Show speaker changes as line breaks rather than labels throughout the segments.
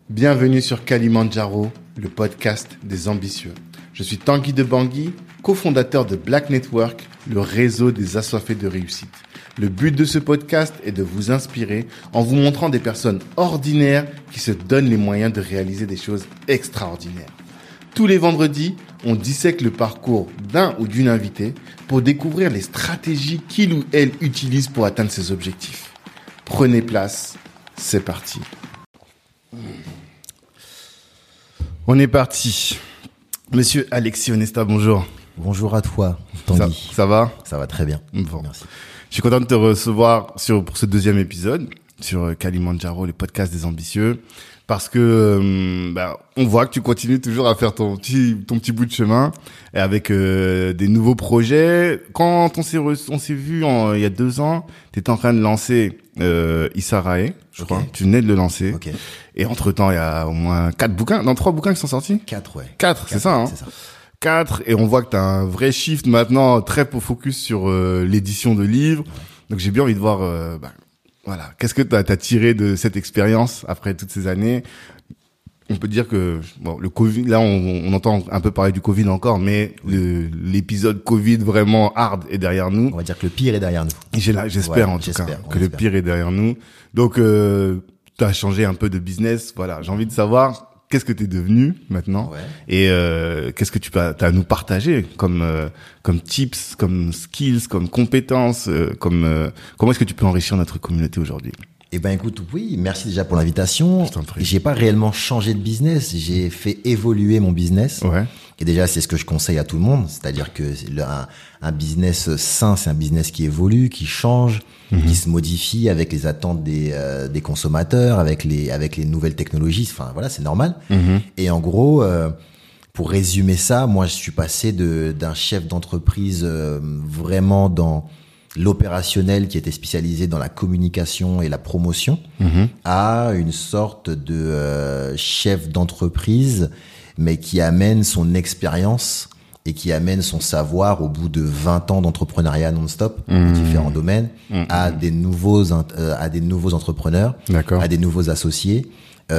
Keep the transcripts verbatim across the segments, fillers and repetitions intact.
Bienvenue sur Kalimandjaro, le podcast des ambitieux. Je suis Tanguy de Bangui, cofondateur de Black Network, le réseau des assoiffés de réussite. Le but de ce podcast est de vous inspirer en vous montrant des personnes ordinaires qui se donnent les moyens de réaliser des choses extraordinaires. Tous les vendredis, on dissèque le parcours d'un ou d'une invitée pour découvrir les stratégies qu'il ou elle utilise pour atteindre ses objectifs. Prenez place, c'est parti. On est parti. Monsieur Alexis Onesta, bonjour.
Bonjour à toi, Tanguy.
Ça, ça va ?
Ça va très bien.
Bon.
Merci.
Je suis content de te recevoir sur, pour ce deuxième épisode sur Kalimandjaro, le podcast des ambitieux, parce que euh, bah, on voit que tu continues toujours à faire ton petit ton petit bout de chemin et avec euh, des nouveaux projets. Quand on s'est re- on s'est vu en, il y a deux ans, tu étais en train de lancer euh, Issarae, je
okay.
crois. Tu venais de le lancer.
Okay.
Et entre temps, il y a au moins quatre bouquins, non trois bouquins qui sont sortis.
Quatre, ouais.
Quatre, c'est ça, hein.
C'est ça.
Quatre, et on voit que tu as un vrai shift maintenant très focus sur euh, l'édition de livres. Donc j'ai bien envie de voir, euh, bah, voilà, qu'est-ce que tu as tiré de cette expérience après toutes ces années. On peut dire que bon, le Covid, là on, on entend un peu parler du Covid encore, mais le, l'épisode Covid vraiment hard est derrière nous.
On va dire que le pire est derrière nous.
J'ai là, j'espère
ouais,
en tout
j'espère,
cas que
espère.
le pire est derrière nous. Donc euh, tu as changé un peu de business. Voilà, j'ai envie de savoir qu'est-ce que tu es devenu maintenant,
ouais.
et euh, qu'est-ce que tu as à nous partager comme euh, comme tips, comme skills, comme compétences, euh, comme euh, comment est-ce que tu peux enrichir notre communauté aujourd'hui?
Eh ben écoute, oui, merci déjà pour l'invitation.
Je t'en prie.
J'ai pas réellement changé de business, j'ai fait évoluer mon business.
Ouais.
Et déjà, c'est ce que je conseille à tout le monde, c'est-à-dire que le, un, un business sain, c'est un business qui évolue, qui change, mm-hmm. qui se modifie avec les attentes des euh, des consommateurs, avec les avec les nouvelles technologies. Enfin voilà, c'est normal. Mm-hmm. Et en gros, euh, pour résumer ça, moi, je suis passé de d'un chef d'entreprise euh, vraiment dans l'opérationnel qui était spécialisé dans la communication et la promotion mmh. à une sorte de euh, chef d'entreprise, mais qui amène son expérience et qui amène son savoir au bout de vingt ans d'entrepreneuriat non-stop mmh. dans différents domaines mmh. à des nouveaux euh, à des nouveaux entrepreneurs,
D'accord.
à des nouveaux associés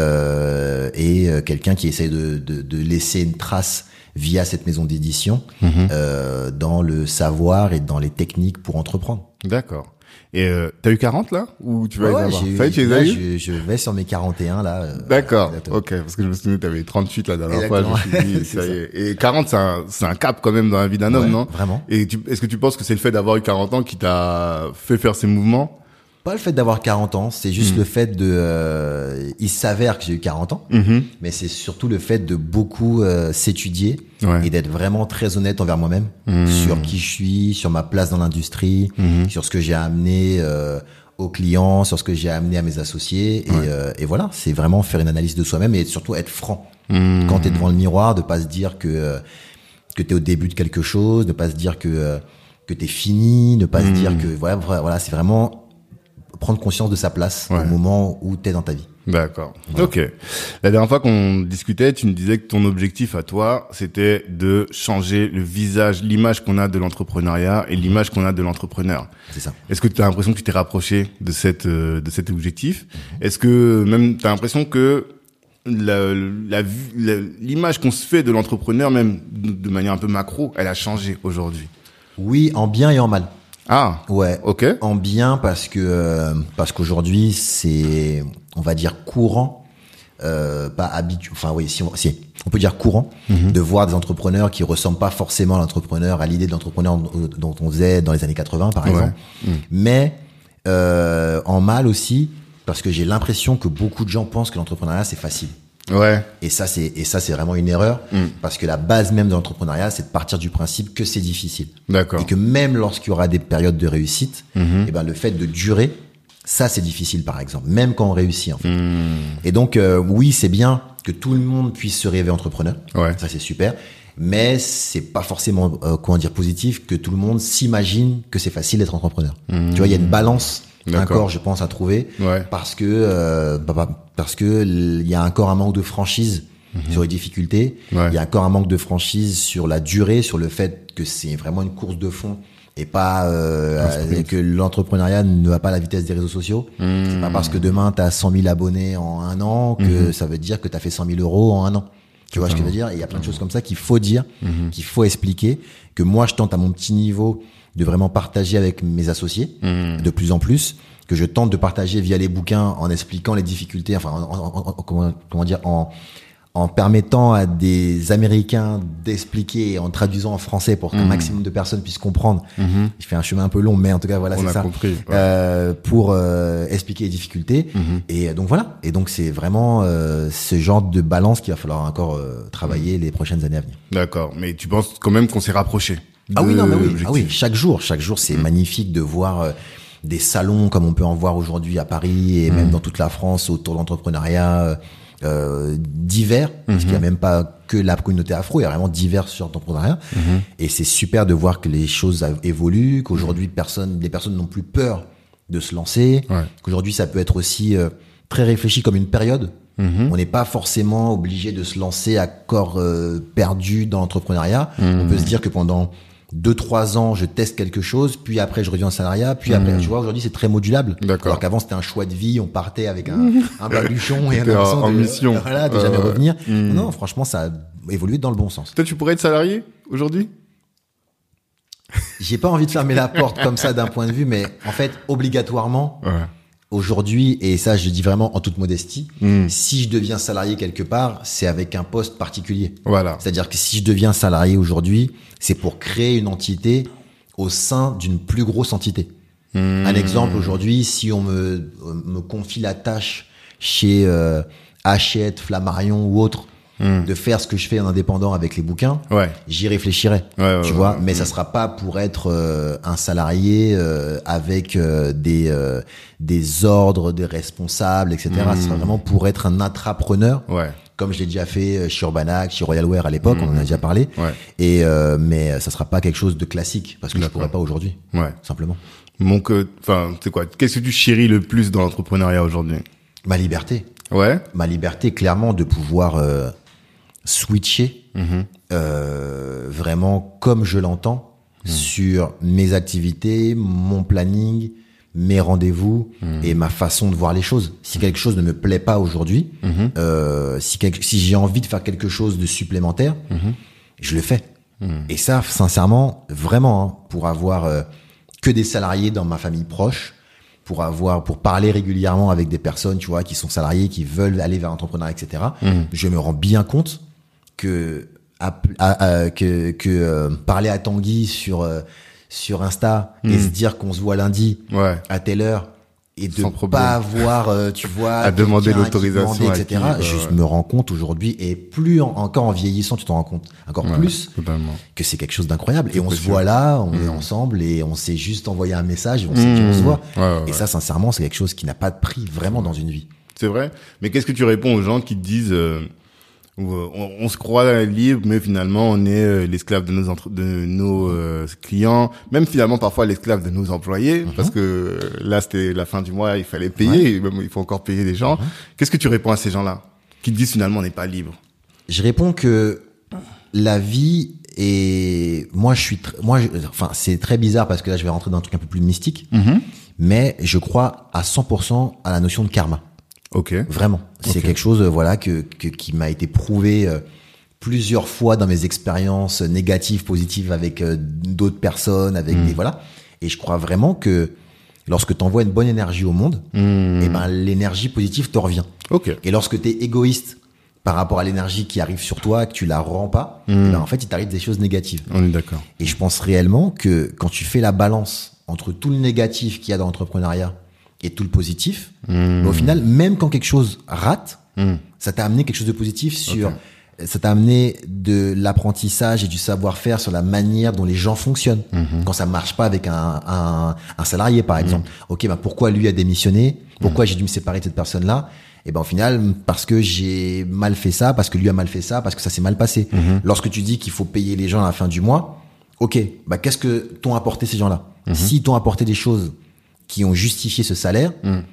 euh, et euh, quelqu'un qui essaie de, de, de laisser une trace via cette maison d'édition, mmh. euh, dans le savoir et dans les techniques pour entreprendre.
D'accord. Et euh, t'as eu quarante là ou tu vas
ouais,
les avoir?
j'ai,
Ça y est, tu les as eu?
je, je vais sur mes quarante et un là. Euh,
D'accord.
exactement.
Ok, parce que je me souviens que t'avais trente-huit la dernière
Exactement.
fois. Je me suis dit, ça y est. Et quarante, c'est un, c'est un cap quand même dans la vie d'un
ouais,
homme, non?
Vraiment.
Et tu, est-ce que tu penses que c'est le fait d'avoir eu quarante ans qui t'a fait faire ces mouvements?
Pas le fait d'avoir quarante ans, c'est juste mmh. le fait de... Euh, il s'avère que j'ai eu quarante ans, mmh. mais c'est surtout le fait de beaucoup euh, s'étudier ouais. et d'être vraiment très honnête envers moi-même mmh. sur qui je suis, sur ma place dans l'industrie, mmh. sur ce que j'ai amené euh, aux clients, sur ce que j'ai amené à mes associés. Ouais. Et, euh, et voilà, c'est vraiment faire une analyse de soi-même et surtout être franc. Mmh. Quand t'es devant le miroir, de pas se dire que, euh, que t'es au début de quelque chose, de pas se dire que, euh, que t'es fini, de pas mmh. se dire que... Voilà, voilà, c'est vraiment... prendre conscience de sa place ouais. au moment où t'es dans ta vie.
D'accord. Voilà. Ok. La dernière fois qu'on discutait, tu me disais que ton objectif à toi, c'était de changer le visage, l'image qu'on a de l'entrepreneuriat et l'image qu'on a de l'entrepreneur.
C'est ça.
Est-ce que tu as l'impression que tu t'es rapproché de cette de cet objectif? Mm-hmm. Est-ce que même tu as l'impression que la, la, la, l'image qu'on se fait de l'entrepreneur, même de, de manière un peu macro, elle a changé aujourd'hui?
Oui, en bien et en mal.
Ah,
ouais.
Ok.
En bien parce que euh, parce qu'aujourd'hui c'est, on va dire courant, euh, pas habituel. Enfin oui, si on, si on peut dire courant mm-hmm. de voir des entrepreneurs qui ressemblent pas forcément à l'entrepreneur, à l'idée de l'entrepreneur dont on faisait dans les années quatre-vingts par exemple. Ouais. Mm. Mais euh, en mal aussi parce que j'ai l'impression que beaucoup de gens pensent que l'entrepreneuriat c'est facile.
Ouais.
Et ça c'est et ça c'est vraiment une erreur mm. parce que la base même de l'entrepreneuriat c'est de partir du principe que c'est difficile.
D'accord.
Et que même lorsqu'il y aura des périodes de réussite, mm-hmm. et ben le fait de durer, ça c'est difficile par exemple, même quand on réussit en fait. Mm. Et donc euh, oui, c'est bien que tout le monde puisse se rêver entrepreneur. Ouais. Ça c'est super, mais c'est pas forcément euh, comment dire positif que tout le monde s'imagine que c'est facile d'être entrepreneur. Mm. Tu vois, il y a une balance
D'accord.
encore, je pense, à trouver,
ouais.
parce que euh, bah, parce que il y a encore un manque de franchise mmh. sur les difficultés. Il ouais. y a encore un manque de franchise sur la durée, sur le fait que c'est vraiment une course de fond et pas euh, que l'entrepreneuriat ne va pas à la vitesse des réseaux sociaux. Mmh. C'est pas parce que demain t'as cent mille abonnés en un an que mmh. ça veut dire que t'as fait cent mille euros en un an. Tu vois ce que je veux dire? Et il y a plein de choses comme ça qu'il faut dire, mmh. qu'il faut expliquer, que moi je tente à mon petit niveau de vraiment partager avec mes associés mmh. de plus en plus, que je tente de partager via les bouquins en expliquant les difficultés, enfin en, en, en, comment, comment dire, en en permettant à des Américains d'expliquer, en traduisant en français pour qu'un mmh. maximum de personnes puissent comprendre. Mmh. Je fais un chemin un peu long, mais en tout cas, voilà,
on
c'est
a
ça.
Compris, ouais.
Euh, pour euh, expliquer les difficultés. Mmh. Et donc voilà. Et donc c'est vraiment euh, ce genre de balance qu'il va falloir encore euh, travailler mmh. les prochaines années à venir.
D'accord. Mais tu penses quand même qu'on s'est rapproché?
Ah oui, non, mais oui. Ah oui, chaque jour, chaque jour, c'est mmh. magnifique de voir euh, des salons comme on peut en voir aujourd'hui à Paris et mmh. même dans toute la France autour de l'entrepreneuriat. Euh, Euh, divers, mm-hmm. parce qu'il n'y a même pas que la communauté afro, il y a vraiment divers sur l'entrepreneuriat. Mm-hmm. Et c'est super de voir que les choses évoluent, qu'aujourd'hui personne, les personnes n'ont plus peur de se lancer, ouais. qu'aujourd'hui ça peut être aussi euh, très réfléchi comme une période. Mm-hmm. On n'est pas forcément obligé de se lancer à corps euh, perdu dans l'entrepreneuriat. Mm-hmm. On peut se dire que pendant deux, trois ans, je teste quelque chose, puis après, je reviens en salariat, puis après, mmh. tu vois, aujourd'hui, c'est très modulable.
D'accord.
Alors qu'avant, c'était un choix de vie, on partait avec un, un baluchon et un
en, en de, mission.
Voilà, de euh, jamais revenir. Mmh. Non, franchement, ça a évolué dans le bon sens.
Toi, tu pourrais être salarié aujourd'hui?
J'ai pas envie de fermer la porte comme ça d'un point de vue, mais en fait, obligatoirement, ouais. aujourd'hui, et ça, je dis vraiment en toute modestie, mmh. si je deviens salarié quelque part, c'est avec un poste particulier.
Voilà.
C'est-à-dire que si je deviens salarié aujourd'hui, c'est pour créer une entité au sein d'une plus grosse entité. Mmh. Un exemple aujourd'hui, si on me, me confie la tâche chez euh, Hachette, Flammarion ou autre, mmh. de faire ce que je fais en indépendant avec les bouquins, ouais. j'y réfléchirai, ouais, ouais, tu ouais, vois. Ouais, mais ouais. ça sera pas pour être euh, un salarié euh, avec euh, des euh, des ordres, des responsables, et cetera. Mmh. Ça sera vraiment pour être un intrapreneur. Ouais. Comme je l'ai déjà fait chez Urbanac, chez Royalware à l'époque, mmh. on en a déjà parlé. Ouais. Et euh, mais ça sera pas quelque chose de classique parce que D'accord. je pourrais pas aujourd'hui. Ouais. Simplement.
Donc, enfin, c'est quoi? Qu'est-ce que tu chéris le plus dans l'entrepreneuriat aujourd'hui?
Ma liberté.
Ouais.
Ma liberté, clairement, de pouvoir euh, switcher mmh. euh, vraiment comme je l'entends mmh. sur mes activités, mon planning, mes rendez-vous mmh. et ma façon de voir les choses. Si mmh. quelque chose ne me plaît pas aujourd'hui, mmh. euh, si, quelque, si j'ai envie de faire quelque chose de supplémentaire, mmh. je le fais. Mmh. Et ça, sincèrement, vraiment, hein, pour avoir euh, que des salariés dans ma famille proche, pour avoir, pour parler régulièrement avec des personnes, tu vois, qui sont salariés, qui veulent aller vers l'entrepreneuriat, et cetera. Mmh. Je me rends bien compte que à, à, à, que, que euh, parler à Tanguy sur euh, sur Insta mmh. et se dire qu'on se voit lundi ouais. à telle heure et de pas avoir, euh, tu vois,
à demander l'autorisation,
et cetera. Qui, euh, je ouais. me rends compte aujourd'hui et plus en, encore en vieillissant, tu t'en rends compte encore ouais, plus totalement. Que c'est quelque chose d'incroyable. C'est et on possible. Se voit là, on mmh. est ensemble et on s'est juste envoyé un message, et on mmh. sait qu'on se voit. Ouais, ouais, et ouais. ça, sincèrement, c'est quelque chose qui n'a pas de prix vraiment ouais. dans une vie.
C'est vrai. Mais qu'est-ce que tu réponds aux gens qui te disent euh, on, on se croit libre, mais finalement on est euh, l'esclave de nos entre, de nos euh, clients, même finalement parfois l'esclave de nos employés, mm-hmm. parce que euh, là c'était la fin du mois, il fallait payer, ouais. et même, il faut encore payer des gens. Mm-hmm. Qu'est-ce que tu réponds à ces gens-là qui te disent finalement on n'est pas libre?
Je réponds que la vie est, moi je suis, tr... moi, je... enfin c'est très bizarre parce que là je vais rentrer dans un truc un peu plus mystique, mm-hmm. mais je crois à cent pour cent à la notion de karma.
Ok.
Vraiment. C'est okay. quelque chose, voilà, que, que, qui m'a été prouvé euh, plusieurs fois dans mes expériences négatives, positives avec euh, d'autres personnes, avec mmh. des, voilà. Et je crois vraiment que lorsque tu envoies une bonne énergie au monde, mmh. et ben, l'énergie positive te revient.
Ok.
Et lorsque tu es égoïste par rapport à l'énergie qui arrive sur toi, que tu la rends pas, mmh. et ben, en fait, il t'arrive des choses négatives.
On est d'accord.
Et je pense réellement que quand tu fais la balance entre tout le négatif qu'il y a dans l'entrepreneuriat et tout le positif, mmh. mais au final, même quand quelque chose rate, mmh. ça t'a amené quelque chose de positif sur, okay. ça t'a amené de l'apprentissage et du savoir-faire sur la manière dont les gens fonctionnent. Mmh. Quand ça marche pas avec un, un, un salarié, par exemple. Mmh. Ok, bah, pourquoi lui a démissionné? Pourquoi mmh. j'ai dû me séparer de cette personne-là? Et ben, au final, parce que j'ai mal fait ça, parce que lui a mal fait ça, parce que ça s'est mal passé. Mmh. Lorsque tu dis qu'il faut payer les gens à la fin du mois, ok, bah, qu'est-ce que t'ont apporté ces gens-là? Mmh. S'ils t'ont apporté des choses qui ont justifié ce salaire, mmh.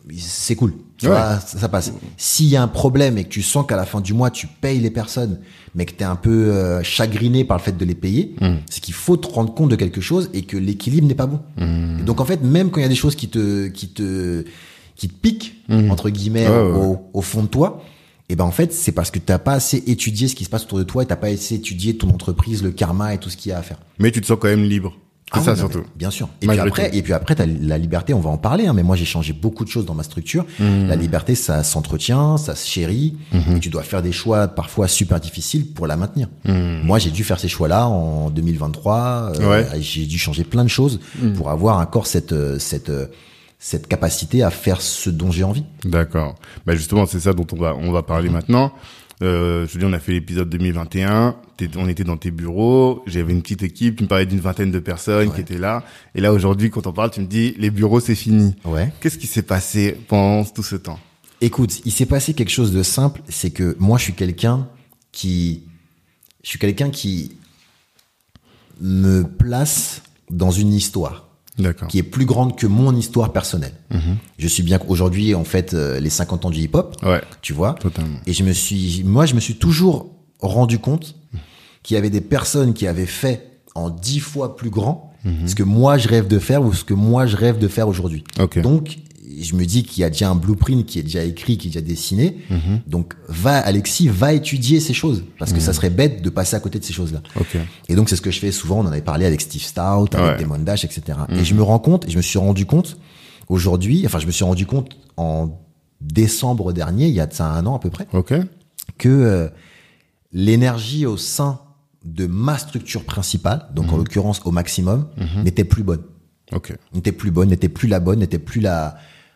c'est cool. Tu
ouais.
vois, ça, ça passe. S'il y a un problème et que tu sens qu'à la fin du mois, tu payes les personnes, mais que t'es un peu euh, chagriné par le fait de les payer, mm. c'est qu'il faut te rendre compte de quelque chose et que l'équilibre n'est pas bon. Mm. Et donc, en fait, même quand il y a des choses qui te, qui te, qui te piquent, mm. entre guillemets, ouais, au, ouais. au fond de toi, et ben, en fait, c'est parce que t'as pas assez étudié ce qui se passe autour de toi et t'as pas assez étudié ton entreprise, le karma et tout ce qu'il y a à faire.
Mais tu te sens quand même libre. C'est
ah
ça
oui,
surtout.
Bien sûr. Et puis après, tout. et puis après, t'as la liberté. On va en parler. Hein, mais moi, j'ai changé beaucoup de choses dans ma structure. Mmh. La liberté, ça s'entretient, ça se chérit. Mmh. Et tu dois faire des choix parfois super difficiles pour la maintenir. Mmh. Moi, j'ai dû faire ces choix-là en deux mille vingt-trois. Euh, ouais. J'ai dû changer plein de choses mmh. pour avoir encore cette cette cette capacité à faire ce dont j'ai envie.
D'accord. Bah justement, c'est ça dont on va on va parler mmh. maintenant. Euh, je veux dire, on a fait l'épisode deux mille vingt et un, on était dans tes bureaux, j'avais une petite équipe, tu me parlais d'une vingtaine de personnes ouais. qui étaient là. Et là, aujourd'hui, quand on parle, tu me dis, les bureaux, c'est fini.
Ouais.
Qu'est-ce qui s'est passé pendant tout ce temps?
Écoute, il s'est passé quelque chose de simple, c'est que moi, je suis quelqu'un qui, je suis quelqu'un qui me place dans une histoire.
D'accord.
Qui est plus grande que mon histoire personnelle. Mmh. Je suis bien qu'aujourd'hui, en fait, euh, les cinquante ans du hip-hop,
ouais,
tu vois.
Totalement.
Et je me suis, moi, je me suis toujours rendu compte qu'il y avait des personnes qui avaient fait en dix fois plus grand mmh. ce que moi je rêve de faire ou ce que moi je rêve de faire aujourd'hui.
Okay.
Donc, je me dis qu'il y a déjà un blueprint qui est déjà écrit, qui est déjà dessiné. Mmh. Donc, va, Alexis, va étudier ces choses. Parce que mmh. ça serait bête de passer à côté de ces choses-là.
Okay.
Et donc, c'est ce que je fais souvent. On en avait parlé avec Steve Stout, avec ouais. Damon Dash, et cetera. Mmh. Et je me rends compte, et je me suis rendu compte aujourd'hui, enfin, je me suis rendu compte en décembre dernier, il y a de ça un an à peu près,
okay.
que euh, l'énergie au sein de ma structure principale, donc mmh. en l'occurrence au maximum, mmh. n'était plus bonne.
Okay.
N'était plus bonne, n'était plus la bonne, n'était plus la...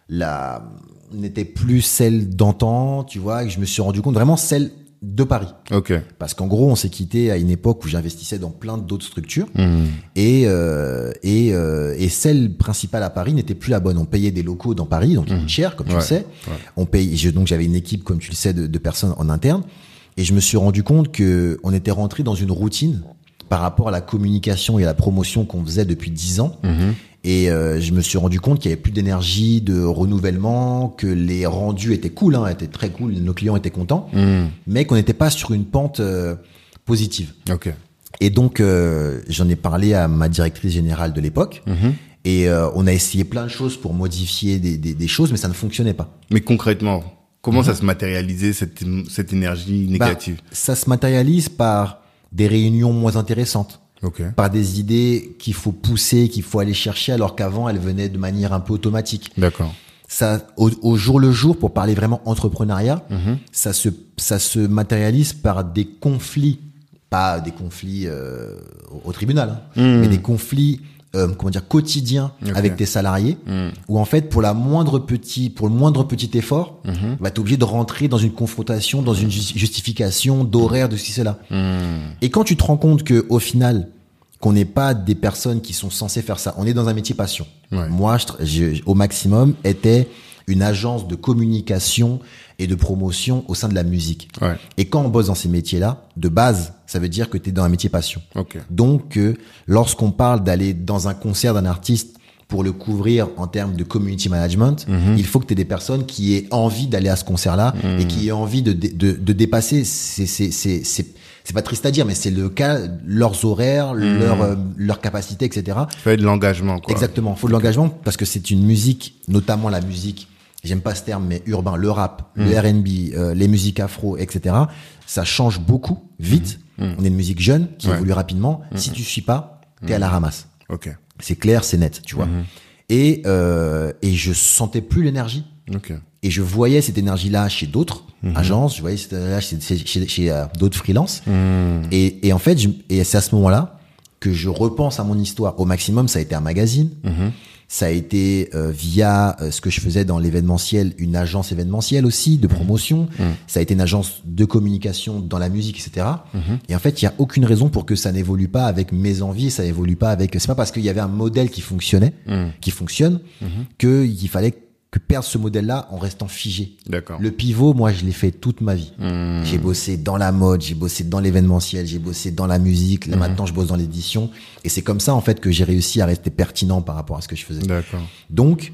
la n'était plus celle d'antan, tu vois, et je me suis rendu compte vraiment celle de Paris.
Okay.
Parce qu'en gros, on s'est quitté à une époque où j'investissais dans plein d'autres structures mmh. et euh, et euh, et celle principale à Paris n'était plus la bonne. On payait des locaux dans Paris, donc mmh. cher, comme ouais. tu le sais. Ouais. On paye, je, donc j'avais une équipe, comme tu le sais, de, de personnes en interne, et je me suis rendu compte que on était rentré dans une routine par rapport à la communication et à la promotion qu'on faisait depuis dix ans. Mmh. Et euh, je me suis rendu compte qu'il y avait plus d'énergie, de renouvellement, que les rendus étaient cool, hein, étaient très cool, nos clients étaient contents, mmh. mais qu'on n'était pas sur une pente euh, positive.
Okay.
Et donc, euh, j'en ai parlé à ma directrice générale de l'époque, mmh. et euh, on a essayé plein de choses pour modifier des, des, des choses, mais ça ne fonctionnait pas.
Mais concrètement, comment mmh. ça se matérialisait, cette, cette énergie négative?
Bah, ça se matérialise par des réunions moins intéressantes.
Okay.
Par des idées qu'il faut pousser, qu'il faut aller chercher, alors qu'avant, elles venaient de manière un peu automatique.
D'accord.
Ça, au, au jour le jour, pour parler vraiment entrepreneuriat, mm-hmm. ça se, ça se matérialise par des conflits, pas des conflits euh, au, au tribunal, hein, mm. mais des conflits, euh, comment dire, quotidiens okay. avec tes salariés, mm. où en fait, pour la moindre petit, pour le moindre petit effort, mm-hmm. bah, t'es obligé de rentrer dans une confrontation, dans une justification d'horaire de ceci, cela. Mm. Et quand tu te rends compte que, au final, qu'on n'est pas des personnes qui sont censées faire ça. On est dans un métier passion. Ouais. Moi, je, je, au maximum, était une agence de communication et de promotion au sein de la musique.
Ouais.
Et quand on bosse dans ces métiers-là, de base, ça veut dire que tu es dans un métier passion.
Okay.
Donc, euh, lorsqu'on parle d'aller dans un concert d'un artiste pour le couvrir en termes de community management, mm-hmm. il faut que tu aies des personnes qui aient envie d'aller à ce concert-là mm. et qui aient envie de, de, de, de dépasser ces... ces, ces, ces c'est pas triste à dire, mais c'est le cas, leurs horaires, mmh. leur, euh, leur capacité, et cetera.
Il faut de l'engagement, quoi.
Exactement. Il faut de l'engagement parce que c'est une musique, notamment la musique, j'aime pas ce terme, mais urbain, le rap, mmh. le R and B, euh, les musiques afro, et cetera. Ça change beaucoup, vite. Mmh. On est une musique jeune qui ouais. évolue rapidement. Mmh. Si tu suis pas, t'es mmh. à la ramasse.
Ok.
C'est clair, c'est net, tu vois. Mmh. Et, euh, et je sentais plus l'énergie.
Ok.
Et je voyais cette énergie-là chez d'autres mmh. agences, je voyais cette énergie-là chez, chez, chez, chez euh, d'autres freelances. Mmh. Et, et en fait, je, et c'est à ce moment-là que je repense à mon histoire. Au maximum, ça a été un magazine. Mmh. Ça a été euh, via euh, ce que je faisais dans l'événementiel, une agence événementielle aussi, de promotion. Mmh. Ça a été une agence de communication dans la musique, et cetera. Mmh. Et en fait, il y a aucune raison pour que ça n'évolue pas avec mes envies, ça évolue pas avec... C'est pas parce qu'il y avait un modèle qui fonctionnait, mmh. qui fonctionne, mmh. qu'il fallait que perdre ce modèle-là en restant figé.
D'accord.
Le pivot, moi, je l'ai fait toute ma vie. Mmh. J'ai bossé dans la mode, j'ai bossé dans l'événementiel, j'ai bossé dans la musique. Là, mmh. maintenant, je bosse dans l'édition. Et c'est comme ça, en fait, que j'ai réussi à rester pertinent par rapport à ce que je faisais.
D'accord.
Donc,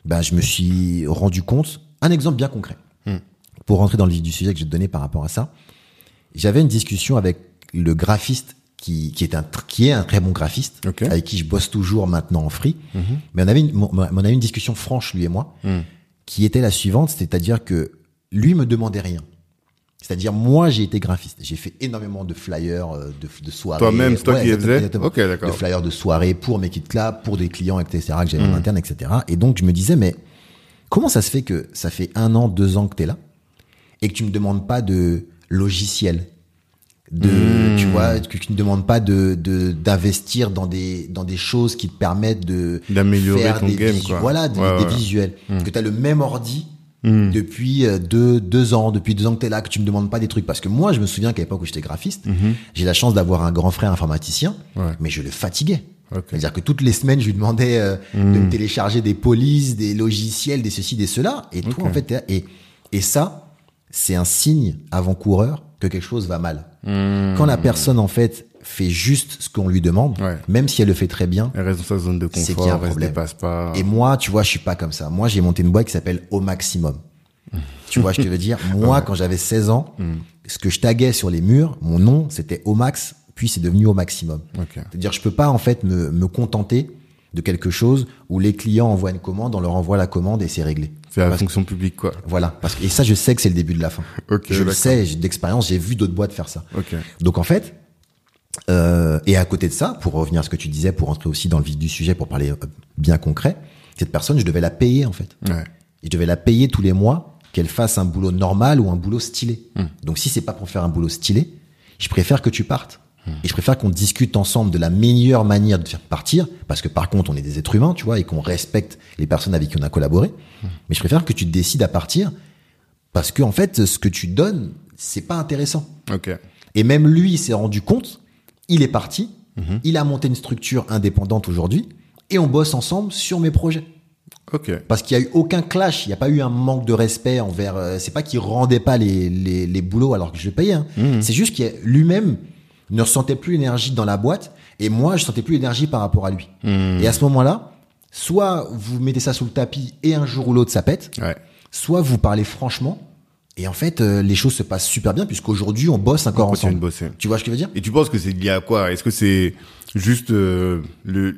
ben, je me suis rendu compte, un exemple bien concret, mmh. pour rentrer dans le vif du sujet que je vais te donner par rapport à ça. J'avais une discussion avec le graphiste qui, qui, est, un, qui est un très bon graphiste, okay. avec qui je bosse toujours maintenant en free. Mmh. Mais on avait, une, on avait une discussion franche, lui et moi, mmh. qui était la suivante, c'est-à-dire que lui me demandait rien. C'est-à-dire, moi, j'ai été graphiste. J'ai fait énormément de flyers, de, de soirées.
Toi-même, c'est toi
ouais,
qui les faisais?
Ok, d'accord. De flyers de soirées pour mes kits clubs, pour des clients, et cetera, que j'avais mmh. en interne, et cetera. Et donc, je me disais, mais comment ça se fait que ça fait un an, deux ans que t'es là et que tu me demandes pas de logiciel, de, mmh. tu vois, que tu ne demandes pas de, de, d'investir dans des, dans des choses qui te permettent de
d'améliorer
faire
ton
des
game,
visu-
quoi.
Voilà, des,
ouais,
des
ouais.
visuels.
Mmh.
Que t'as le même ordi.
Mmh.
Depuis deux, deux ans, depuis deux ans que t'es là, que tu me demandes pas des trucs. Parce que moi, je me souviens qu'à l'époque où j'étais graphiste, mmh. j'ai la chance d'avoir un grand frère informaticien, ouais. mais je le fatiguais. Okay. C'est-à-dire que toutes les semaines, je lui demandais euh, mmh. de me télécharger des polices, des logiciels, des ceci, des cela. Et toi, okay. en fait, t'es là. Et, et ça, c'est un signe avant-coureur que quelque chose va mal. Mmh. Quand la personne, en fait, fait juste ce qu'on lui demande, ouais. même si elle le fait très bien,
elle reste dans sa zone de confort,
c'est qu'il y a un
elle
problème.
se dépasse pas.
Et moi, tu vois, je suis pas comme ça. Moi, j'ai monté une boîte qui s'appelle Au Maximum. Tu vois, je te veux dire, moi, ouais. quand j'avais seize ans, mm. ce que je taguais sur les murs, mon nom, c'était Au Max, puis c'est devenu Au Maximum. Okay. C'est-à-dire, je peux pas, en fait, me, me contenter de quelque chose où les clients envoient une commande, on leur envoie la commande et c'est réglé.
C'est la
parce
fonction
que,
publique, quoi.
Voilà. Parce que, et ça, je sais que c'est le début de la fin. Okay, je d'accord. le sais, j'ai d'expérience, j'ai vu d'autres boîtes faire ça.
Okay.
Donc, en fait, euh, et à côté de ça, pour revenir à ce que tu disais, pour entrer aussi dans le vif du sujet, pour parler bien concret, cette personne, je devais la payer, en fait.
Ouais.
Et je devais la payer tous les mois, qu'elle fasse un boulot normal ou un boulot stylé.
Mmh.
Donc, si c'est pas pour faire un boulot stylé, je préfère que tu partes. Mmh. Et je préfère qu'on discute ensemble de la meilleure manière de te faire partir, parce que par contre, on est des êtres humains, tu vois, et qu'on respecte les personnes avec qui on a collaboré. Mmh. Mais je préfère que tu te décides à partir, parce que, en fait, ce que tu donnes, c'est pas intéressant.
Okay.
Et même lui, il s'est rendu compte, il est parti, mmh. il a monté une structure indépendante aujourd'hui, et on bosse ensemble sur mes projets.
Okay.
Parce qu'il y a eu aucun clash, il y a pas eu un manque de respect envers. Euh, c'est pas qu'il rendait pas les les, les boulots alors que je le payais. Hein. Mmh. C'est juste qu'il y a, lui-même ne ressentait plus l'énergie dans la boîte et moi je sentais plus l'énergie par rapport à lui. Mmh. Et à ce moment-là, soit vous mettez ça sous le tapis et un jour ou l'autre ça pète,
ouais.
soit vous parlez franchement. Et en fait, euh, les choses se passent super bien puisqu'aujourd'hui on bosse encore
on
ensemble.
De bosser.
Tu vois ce que je veux dire?
Et tu penses que c'est lié à quoi? Est-ce que c'est juste euh, le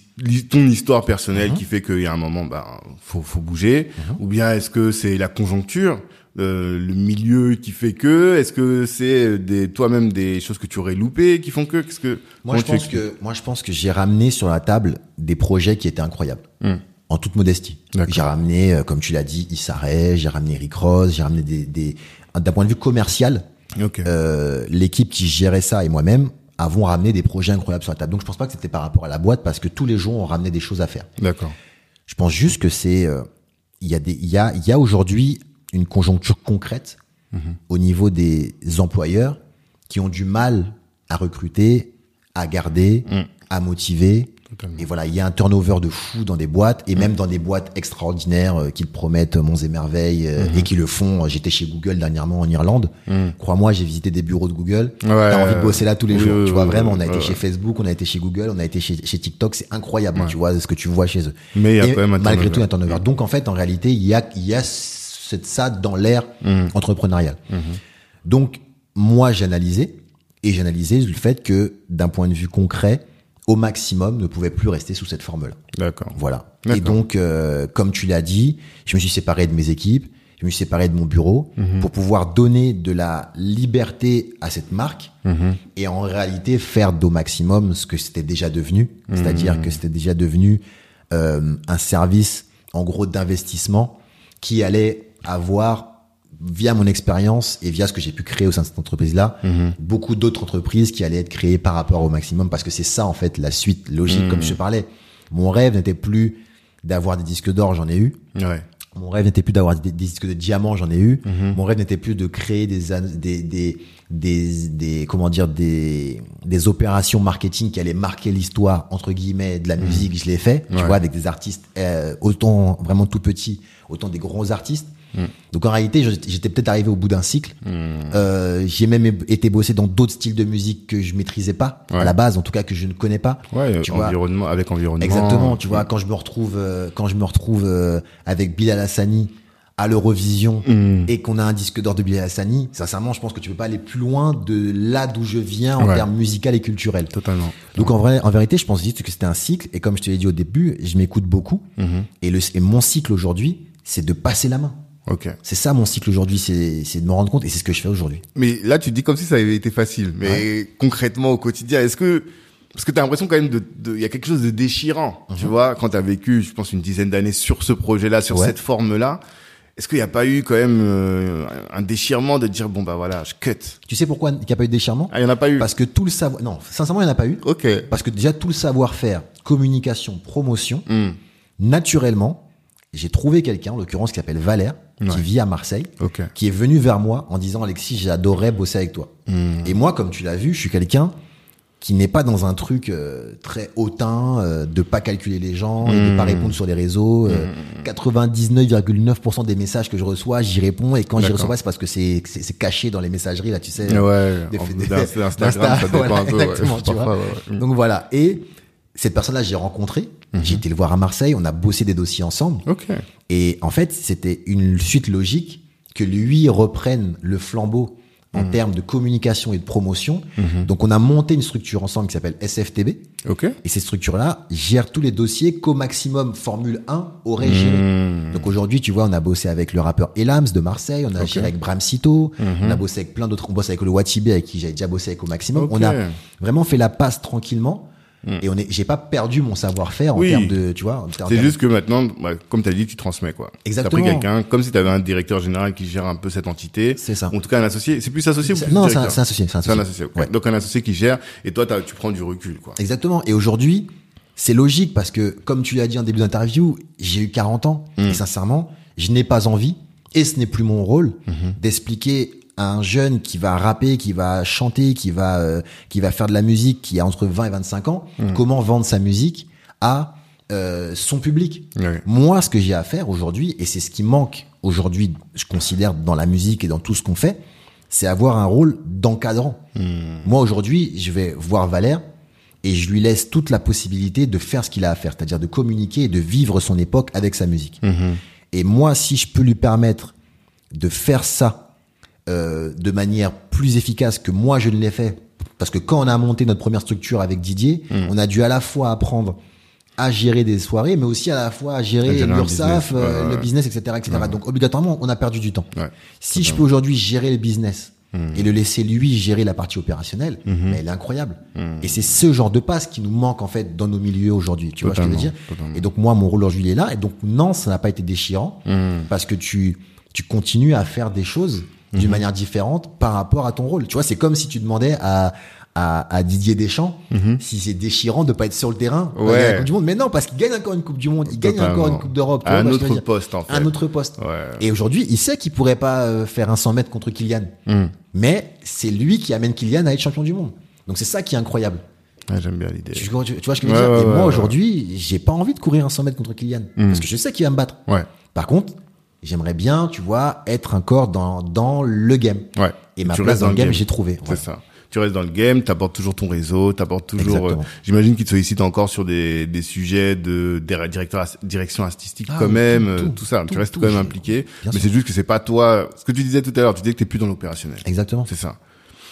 ton histoire personnelle mm-hmm. qui fait qu'il y a un moment, bah faut faut bouger, mm-hmm. ou bien est-ce que c'est la conjoncture, euh, le milieu qui fait que? Est-ce que c'est des toi-même des choses que tu aurais loupées qui font que? Qu'est-ce que
moi je pense que moi je pense que j'ai ramené sur la table des projets qui étaient incroyables. Mm. En toute modestie. D'accord. J'ai ramené, euh, comme tu l'as dit, Issa Rae, j'ai ramené Rick Ross, j'ai ramené des, des, d'un point de vue commercial,
okay.
euh, l'équipe qui gérait ça et moi-même avons ramené des projets incroyables sur la table. Donc je pense pas que c'était par rapport à la boîte parce que tous les jours on ramenait des choses à faire.
D'accord.
Je pense juste que c'est, euh, il y a des, il y a, il y a aujourd'hui une conjoncture concrète mm-hmm. au niveau des employeurs qui ont du mal à recruter, à garder, mm. à motiver.
Totalement.
Et voilà, il y a un turnover de fou dans des boîtes et mmh. même dans des boîtes extraordinaires euh, qui te promettent monts et merveilles euh, mmh. et qui le font. J'étais chez Google dernièrement en Irlande. Mmh. Crois-moi, j'ai visité des bureaux de Google.
Ouais,
T'as envie de bosser là tous les
oui,
jours.
Oui,
tu vois,
oui,
vraiment,
oui,
on a été
ouais,
chez Facebook, on a été chez Google, on a été chez, chez TikTok. C'est incroyable, ouais. tu vois, ce que tu vois chez eux.
Mais il y a
et
quand même un
malgré
turnover.
tout un turnover. Donc en fait, en réalité, il y a, il y a cette, ça dans l'ère mmh. entrepreneuriale. Mmh. Donc moi, j'ai analysé et j'ai analysé le fait que d'un point de vue concret, Au Maximum ne pouvait plus rester sous cette forme-là.
D'accord.
Voilà.
D'accord.
Et donc, euh, comme tu l'as dit, je me suis séparé de mes équipes, je me suis séparé de mon bureau mm-hmm. pour pouvoir donner de la liberté à cette marque mm-hmm. et en réalité faire d'Au Maximum ce que c'était déjà devenu, mm-hmm. c'est-à-dire que c'était déjà devenu euh, un service en gros d'investissement qui allait avoir via mon expérience et via ce que j'ai pu créer au sein de cette entreprise-là, mmh. beaucoup d'autres entreprises qui allaient être créées par rapport Au Maximum parce que c'est ça, en fait, la suite logique, mmh. comme je te parlais. Mon rêve n'était plus d'avoir des disques d'or, j'en ai eu.
Ouais.
Mon rêve n'était plus d'avoir des, des disques de diamant, j'en ai eu.
Mmh.
Mon rêve n'était plus de créer des, des, des, des, des, comment dire, des, des opérations marketing qui allaient marquer l'histoire, entre guillemets, de la musique. Mmh. Je l'ai fait, ouais. tu vois, avec des artistes, euh, autant vraiment tout petits, autant des gros artistes. Mmh. Donc en réalité, j'étais peut-être arrivé au bout d'un cycle.
Mmh.
Euh, j'ai même été bossé dans d'autres styles de musique que je maîtrisais pas ouais. à la base, en tout cas que je ne connais pas.
Ouais, tu environnement vois. Avec environnement.
Exactement. Tu vois, quand je me retrouve, euh, quand je me retrouve euh, avec Bilal Hassani à l'Eurovision mmh. et qu'on a un disque d'or de Bilal Hassani, sincèrement, je pense que tu peux pas aller plus loin de là d'où je viens en ouais. termes musical et culturel.
Totalement.
Donc en vrai, en vérité, je pense juste que c'était un cycle. Et comme je te l'ai dit au début, je m'écoute beaucoup. Mmh. Et, le, et mon cycle aujourd'hui, c'est de passer la main.
Ok.
C'est ça mon cycle aujourd'hui, c'est, c'est de me rendre compte et c'est ce que je fais aujourd'hui.
Mais là, tu dis comme si ça avait été facile. Mais ouais. concrètement, au quotidien, est-ce que, parce que t'as l'impression quand même de, de, il y a quelque chose de déchirant, mmh. tu vois, quand t'as vécu, je pense, une dizaine d'années sur ce projet-là, sur ouais. cette forme-là. Est-ce qu'il n'y a pas eu quand même euh, un déchirement de dire bon bah voilà je cut?
Tu sais pourquoi il n'y a pas eu de déchirement?
Ah il n'y en a pas eu.
Parce que tout le savoir, non sincèrement il n'y en a pas eu.
Ok.
Parce que déjà tout le savoir-faire, communication, promotion, mm. naturellement j'ai trouvé quelqu'un, en l'occurrence qui s'appelle Valère, ouais. qui vit à Marseille, okay. qui est venu vers moi en disant Alexis j'adorais bosser avec toi. Mm. Et moi comme tu l'as vu je suis quelqu'un qui n'est pas dans un truc euh, très hautain, euh, de pas calculer les gens, mmh. et de pas répondre sur les réseaux. Euh, mmh. quatre-vingt-dix-neuf virgule neuf pour cent des messages que je reçois, j'y réponds, et quand D'accord. j'y reçois pas, c'est parce que c'est, c'est, c'est caché dans les messageries, là, tu sais.
Ouais,
des,
en,
des,
des, Instagram, ça dépend
voilà,
un peu.
Exactement,
ouais,
tu vois.
Ouais, ouais.
Donc voilà. Et cette personne-là, j'ai rencontré, mmh. j'ai été le voir à Marseille, on a bossé des dossiers ensemble.
Okay. Et
en fait, c'était une suite logique que lui reprenne le flambeau en mmh. termes de communication et de promotion. Mmh. Donc, on a monté une structure ensemble qui s'appelle S F T B.
Okay.
Et cette structure-là gère tous les dossiers qu'au maximum Formule un aurait mmh. géré. Donc, aujourd'hui, tu vois, on a bossé avec le rappeur Elams de Marseille, on a okay. géré avec Bram Sito, mmh. on a bossé avec plein d'autres, on bosse avec le Watibé avec qui j'avais déjà bossé avec au maximum. Okay. On a vraiment fait la passe tranquillement. Mm. Et on est, j'ai pas perdu mon savoir-faire en oui. termes de, tu vois.
C'est juste que maintenant, bah, comme t'as dit, tu transmets, quoi.
Exactement.
T'as pris quelqu'un, comme si t'avais un directeur général qui gère un peu cette entité.
C'est ça.
En tout cas, un associé. C'est plus associé
c'est,
ou plus
non,
directeur?
c'est un, c'est un associé, c'est un associé.
C'est un associé. Okay.
Ouais.
Donc un associé qui gère, et toi, tu prends du recul, quoi.
Exactement. Et aujourd'hui, c'est logique parce que, comme tu l'as dit en début d'interview, j'ai eu quarante ans. Mm. Et sincèrement, je n'ai pas envie, et ce n'est plus mon rôle, mm-hmm. d'expliquer un jeune qui va rapper, qui va chanter, qui va euh, qui va faire de la musique, qui a entre vingt et vingt-cinq ans, mmh. comment vendre sa musique à euh, son public. Oui. Moi, ce que j'ai à faire aujourd'hui, et c'est ce qui manque aujourd'hui, je considère, dans la musique et dans tout ce qu'on fait, c'est avoir un rôle d'encadrant. Mmh. Moi, aujourd'hui, je vais voir Valère et je lui laisse toute la possibilité de faire ce qu'il a à faire, c'est-à-dire de communiquer et de vivre son époque avec sa musique. Mmh. Et moi, si je peux lui permettre de faire ça Euh, de manière plus efficace que moi je ne l'ai fait, parce que quand on a monté notre première structure avec Didier, mmh. on a dû à la fois apprendre à gérer des soirées, mais aussi à la fois à gérer l'URSSAF, euh, ouais, ouais. le business, et cetera, et cetera. Ouais. Donc obligatoirement, on a perdu du temps. Ouais. Si je peux aujourd'hui gérer le business mmh. et le laisser lui gérer la partie opérationnelle, mmh. mais elle est incroyable. Mmh. Et c'est ce genre de passe qui nous manque en fait dans nos milieux aujourd'hui. Tu totalement, vois ce que je veux dire? Totalement. Et donc moi, mon rôle aujourd'hui il est là. Et donc non, ça n'a pas été déchirant mmh. parce que tu tu continues à faire des choses d'une mmh. manière différente par rapport à ton rôle. Tu vois, c'est comme si tu demandais à à, à Didier Deschamps mmh. si c'est déchirant de pas être sur le terrain
ouais.
à la Coupe du Monde. Mais non, parce qu'il gagne encore une Coupe du Monde, il
Totalement.
gagne encore une Coupe d'Europe.
À un autre poste, en fait.
Un autre poste.
Ouais.
Et aujourd'hui, il sait qu'il pourrait pas euh, faire un cent mètres contre Kylian. Mmh. Mais c'est lui qui amène Kylian à être champion du monde. Donc c'est ça qui est incroyable.
Ah, j'aime bien l'idée.
Tu, tu, tu vois ce que je veux
ouais,
dire?
ouais,
Et moi,
ouais,
aujourd'hui, ouais. j'ai pas envie de courir un cent mètres contre Kylian. Mmh. Parce que je sais qu'il va me battre.
Ouais.
Par contre, j'aimerais bien, tu vois, être encore dans dans le game.
Ouais.
Et ma tu place dans le game, game, j'ai trouvé.
C'est ouais. ça. Tu restes dans le game, t'apportes toujours ton réseau, t'apportes toujours. Euh, j'imagine qu'ils te sollicitent encore sur des des sujets de, de directeur, direction artistique ah, quand oui, même, tout, tout, tout ça. Tout, tu restes tout, quand même impliqué. Mais sûr. C'est juste que c'est pas toi. Ce que tu disais tout à l'heure, tu disais que t'es plus dans l'opérationnel.
Exactement.
C'est ça.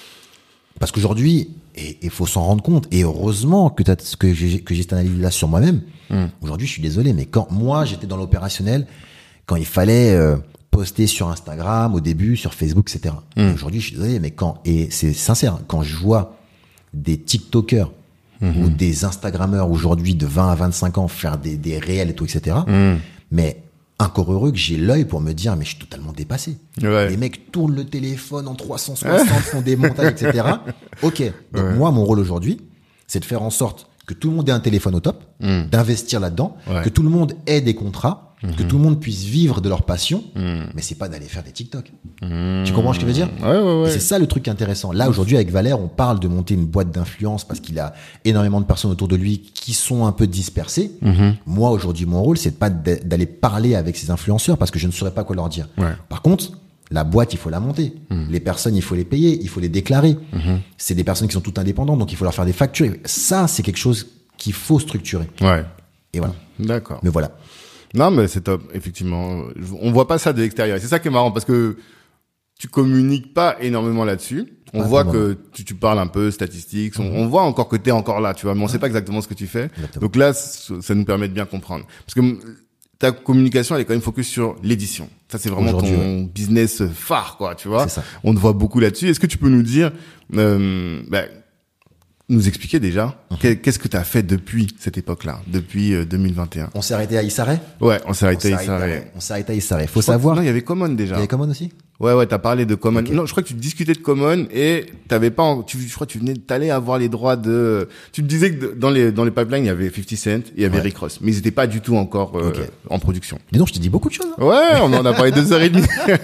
Parce qu'aujourd'hui, et il faut s'en rendre compte. Et heureusement que t'as que j'ai que j'ai cette analyse là sur moi-même. Mm. Aujourd'hui, je suis désolé, mais quand moi j'étais dans l'opérationnel, quand il fallait euh, poster sur Instagram au début, sur Facebook, et cetera. Mm. Aujourd'hui, je suis désolé, mais quand, et c'est sincère, quand je vois des TikTokers mm-hmm. ou des Instagrammeurs aujourd'hui de vingt à vingt-cinq ans faire des, des réels et tout, et cetera. Mm. Mais encore heureux que j'ai l'œil pour me dire, mais je suis totalement dépassé. Ouais. Les mecs tournent le téléphone en trois cent soixante, font des montages, et cetera. Ok. Donc ouais. moi, mon rôle aujourd'hui, c'est de faire en sorte que tout le monde ait un téléphone au top, mm. d'investir là-dedans, ouais. que tout le monde ait des contrats, mmh. que tout le monde puisse vivre de leur passion, mmh. mais c'est pas d'aller faire des TikTok. Mmh. Tu comprends ce que je veux dire?
Ouais, ouais, ouais.
Et c'est ça le truc intéressant. Là, aujourd'hui, avec Valère, on parle de monter une boîte d'influence parce qu'il a énormément de personnes autour de lui qui sont un peu dispersées. Mmh. Moi, aujourd'hui, mon rôle, c'est pas d'aller parler avec ces influenceurs parce que je ne saurais pas quoi leur dire.
Ouais.
Par contre, la boîte, il faut la monter. Mmh. Les personnes, il faut les payer, il faut les déclarer. Mmh. C'est des personnes qui sont toutes indépendantes, donc il faut leur faire des factures. Ça, c'est quelque chose qu'il faut structurer.
Ouais.
Et voilà.
D'accord.
Mais voilà.
Non, mais c'est top, effectivement. On voit pas ça de l'extérieur. Et c'est ça qui est marrant parce que tu communiques pas énormément là-dessus. On ah, voit que tu, tu parles un peu statistiques. Mm-hmm. On, on voit encore que t'es encore là, tu vois, mais on sait pas exactement ce que tu fais. Exactement. Donc là, ça nous permet de bien comprendre. Parce que ta communication, elle est quand même focus sur l'édition. Ça, c'est vraiment ton ouais. business phare, quoi, tu vois.
C'est ça.
On te voit beaucoup là-dessus. Est-ce que tu peux nous dire, euh, bah, nous expliquer déjà mmh. qu'est-ce que tu as fait depuis cette époque-là, depuis euh, deux mille vingt et un?
On s'est arrêté à Issaré?
Ouais, on s'est arrêté à Issaré.
On s'est arrêté à Issaré. Faut savoir.
Non, il y avait Common déjà.
Il y avait Common aussi?
Ouais, ouais, t'as parlé de Common.
Okay.
Non, je crois que tu discutais de Common et t'avais pas, en... tu, je crois que tu venais, t'allais avoir les droits de, tu me disais que dans les, dans les pipelines, il y avait fifty Cent et il y avait ouais. Rick Ross. Mais ils étaient pas du tout encore, euh, okay. en production.
Dis donc, je te dis beaucoup de choses. Hein.
Ouais, on en a parlé deux heures et demie.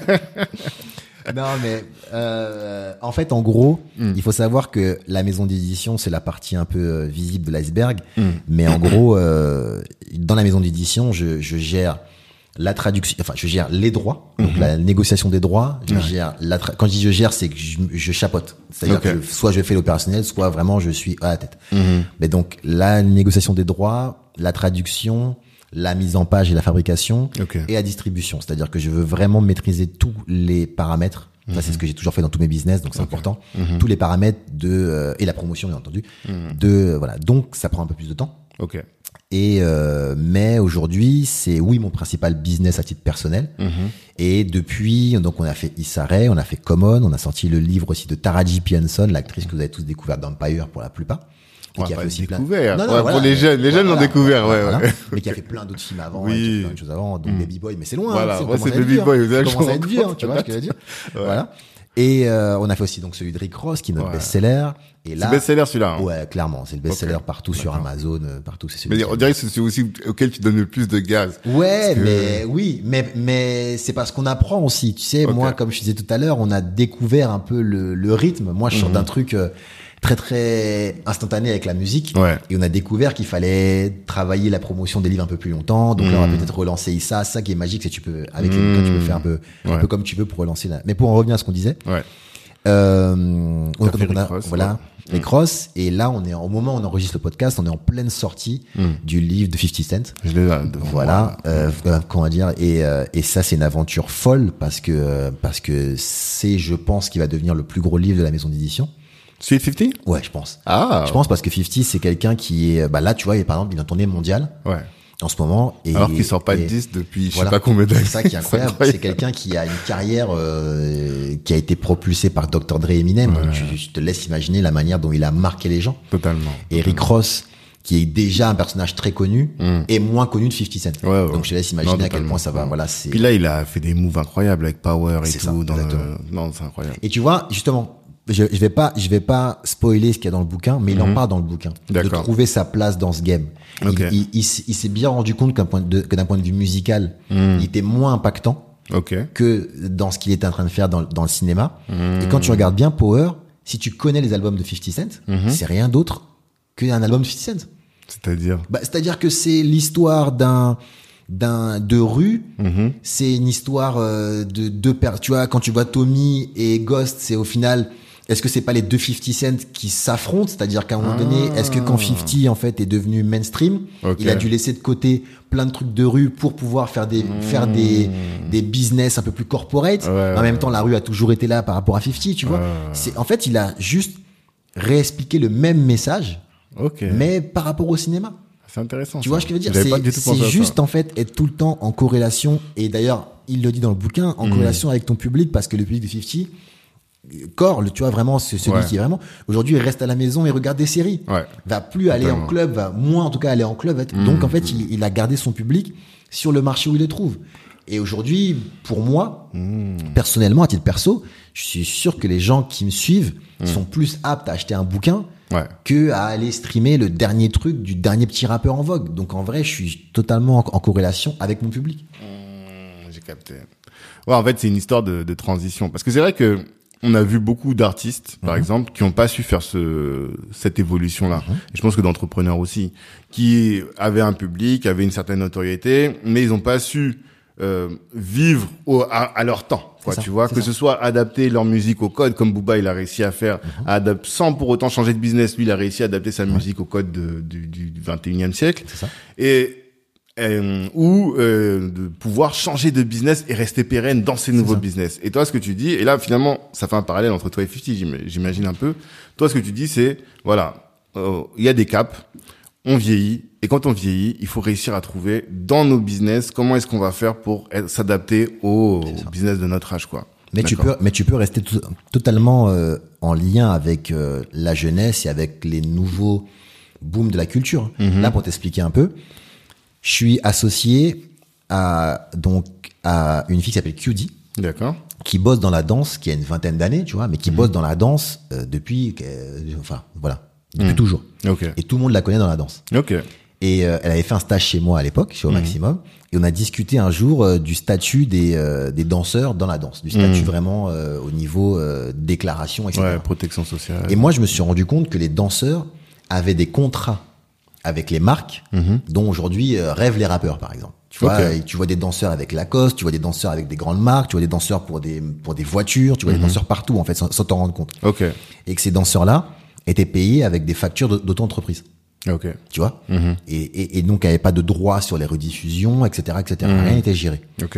Non, mais euh, en fait, en gros, mm. il faut savoir que la maison d'édition, c'est la partie un peu euh, visible de l'iceberg. Mm. Mais en gros, euh, dans la maison d'édition, je, je gère la traduction, enfin, je gère les droits, donc mm-hmm. la négociation des droits. Je ouais. gère la tra- quand je dis je gère, c'est que je, je chapeaute. C'est-à-dire okay. que je, soit je fais l'opérationnel, soit vraiment je suis à la tête. Mm-hmm. Mais donc, la négociation des droits, la traduction, la mise en page et la fabrication okay. et la distribution. C'est-à-dire que je veux vraiment maîtriser tous les paramètres. Ça, mmh. c'est ce que j'ai toujours fait dans tous mes business, donc c'est okay. important. Mmh. Tous les paramètres de euh, et la promotion, bien entendu. Mmh. De euh, voilà. Donc, ça prend un peu plus de temps.
Ok.
Et euh, mais aujourd'hui, c'est oui mon principal business à titre personnel. Mmh. Et depuis, donc on a fait Issaré, on a fait Common, on a sorti le livre aussi de Taraji P. Henson, l'actrice que vous avez tous découvert d'Empire pour la plupart.
Et qui a fait aussi découvert. Plein... Non, non, ouais, voilà, pour les jeunes, les jeunes l'ont voilà, découvert, ouais, voilà. ouais.
Mais qui a fait plein d'autres films avant,
oui.
et plein de choses avant, donc mmh. Baby Boy, mais c'est loin.
Voilà,
hein,
ouais, c'est Baby Boy, vous avez
commencé à être vieux, hein, tu vois ce que je veux dire. Ouais. Voilà. Et euh, on a fait aussi donc celui de Rick Ross, qui est notre ouais. best-seller. Et là,
c'est best-seller celui-là. Hein.
Ouais, clairement, c'est le best-seller okay. partout D'accord. sur Amazon, partout. C'est celui.
Mais on dirait que c'est celui aussi auquel tu donnes le plus de gaz.
Ouais, que... mais oui, mais mais c'est parce qu'on apprend aussi. Tu sais, okay. moi, comme je disais tout à l'heure, on a découvert un peu le, le rythme. Moi, je sors mm-hmm. d'un truc. Euh, très très instantané avec la musique
ouais.
et on a découvert qu'il fallait travailler la promotion des livres un peu plus longtemps, donc mmh. là on va peut-être relancer ça ça qui est magique, c'est que tu peux avec mmh. les bouquins tu peux faire un peu ouais. un peu comme tu veux pour relancer là. Mais pour en revenir à ce qu'on disait
ouais.
euh, on, donc on a
Cross,
voilà
ouais.
les crosses et là on est au moment où on enregistre le podcast, on est en pleine sortie mmh. du livre de fifty Cent.
Je l'ai là devant
voilà euh, comment dire et euh, et ça c'est une aventure folle parce que euh, parce que c'est je pense qu'il va devenir le plus gros livre de la maison d'édition.
Sweet fifty?
Ouais, je pense.
Ah.
Je pense parce que fifty, c'est quelqu'un qui est, bah là, tu vois, par exemple, il est en tournée mondiale.
Ouais.
En ce moment. Et,
alors qu'il sort pas de disque depuis, je
voilà.
sais pas combien d'années.
C'est ça qui est incroyable. C'est, c'est quelqu'un qui a une carrière, euh, qui a été propulsée par docteur Dre et Eminem. Ouais. Donc, je, je te laisse imaginer la manière dont il a marqué les gens.
Totalement.
Et Rick Ross, qui est déjà un personnage très connu, mm. et moins connu de fifty Cent.
Ouais, ouais.
Donc, je te laisse imaginer non, à quel point ça va,
ouais.
voilà, c'est.
Puis là, il a fait des moves incroyables avec Power et
c'est
tout.
Ça,
dans le... Non, c'est incroyable.
Et tu vois, justement, Je, je vais pas, je vais pas spoiler ce qu'il y a dans le bouquin, mais il mmh. en parle dans le bouquin.
D'accord.
De trouver sa place dans ce game.
Okay.
Il, il, il, il s'est bien rendu compte qu'un point de, que d'un point de vue musical, mmh. il était moins impactant
okay.
que dans ce qu'il était en train de faire dans, dans le cinéma.
Mmh.
Et quand tu regardes bien Power, si tu connais les albums de fifty Cent, mmh. c'est rien d'autre qu'un album de fifty Cent.
C'est-à-dire?
Bah, c'est-à-dire que c'est l'histoire d'un, d'un de rue, mmh. c'est une histoire euh, de deux pères. Tu vois, quand tu vois Tommy et Ghost, c'est au final. Est-ce que c'est pas les deux fifty Cent qui s'affrontent? C'est-à-dire qu'à un moment ah. donné, est-ce que quand fifty, en fait, est devenu mainstream, okay. il a dû laisser de côté plein de trucs de rue pour pouvoir faire des, mmh. faire des, des business un peu plus corporate.
Ouais,
en même temps, la rue a toujours été là par rapport à fifty, tu vois.
Ouais.
C'est, en fait, il a juste réexpliqué le même message,
okay.
mais par rapport au cinéma.
C'est intéressant.
Tu
ça.
vois ce que je veux dire?
J'avais
C'est,
pas du tout
c'est juste,
ça.
en fait, être tout le temps en corrélation. Et d'ailleurs, il le dit dans le bouquin, en mmh. corrélation avec ton public, parce que le public de fifty, corps, tu vois, vraiment, c'est celui
ouais.
qui est vraiment, aujourd'hui, il reste à la maison et regarde des séries.
Ouais.
Va plus aller Totalement. En club, va moins, en tout cas, aller en club. Mmh. Donc, en fait, il, il a gardé son public sur le marché où il le trouve. Et aujourd'hui, pour moi,
mmh.
personnellement, à titre perso, je suis sûr que les gens qui me suivent mmh. sont plus aptes à acheter un bouquin
ouais.
que à aller streamer le dernier truc du dernier petit rappeur en vogue. Donc en vrai, je suis totalement en, en corrélation avec mon public.
Mmh, j'ai capté. Ouais, en fait, c'est une histoire de, de transition. Parce que c'est vrai que on a vu beaucoup d'artistes, par mmh. exemple, qui n'ont pas su faire ce cette évolution-là. Mmh. Et je pense que d'entrepreneurs aussi, qui avaient un public, avaient une certaine notoriété, mais ils n'ont pas su euh, vivre au, à, à leur temps. Quoi,
ça,
tu vois, que
ça.
ce soit adapter leur musique au code, comme Booba, il a réussi à faire, mmh. à adapter, sans pour autant changer de business. Lui, il a réussi à adapter sa ouais. musique au code de, du, du vingt et unième siècle.
C'est ça.
Et Euh, ou euh, de pouvoir changer de business et rester pérenne dans ces nouveaux business. Et toi, ce que tu dis, et là, finalement, ça fait un parallèle entre toi et cinquante, j'imagine un peu. Toi, ce que tu dis, c'est, voilà, il euh, y a des caps, on vieillit, et quand on vieillit, il faut réussir à trouver dans nos business comment est-ce qu'on va faire pour être, s'adapter au, au business de notre âge, quoi.
Mais tu peux, mais tu peux rester tout, totalement euh, en lien avec euh, la jeunesse et avec les nouveaux booms de la culture. Mm-hmm. Là, pour t'expliquer un peu, je suis associé à donc à une fille qui s'appelle Q D.
D'accord.
Qui bosse dans la danse, qui a une vingtaine d'années, tu vois, mais qui mmh. bosse dans la danse euh, depuis, euh, enfin voilà, depuis mmh. toujours.
Okay.
Et tout le monde la connaît dans la danse.
Ok.
Et euh, elle avait fait un stage chez moi à l'époque, chez Au mmh. Maximum, et on a discuté un jour euh, du statut des euh, des danseurs dans la danse, du statut mmh. vraiment euh, au niveau euh, déclaration, et cetera.
Ouais, protection sociale.
Et moi, je me suis rendu compte que les danseurs avaient des contrats avec les marques mmh. dont aujourd'hui euh, rêvent les rappeurs, par exemple. Tu vois, okay. tu vois des danseurs avec Lacoste, tu vois des danseurs avec des grandes marques, tu vois des danseurs pour des pour des voitures, tu vois mmh. des danseurs partout en fait, sans, sans t'en rendre compte.
Okay.
Et que ces danseurs-là étaient payés avec des factures d'auto-entreprise.
Okay.
Tu vois.
Mmh.
Et, et, et donc, il n'y avait pas de droit sur les rediffusions, et cetera, et cetera. Mmh. Rien n'était géré.
Okay.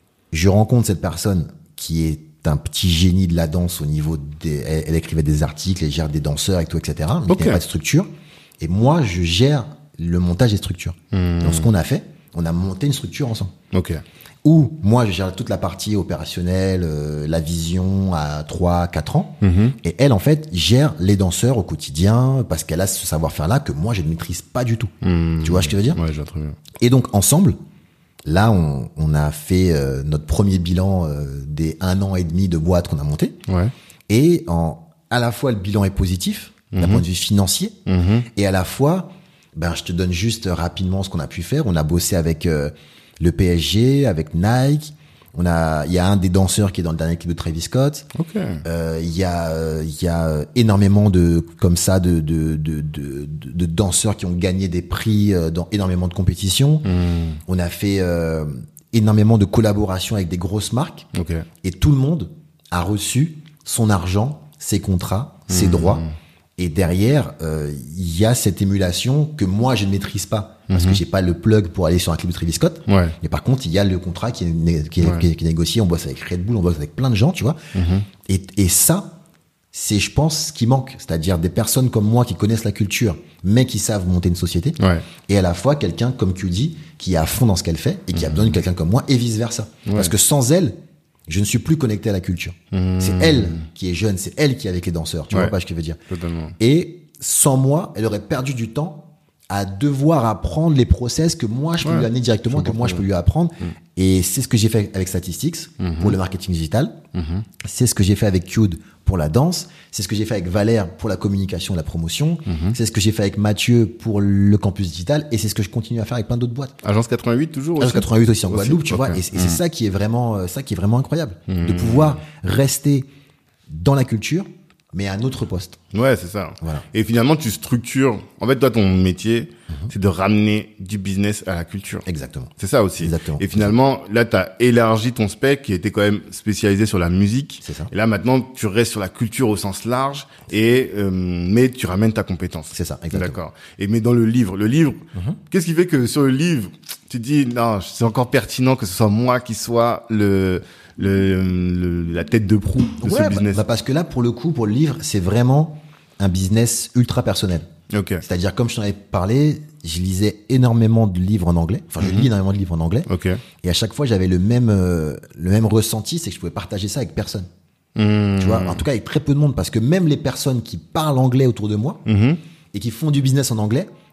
Je rencontre cette personne qui est un petit génie de la danse au niveau des, elle, elle écrivait des articles, elle gère des danseurs et tout, et cetera. Mais okay. il n'y avait pas de structure. Et moi, je gère le montage des structures. Mmh. Donc, ce qu'on a fait, on a monté une structure ensemble.
Ok.
Où moi, je gère toute la partie opérationnelle, euh, la vision à trois, quatre ans.
Mmh.
Et elle, en fait, gère les danseurs au quotidien parce qu'elle a ce savoir-faire-là que moi, je ne maîtrise pas du tout.
Mmh.
Tu vois ce que je veux dire?
Ouais, je vois très bien.
Et donc, ensemble, là, on, on a fait euh, notre premier bilan euh, des un an et demi de boîte qu'on a monté.
Ouais.
Et en, à la fois, le bilan est positif,
mmh.
d'un point de vue financier,
mmh.
et à la fois, ben, je te donne juste rapidement ce qu'on a pu faire. On a bossé avec euh, le P S G, avec Nike. On a, il y a un des danseurs qui est dans le dernier clip de Travis Scott.
Ok.
Euh, il y a, il y a énormément de, comme ça, de, de, de, de, de, de danseurs qui ont gagné des prix dans énormément de compétitions.
Mmh.
On a fait euh, énormément de collaborations avec des grosses marques.
Ok.
Et tout le monde a reçu son argent, ses contrats, ses mmh. droits. Et derrière, il euh, y a cette émulation que moi, je ne maîtrise pas. Parce mm-hmm. que j'ai pas le plug pour aller sur un clip de Travis Scott.
Ouais.
Mais par contre, il y a le contrat qui est, né- qui, est,
ouais.
qui, est, qui est négocié. On bosse avec Red Bull, on bosse avec plein de gens, tu vois.
Mm-hmm.
Et, et ça, c'est, je pense, ce qui manque. C'est-à-dire des personnes comme moi qui connaissent la culture, mais qui savent monter une société.
Ouais.
Et à la fois, quelqu'un comme Q D, qui est à fond dans ce qu'elle fait et qui mm-hmm. a besoin de quelqu'un comme moi, et vice-versa. Ouais. Parce que sans elle, je ne suis plus connecté à la culture. Mmh. C'est elle qui est jeune, c'est elle qui est avec les danseurs. Tu
ouais.
vois pas ce que je veux dire?
Totalement.
Et sans moi, elle aurait perdu du temps à devoir apprendre les process que moi je peux ouais. lui amener directement, que moi je peux lui apprendre. Mmh. Et c'est ce que j'ai fait avec Statistics mmh. pour le marketing digital. Mmh. C'est ce que j'ai fait avec Qd pour la danse. C'est ce que j'ai fait avec Valère pour la communication et la promotion. Mmh. C'est ce que j'ai fait avec Mathieu pour le campus digital. Et c'est ce que je continue à faire avec plein d'autres boîtes.
Agence quatre-vingt-huit toujours aussi.
Agence quatre-vingt-huit aussi en Guadeloupe, tu
okay.
vois. Et, et
mmh.
c'est ça qui est vraiment, ça qui est vraiment incroyable.
Mmh.
De pouvoir rester dans la culture, mais à un autre poste.
Ouais, c'est ça.
Voilà.
Et finalement, tu structures. En fait, toi, ton métier, mmh. c'est de ramener du business à la culture.
Exactement.
C'est ça aussi.
Exactement.
Et finalement, là, t'as élargi ton spec qui était quand même spécialisé sur la musique.
C'est ça.
Et là, maintenant, tu restes sur la culture au sens large et, euh, mais tu ramènes ta compétence.
C'est ça. Exactement.
D'accord. Et mais dans le livre, le livre, mmh. qu'est-ce qui fait que sur le livre, tu dis, non, c'est encore pertinent que ce soit moi qui soit le, Le, le, la tête de proue de
ouais,
ce business.
Bah, bah parce que là, pour le coup, pour le livre, c'est vraiment un business ultra personnel.
Okay.
C'est-à-dire, comme je t'en avais parlé, je lisais énormément de livres en anglais. Enfin, je mm-hmm. lis énormément de livres en anglais.
Okay.
Et à chaque fois, j'avais le même, euh, le même ressenti, c'est que je pouvais partager ça avec personne.
Mm-hmm.
Tu vois, en tout cas, avec très peu de monde, parce que même les personnes qui parlent anglais autour de moi
mm-hmm.
et qui font du business en anglais,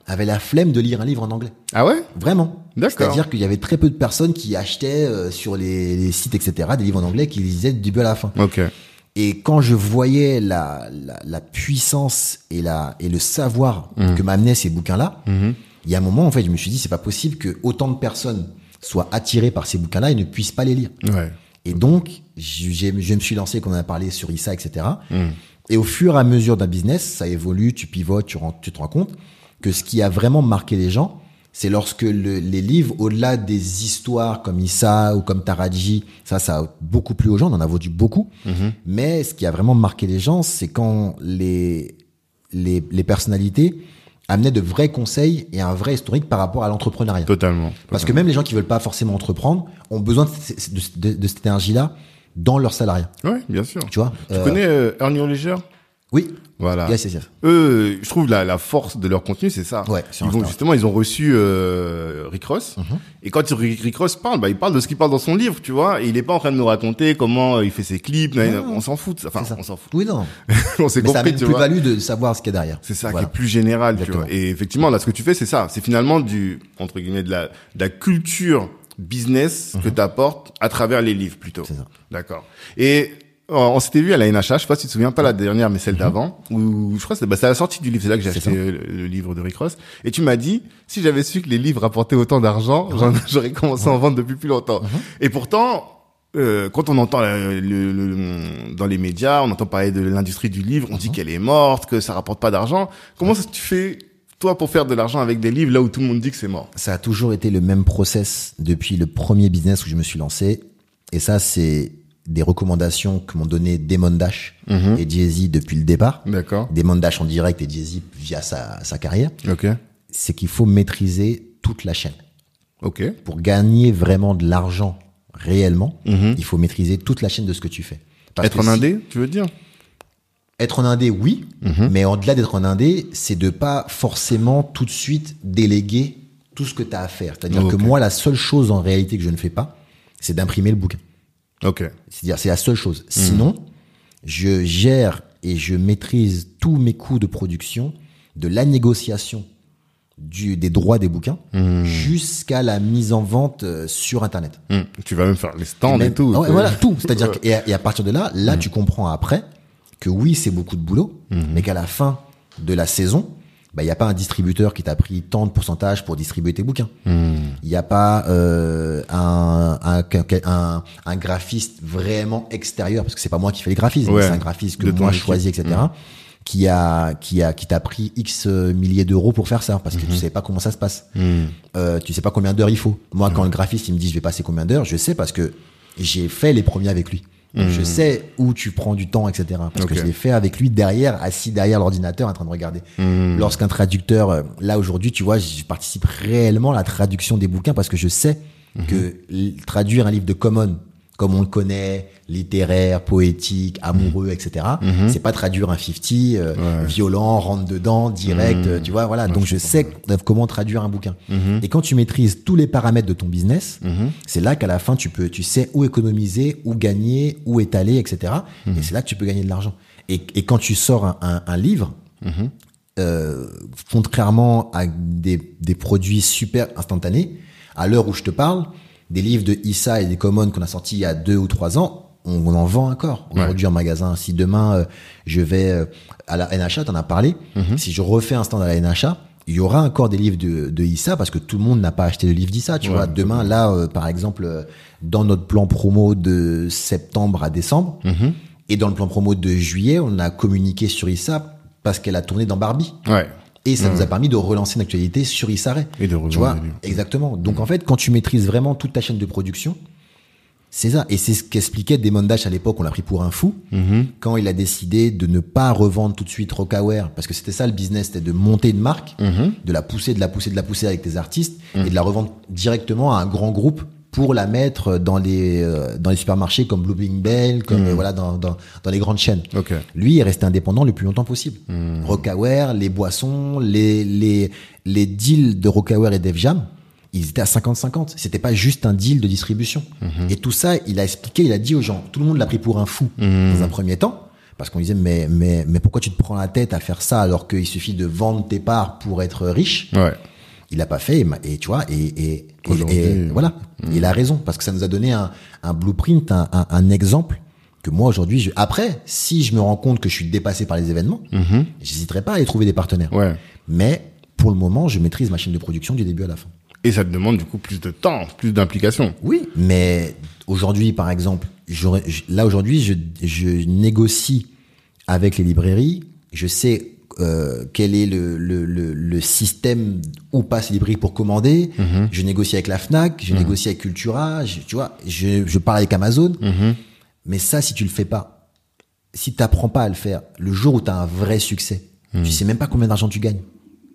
avaient la flemme de lire un livre en anglais.
Ah ouais?
Vraiment.
D'accord.
C'est-à-dire qu'il y avait très peu de personnes qui achetaient euh, sur les, les sites, et cetera, des livres en anglais qui lisaient du début à la fin.
Ok.
Et quand je voyais la, la, la puissance et, la, et le savoir mmh. que m'amenaient ces bouquins-là, mmh. il y a un moment, en fait, je me suis dit, c'est pas possible que autant de personnes soient attirées par ces bouquins-là et ne puissent pas les lire. Ouais. Et donc, j'ai, je me suis lancé, comme on a parlé sur Issa, et cetera. Mmh. Et au fur et à mesure d'un business, ça évolue, tu pivotes, tu, rends, tu te rends compte que ce qui a vraiment marqué les gens, c'est lorsque le, les livres, au-delà des histoires comme Issa ou comme Taraji, ça, ça a beaucoup plu aux gens, on en a vendu beaucoup. Mmh. Mais ce qui a vraiment marqué les gens, c'est quand les, les, les personnalités amenaient de vrais conseils et un vrai historique par rapport à l'entrepreneuriat.
Totalement.
Parce
totalement.
que même les gens qui veulent pas forcément entreprendre ont besoin de, de, de, de cette énergie-là dans leur salariat.
Oui, bien sûr.
Tu vois.
Tu euh... connais euh, Earn Your Leisure?
Oui.
Voilà.
Yes, yes, yes.
Eux, je trouve la, la force de leur contenu, c'est ça.
Ouais.
Ils vont, justement, ils ont reçu euh, Rick Ross. Mm-hmm. Et quand Rick Ross parle, bah, il parle de ce qu'il parle dans son livre, tu vois. Et il est pas en train de nous raconter comment il fait ses clips. Non, on s'en fout. Enfin, on s'en fout.
Oui, non.
on s'est
Mais
compris,
ça a une
tu
plus-value de savoir ce qu'il y a derrière.
C'est ça
voilà.
qui est plus général,
Exactement.
tu vois. Et effectivement, là, ce que tu fais, c'est ça. C'est finalement du, entre guillemets, de la, de la culture business mm-hmm. que tu apportes à travers les livres, plutôt.
C'est ça.
D'accord. Et, on s'était vu à la N H A, je sais pas si tu te souviens, pas la dernière, mais celle d'avant, où je crois que c'est, bah, c'est à la sortie du livre, c'est là que j'ai acheté le, le livre de Rick Ross. Et tu m'as dit, si j'avais su que les livres rapportaient autant d'argent, j'en, j'aurais commencé à en vendre depuis plus longtemps. Et pourtant, euh, quand on entend le, le, le, dans les médias, on entend parler de l'industrie du livre, on dit qu'elle est morte, que ça rapporte pas d'argent. Comment ça tu fais, toi, pour faire de l'argent avec des livres là où tout le monde dit que c'est mort?
Ça a toujours été le même process depuis le premier business où je me suis lancé. Et ça, c'est des recommandations que m'ont donné Damon Dash mmh. et Jay-Z depuis le départ.
D'accord.
Damon Dash en direct et Jay-Z via sa, sa carrière.
Ok.
C'est qu'il faut maîtriser toute la chaîne.
Ok.
Pour gagner vraiment de l'argent réellement, mmh. il faut maîtriser toute la chaîne de ce que tu fais.
Parce être en si... indé, tu veux dire?
Être en indé, oui. Mmh. Mais au-delà d'être en indé, c'est de pas forcément tout de suite déléguer tout ce que tu as à faire. C'est-à-dire okay. que moi, la seule chose en réalité que je ne fais pas, c'est d'imprimer le bouquin.
Ok.
C'est-à-dire, c'est la seule chose. Mmh. Sinon, je gère et je maîtrise tous mes coûts de production, de la négociation du, des droits des bouquins, mmh. jusqu'à la mise en vente euh, sur Internet.
Mmh. Tu vas même faire les stands et, même, et tout.
Ouais, voilà, tout. C'est-à-dire que, et à, et à partir de là, là, mmh. tu comprends après que oui, c'est beaucoup de boulot, mmh. mais qu'à la fin de la saison, bah, il n'y a pas un distributeur qui t'a pris tant de pourcentage pour distribuer tes bouquins. Il mmh. n'y a pas euh, un, un, un, un graphiste vraiment extérieur, parce que c'est pas moi qui fais les graphismes, ouais, c'est un graphiste que moi je choisis, et cetera, mmh. qui a, qui a, qui t'a pris X milliers d'euros pour faire ça, parce que mmh. tu sais pas comment ça se passe. Mmh. Euh, tu sais pas combien d'heures il faut. Moi, mmh. quand le graphiste, il me dit je vais passer combien d'heures, je sais parce que j'ai fait les premiers avec lui. Donc, mmh. je sais où tu prends du temps, et cetera. Parce okay. que je l'ai fait avec lui derrière, assis derrière l'ordinateur, en train de regarder. Mmh. Lorsqu'un traducteur, là aujourd'hui, tu vois, je participe réellement à la traduction des bouquins parce que je sais mmh. que traduire un livre de common, comme on le connaît, littéraire, poétique, amoureux, mmh. et cetera, mmh. c'est pas traduire un cinquante, euh, ouais. violent, rentre dedans, direct, mmh. tu vois, voilà. Ouais, donc je sais bien. comment traduire un bouquin. Mmh. Et quand tu maîtrises tous les paramètres de ton business, mmh. c'est là qu'à la fin tu peux, tu sais où économiser, où gagner, où étaler, et cetera. Mmh. Et c'est là que tu peux gagner de l'argent. Et, et quand tu sors un, un, un livre, mmh. euh, contrairement à des, des produits super instantanés, à l'heure où je te parle, des livres de Issa et des Common qu'on a sortis il y a deux ou trois ans, on, on en vend encore aujourd'hui ouais. en magasin. Si demain euh, je vais euh, à la N H A, t'en as parlé, mm-hmm. si je refais un stand à la N H A, il y aura encore des livres de, de Issa parce que tout le monde n'a pas acheté le livre d'Issa, tu ouais, vois. Demain, ouais. là, euh, par exemple, euh, dans notre plan promo de septembre à décembre mm-hmm. et dans le plan promo de juillet, on a communiqué sur Issa parce qu'elle a tourné dans Barbie. Ouais. Et ça mmh. nous a permis de relancer une actualité sur Issa Rae. Et de tu vois, exactement. Donc, mmh. en fait, quand tu maîtrises vraiment toute ta chaîne de production, c'est ça. Et c'est ce qu'expliquait Damon Dash à l'époque, on l'a pris pour un fou, mmh. quand il a décidé de ne pas revendre tout de suite Rocawear, parce que c'était ça le business, c'était de monter une marque, mmh. de la pousser, de la pousser, de la pousser avec tes artistes, mmh. et de la revendre directement à un grand groupe pour la mettre dans les euh, dans les supermarchés comme Blooming Bell, comme mmh. euh, voilà dans dans dans les grandes chaînes. Okay. Lui est resté indépendant le plus longtemps possible. Mmh. Rocawear, les boissons, les les les deals de Rocawear et Def Jam, ils étaient à cinquante cinquante. C'était pas juste un deal de distribution. Mmh. Et tout ça, il a expliqué, il a dit aux gens, tout le monde l'a pris pour un fou mmh. dans un premier temps Parce qu'on disait, mais, mais, mais pourquoi tu te prends la tête à faire ça alors qu'il suffit de vendre tes parts pour être riche?
Ouais.
Il l'a pas fait, et, et tu vois, et, et, et, et voilà. Mmh. Il a raison, parce que ça nous a donné un, un blueprint, un, un, un exemple que moi aujourd'hui, je... après, si je me rends compte que je suis dépassé par les événements, mmh. j'hésiterai pas à aller trouver des partenaires.
Ouais.
Mais pour le moment, je maîtrise ma chaîne de production du début à la fin.
Et ça te demande du coup plus de temps, plus d'implication.
Oui, mais aujourd'hui, par exemple, j'aurais, là aujourd'hui, je, je négocie avec les librairies. Je sais euh, quel est le, le, le, le système où passent les librairies pour commander. Mm-hmm. Je négocie avec la Fnac, je mm-hmm. négocie avec Cultura. Je, tu vois, je, je parle avec Amazon. Mm-hmm. Mais ça, si tu le fais pas, si t'apprends pas à le faire, le jour où t'as un vrai succès, mm-hmm. tu sais même pas combien d'argent tu gagnes.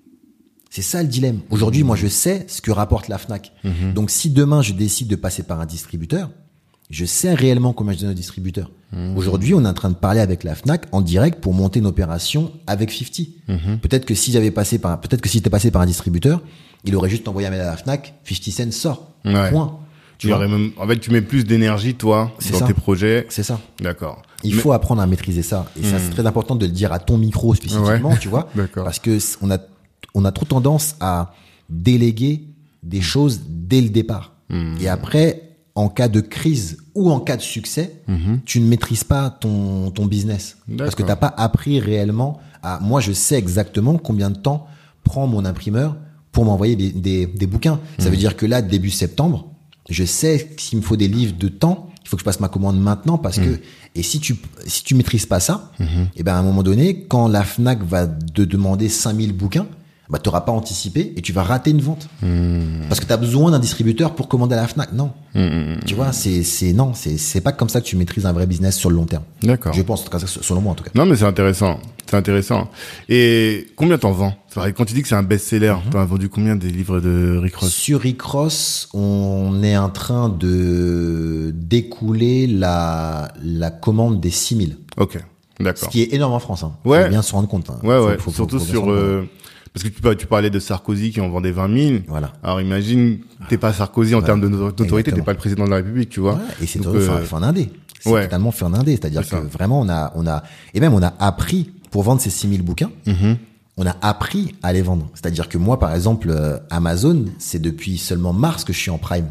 C'est ça le dilemme. Aujourd'hui, mmh. moi, je sais ce que rapporte la Fnac. Mmh. Donc, si demain, je décide de passer par un distributeur, je sais réellement combien je donne au distributeur. Mmh. Aujourd'hui, on est en train de parler avec la Fnac en direct pour monter une opération avec cinquante. Mmh. Peut-être que si j'avais passé par, peut-être que si j'étais passé par un distributeur, il aurait juste envoyé un mail à la Fnac, cinquante cents sort. Ouais. Point.
Tu tu aurais même, en fait, tu mets plus d'énergie, toi, c'est dans ça. Tes projets.
C'est ça.
D'accord.
Il Mais... faut apprendre à maîtriser ça. Et mmh. ça, c'est très important de le dire à ton micro spécifiquement, ouais. tu vois.
D'accord.
Parce que on a, on a trop tendance à déléguer des choses dès le départ. Mmh. Et après, en cas de crise ou en cas de succès, mmh. tu ne maîtrises pas ton, ton business. D'accord. Parce que t'as pas appris réellement à, moi, je sais exactement combien de temps prend mon imprimeur pour m'envoyer des, des, des bouquins. Mmh. Ça veut dire que là, début septembre, je sais s'il me faut des livres de temps, il faut que je passe ma commande maintenant parce mmh. que, et si tu, si tu maîtrises pas ça, mmh. et ben, à un moment donné, quand la Fnac va te demander cinq mille bouquins, bah, t'auras pas anticipé et tu vas rater une vente. Mmh. Parce que t'as besoin d'un distributeur pour commander à la Fnac. Non. Mmh. Tu vois, c'est, c'est, non, c'est, c'est pas comme ça que tu maîtrises un vrai business sur le long terme.
D'accord.
Je pense, selon moi, en tout cas.
Non, mais c'est intéressant. C'est intéressant. Et combien t'en vends? Quand tu dis que c'est un best-seller, mmh. t'en as vendu combien des livres de Rick Ross?
Sur Rick Ross, on est en train de d'écouler la, la commande des six mille.
Ok. D'accord.
Ce qui est énorme en France, hein.
Ouais.
Faut bien se rendre compte, hein.
Ouais, ouais.
Faut, faut,
Surtout
faut, faut
sur, euh, parce que tu, tu parlais de Sarkozy qui en vendait vingt mille.
Voilà.
Alors imagine, t'es pas Sarkozy en ouais. termes de notoriété, t'es pas le président de la République, tu vois.
Ouais. Et c'est totalement euh... fait en indé. C'est ouais. totalement fait en indé. C'est-à-dire c'est que ça. Vraiment, on a, on a, et même on a appris pour vendre ces six mille bouquins. Mm-hmm. On a appris à les vendre. C'est-à-dire que moi, par exemple, euh, Amazon, c'est depuis seulement mars que je suis en Prime.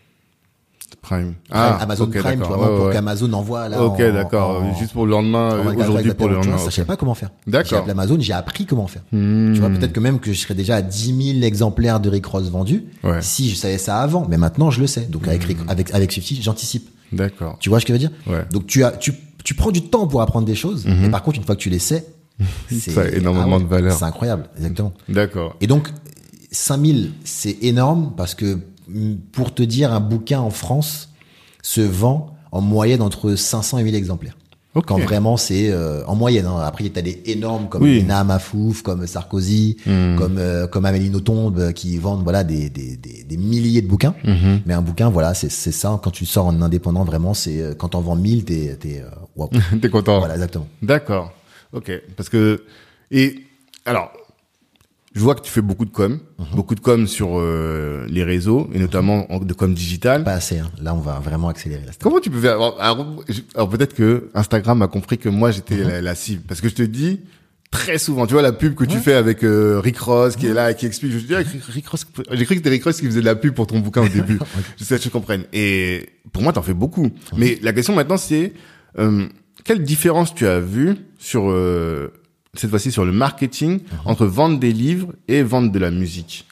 Prime.
Ah, Amazon okay, Prime, tu vois, ouais, pour ouais. qu'Amazon envoie là.
Ok, en, d'accord. En, Juste pour le lendemain, en, aujourd'hui pour le lendemain.
Je savais pas comment faire.
D'accord.
J'ai appelé Amazon, j'ai appris comment faire. Mmh. Tu vois, peut-être que même que je serais déjà à dix mille exemplaires de Rick Ross vendus, ouais. si je savais ça avant. Mais maintenant, je le sais. Donc, avec, mmh. avec, avec cinquante, j'anticipe.
D'accord.
Tu vois ce que je veux dire?
Ouais.
Donc, tu as, tu, tu prends du temps pour apprendre des choses. Mmh. Mais par contre, une fois que tu les sais,
c'est, ça a énormément ah ouais, de valeur.
C'est incroyable. Exactement.
D'accord.
Et donc, cinq mille, c'est énorme parce que pour te dire, un bouquin en France se vend en moyenne entre cinq cents et mille exemplaires. Okay. Quand vraiment c'est euh, en moyenne. Hein. Après, t'as des énormes comme
oui.
Nina Mafouf, comme Sarkozy, mmh. comme euh, comme Amélie Nothomb qui vendent voilà des des des, des milliers de bouquins. Mmh. Mais un bouquin, voilà, c'est c'est ça. Quand tu sors en indépendant, vraiment, c'est quand t'en vends mille, t'es t'es euh, wow.
T'es content.
Voilà, exactement.
D'accord. Ok. Parce que et alors. Je vois que tu fais beaucoup de com, mm-hmm. beaucoup de com sur euh, les réseaux et notamment mm-hmm. de com digital.
Pas assez. Hein. Là, on va vraiment accélérer. La
Comment tu peux faire alors, alors, alors peut-être que Instagram a compris que moi j'étais mm-hmm. la, la cible parce que je te dis très souvent, tu vois la pub que ouais. tu fais avec euh, Rick Ross qui ouais. est là et qui explique. Je te dis ah, Rick Ross, j'ai cru que c'était Rick Ross qui faisait de la pub pour ton bouquin au début. Okay. Je sais, je comprenne. Et pour moi, t'en fais beaucoup. Mm-hmm. Mais la question maintenant, c'est euh, quelle différence tu as vue sur euh, cette fois-ci sur le marketing, mmh. entre vendre des livres et vendre de la musique?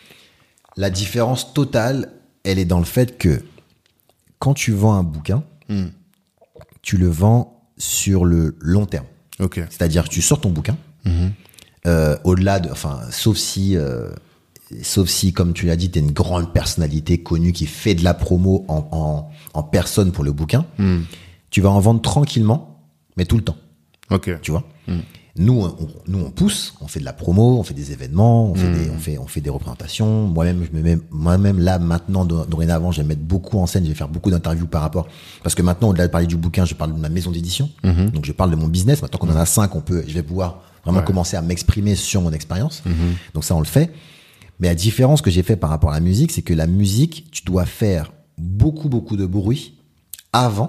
La différence totale, elle est dans le fait que quand tu vends un bouquin, mmh. tu le vends sur le long terme.
Okay.
C'est-à-dire que tu sors ton bouquin, mmh. euh, au-delà de, enfin, sauf si, euh, sauf si, comme tu l'as dit, t'es une grande personnalité connue qui fait de la promo en, en, en personne pour le bouquin, mmh. tu vas en vendre tranquillement, mais tout le temps.
Ok.
Tu vois?
Mmh.
Nous, on, nous, on pousse, on fait de la promo, on fait des événements, on fait mmh. des, on fait, on fait des représentations. Moi-même, je me mets, moi-même, là, maintenant, dorénavant, je vais mettre beaucoup en scène, je vais faire beaucoup d'interviews par rapport, parce que maintenant, au-delà de parler du bouquin, je parle de ma maison d'édition. Mmh. Donc, je parle de mon business. Maintenant qu'on en a cinq, on peut, je vais pouvoir vraiment ouais. commencer à m'exprimer sur mon expérience. Mmh. Donc, ça, on le fait. Mais la différence que j'ai fait par rapport à la musique, c'est que la musique, tu dois faire beaucoup, beaucoup de bruit avant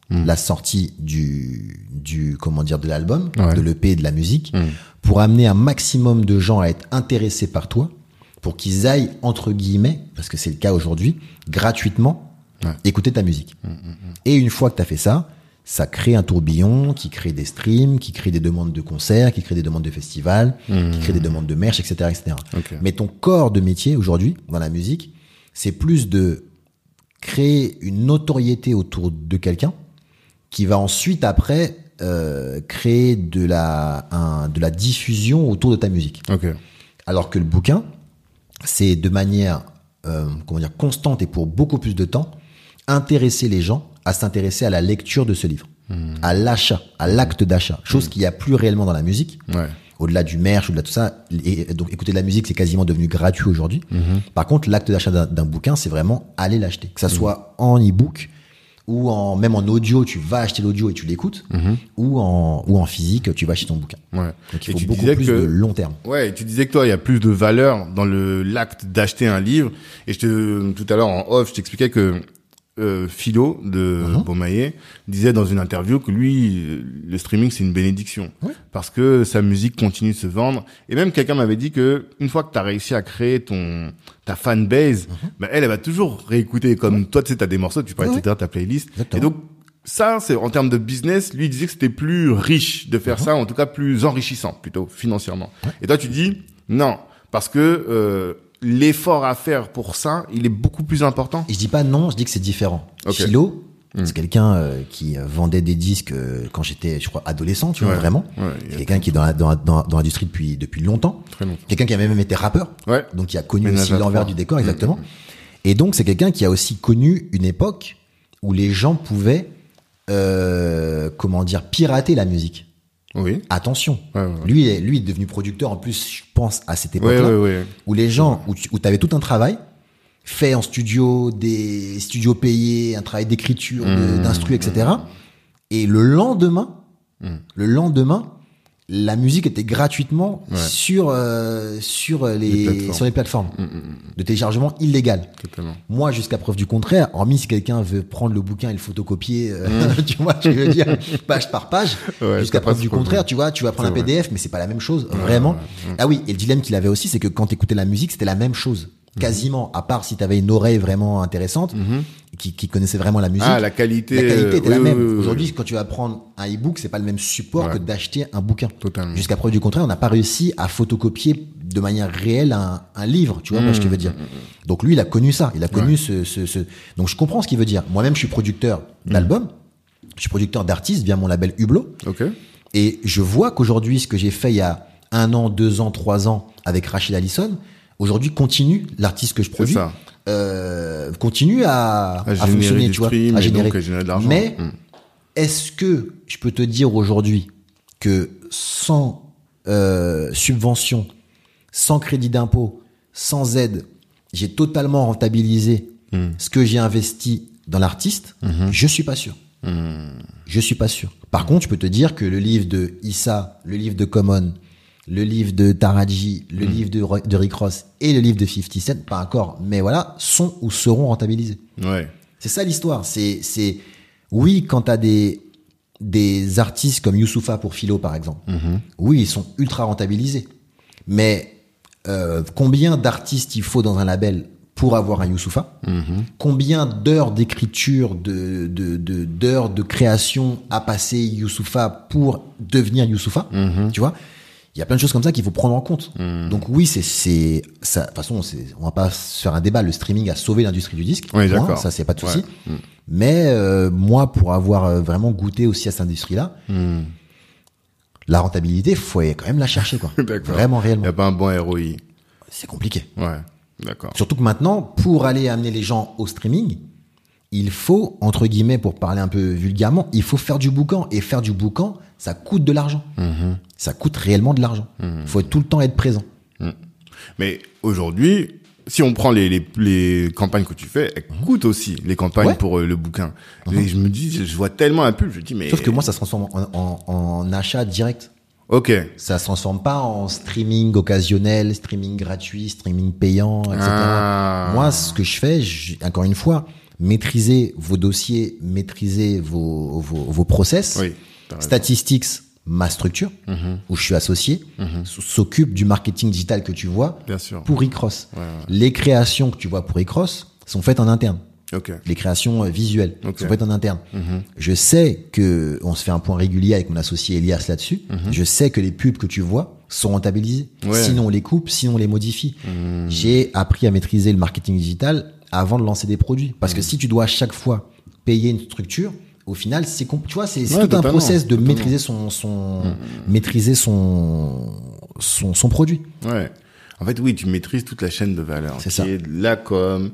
mmh. la sortie du, du, comment dire, de l'album,
ouais.
de l'E P, de la musique,
mmh.
pour amener un maximum de gens à être intéressés par toi, pour qu'ils aillent, entre guillemets, parce que c'est le cas aujourd'hui, gratuitement, ouais. écouter ta musique. Mmh, mmh. Et une fois que tu as fait ça, ça crée un tourbillon qui crée des streams, qui crée des demandes de concerts, qui crée des demandes de festivals, mmh. qui crée des demandes de merch, et cetera, et cetera. Okay. Mais ton corps de métier aujourd'hui, dans la musique, c'est plus de créer une notoriété autour de quelqu'un qui va ensuite, après, euh, créer de la, un, de la diffusion autour de ta musique.
Okay. Alors
que le bouquin, c'est de manière euh, comment dire, constante et pour beaucoup plus de temps, intéresser les gens à s'intéresser à la lecture de ce livre, mmh. à l'achat, à l'acte d'achat, chose mmh. qu'il n'y a plus réellement dans la musique. Ouais. Au-delà du merch, au-delà de tout ça, et donc écouter de la musique, c'est quasiment devenu gratuit aujourd'hui. Mmh. Par contre, l'acte d'achat d'un, d'un bouquin, c'est vraiment aller l'acheter, que ça soit mmh. en e-book ou en même en audio, tu vas acheter l'audio et tu l'écoutes, mmh. ou en ou en physique, tu vas acheter ton bouquin.
Ouais.
Donc il faut beaucoup plus que, de long terme.
Ouais, tu disais que toi, il y a plus de valeur dans le l'acte d'acheter un livre. Et je te tout à l'heure en off, je t'expliquais que Euh, Philo de uh-huh. Beaumaillé disait dans une interview que lui, le streaming, c'est une bénédiction. Ouais. Parce que sa musique continue de se vendre. Et même quelqu'un m'avait dit que une fois que tu as réussi à créer ton ta fanbase, uh-huh. bah, elle, elle va toujours réécouter. Comme ouais. toi, tu sais, tu as des morceaux, tu parlais, ouais. et cetera, ta playlist. Exactement. Et donc, ça, c'est en termes de business, lui, il disait que c'était plus riche de faire uh-huh. ça, en tout cas plus enrichissant, plutôt, financièrement. Ouais. Et toi, tu dis, non, parce que... Euh, l'effort à faire pour ça, il est beaucoup plus important.
Et je dis pas non, je dis que c'est différent. Okay. Philo, mmh. c'est quelqu'un euh, qui vendait des disques euh, quand j'étais, je crois, adolescent, tu vois, ouais. vraiment. Ouais, c'est quelqu'un qui est dans, la, dans, dans, dans l'industrie depuis, depuis longtemps. Très longtemps. Quelqu'un qui a même été rappeur. Ouais. Donc, qui a connu Ménage aussi l'envers du décor, exactement. Mmh. Et donc, c'est quelqu'un qui a aussi connu une époque où les gens pouvaient, euh, comment dire, pirater la musique. Oui. Attention. Ouais, ouais, ouais. Lui, est, lui est devenu producteur en plus, je pense, à cette époque-là, ouais, ouais, ouais. où les gens, où tu où avais tout un travail fait en studio, des studios payés, un travail d'écriture, mmh, d'instru, et cetera. Mmh. Et le lendemain, mmh. le lendemain, la musique était gratuitement ouais. sur euh, sur les, les sur les plateformes mmh, mmh. de téléchargement illégal. Totalement. Moi, jusqu'à preuve du contraire, hormis si quelqu'un veut prendre le bouquin et le photocopier, euh, mmh. tu vois, je veux dire page par page. Ouais, jusqu'à preuve du contraire, tu vois, tu vas prendre c'est un P D F, vrai. Mais c'est pas la même chose, ouais, vraiment. Ouais, ouais. Ah oui, et le dilemme qu'il avait aussi, c'est que quand t'écoutais la musique, c'était la même chose. Quasiment, à part si t'avais une oreille vraiment intéressante, mm-hmm. qui, qui connaissait vraiment la musique.
Ah, la qualité.
La qualité était euh, la
oui,
même.
Oui, oui,
Aujourd'hui,
oui.
quand tu vas prendre un e-book, c'est pas le même support ouais. que d'acheter un bouquin.
Totalement.
Jusqu'à preuve du contraire, on n'a pas réussi à photocopier de manière réelle un, un livre. Tu vois, mmh, moi, ce qu'il veut dire. Mmh. Donc lui, il a connu ça. Il a connu ouais. ce, ce, ce, donc je comprends ce qu'il veut dire. Moi-même, je suis producteur d'albums. Mmh. Je suis producteur d'artistes via mon label Hublot. Ok. Et je vois qu'aujourd'hui, ce que j'ai fait il y a un an, deux ans, trois ans avec Rachid Allison, aujourd'hui continue, l'artiste que je produis, euh, continue à, à, à fonctionner, tu vois, à générer. À générer de l'argent. Mais mmh. est-ce que je peux te dire aujourd'hui que sans euh, subvention, sans crédit d'impôt, sans aide, j'ai totalement rentabilisé mmh. ce que j'ai investi dans l'artiste? mmh. Je suis pas sûr. Mmh. Je suis pas sûr. Par mmh. contre, je peux te dire que le livre de Issa, le livre de Common, le livre de Taraji, le mmh. livre de, de Rick Ross et le livre de fifty Cent, pas encore, mais voilà, sont ou seront rentabilisés. Ouais. C'est ça l'histoire. C'est, c'est, oui, quand t'as des, des artistes comme Youssoupha pour Philo, par exemple, mmh. oui, ils sont ultra rentabilisés. Mais, euh, combien d'artistes il faut dans un label pour avoir un Youssoupha? mmh. Combien d'heures d'écriture, de, de, de, d'heures de création a passé Youssoupha pour devenir Youssoupha? mmh. Tu vois? Il y a plein de choses comme ça qu'il faut prendre en compte. Mmh. Donc oui, c'est c'est ça. De toute façon, c'est, on va pas se faire un débat. Le streaming a sauvé l'industrie du disque. Oui, point, d'accord. Ça, c'est pas de souci. Ouais. Mmh. Mais euh, moi, pour avoir vraiment goûté aussi à cette industrie-là, mmh. la rentabilité, faut quand même la chercher, quoi. Vraiment réellement.
Il y a pas un bon R O I.
C'est compliqué.
Ouais, d'accord.
Surtout que maintenant, pour aller amener les gens au streaming, il faut, entre guillemets, pour parler un peu vulgairement, il faut faire du boucan. Et faire du boucan, ça coûte de l'argent. Mmh. Ça coûte réellement de l'argent. Il mmh. faut tout le temps être présent.
Mmh. Mais aujourd'hui, si on prend les, les, les campagnes que tu fais, elles mmh. coûtent aussi, les campagnes ouais. pour euh, le bouquin. Mmh. Et je me dis, je vois tellement un pub, je me dis, mais...
Sauf que moi, ça se transforme en, en, en achat direct.
Ok.
Ça se transforme pas en streaming occasionnel, streaming gratuit, streaming payant, et cetera. Ah. Moi, ce que je fais, je, encore une fois, maîtriser vos dossiers, maîtriser vos, vos, vos process.
Oui,
Statistics, ma structure, mm-hmm. où je suis associé, mm-hmm. s'occupe du marketing digital que tu vois
Bien sûr.
pour Ecross.
Ouais, ouais.
Les créations que tu vois pour Ecross sont faites en interne.
Okay.
Les créations visuelles
okay.
sont faites en interne. Mm-hmm. Je sais que on se fait un point régulier avec mon associé Elias là-dessus. Mm-hmm. Je sais que les pubs que tu vois sont rentabilisés. Ouais. Sinon on les coupe, sinon on les modifie. Mm-hmm. J'ai appris à maîtriser le marketing digital avant de lancer des produits. Parce mm-hmm. que si tu dois à chaque fois payer une structure, au final, c'est tu vois, c'est, c'est ouais, tout un process de totalement. maîtriser son, son mmh. maîtriser son, son, son produit.
Ouais. En fait, oui, tu maîtrises toute la chaîne de valeur.
C'est
qui
ça.
Est la com,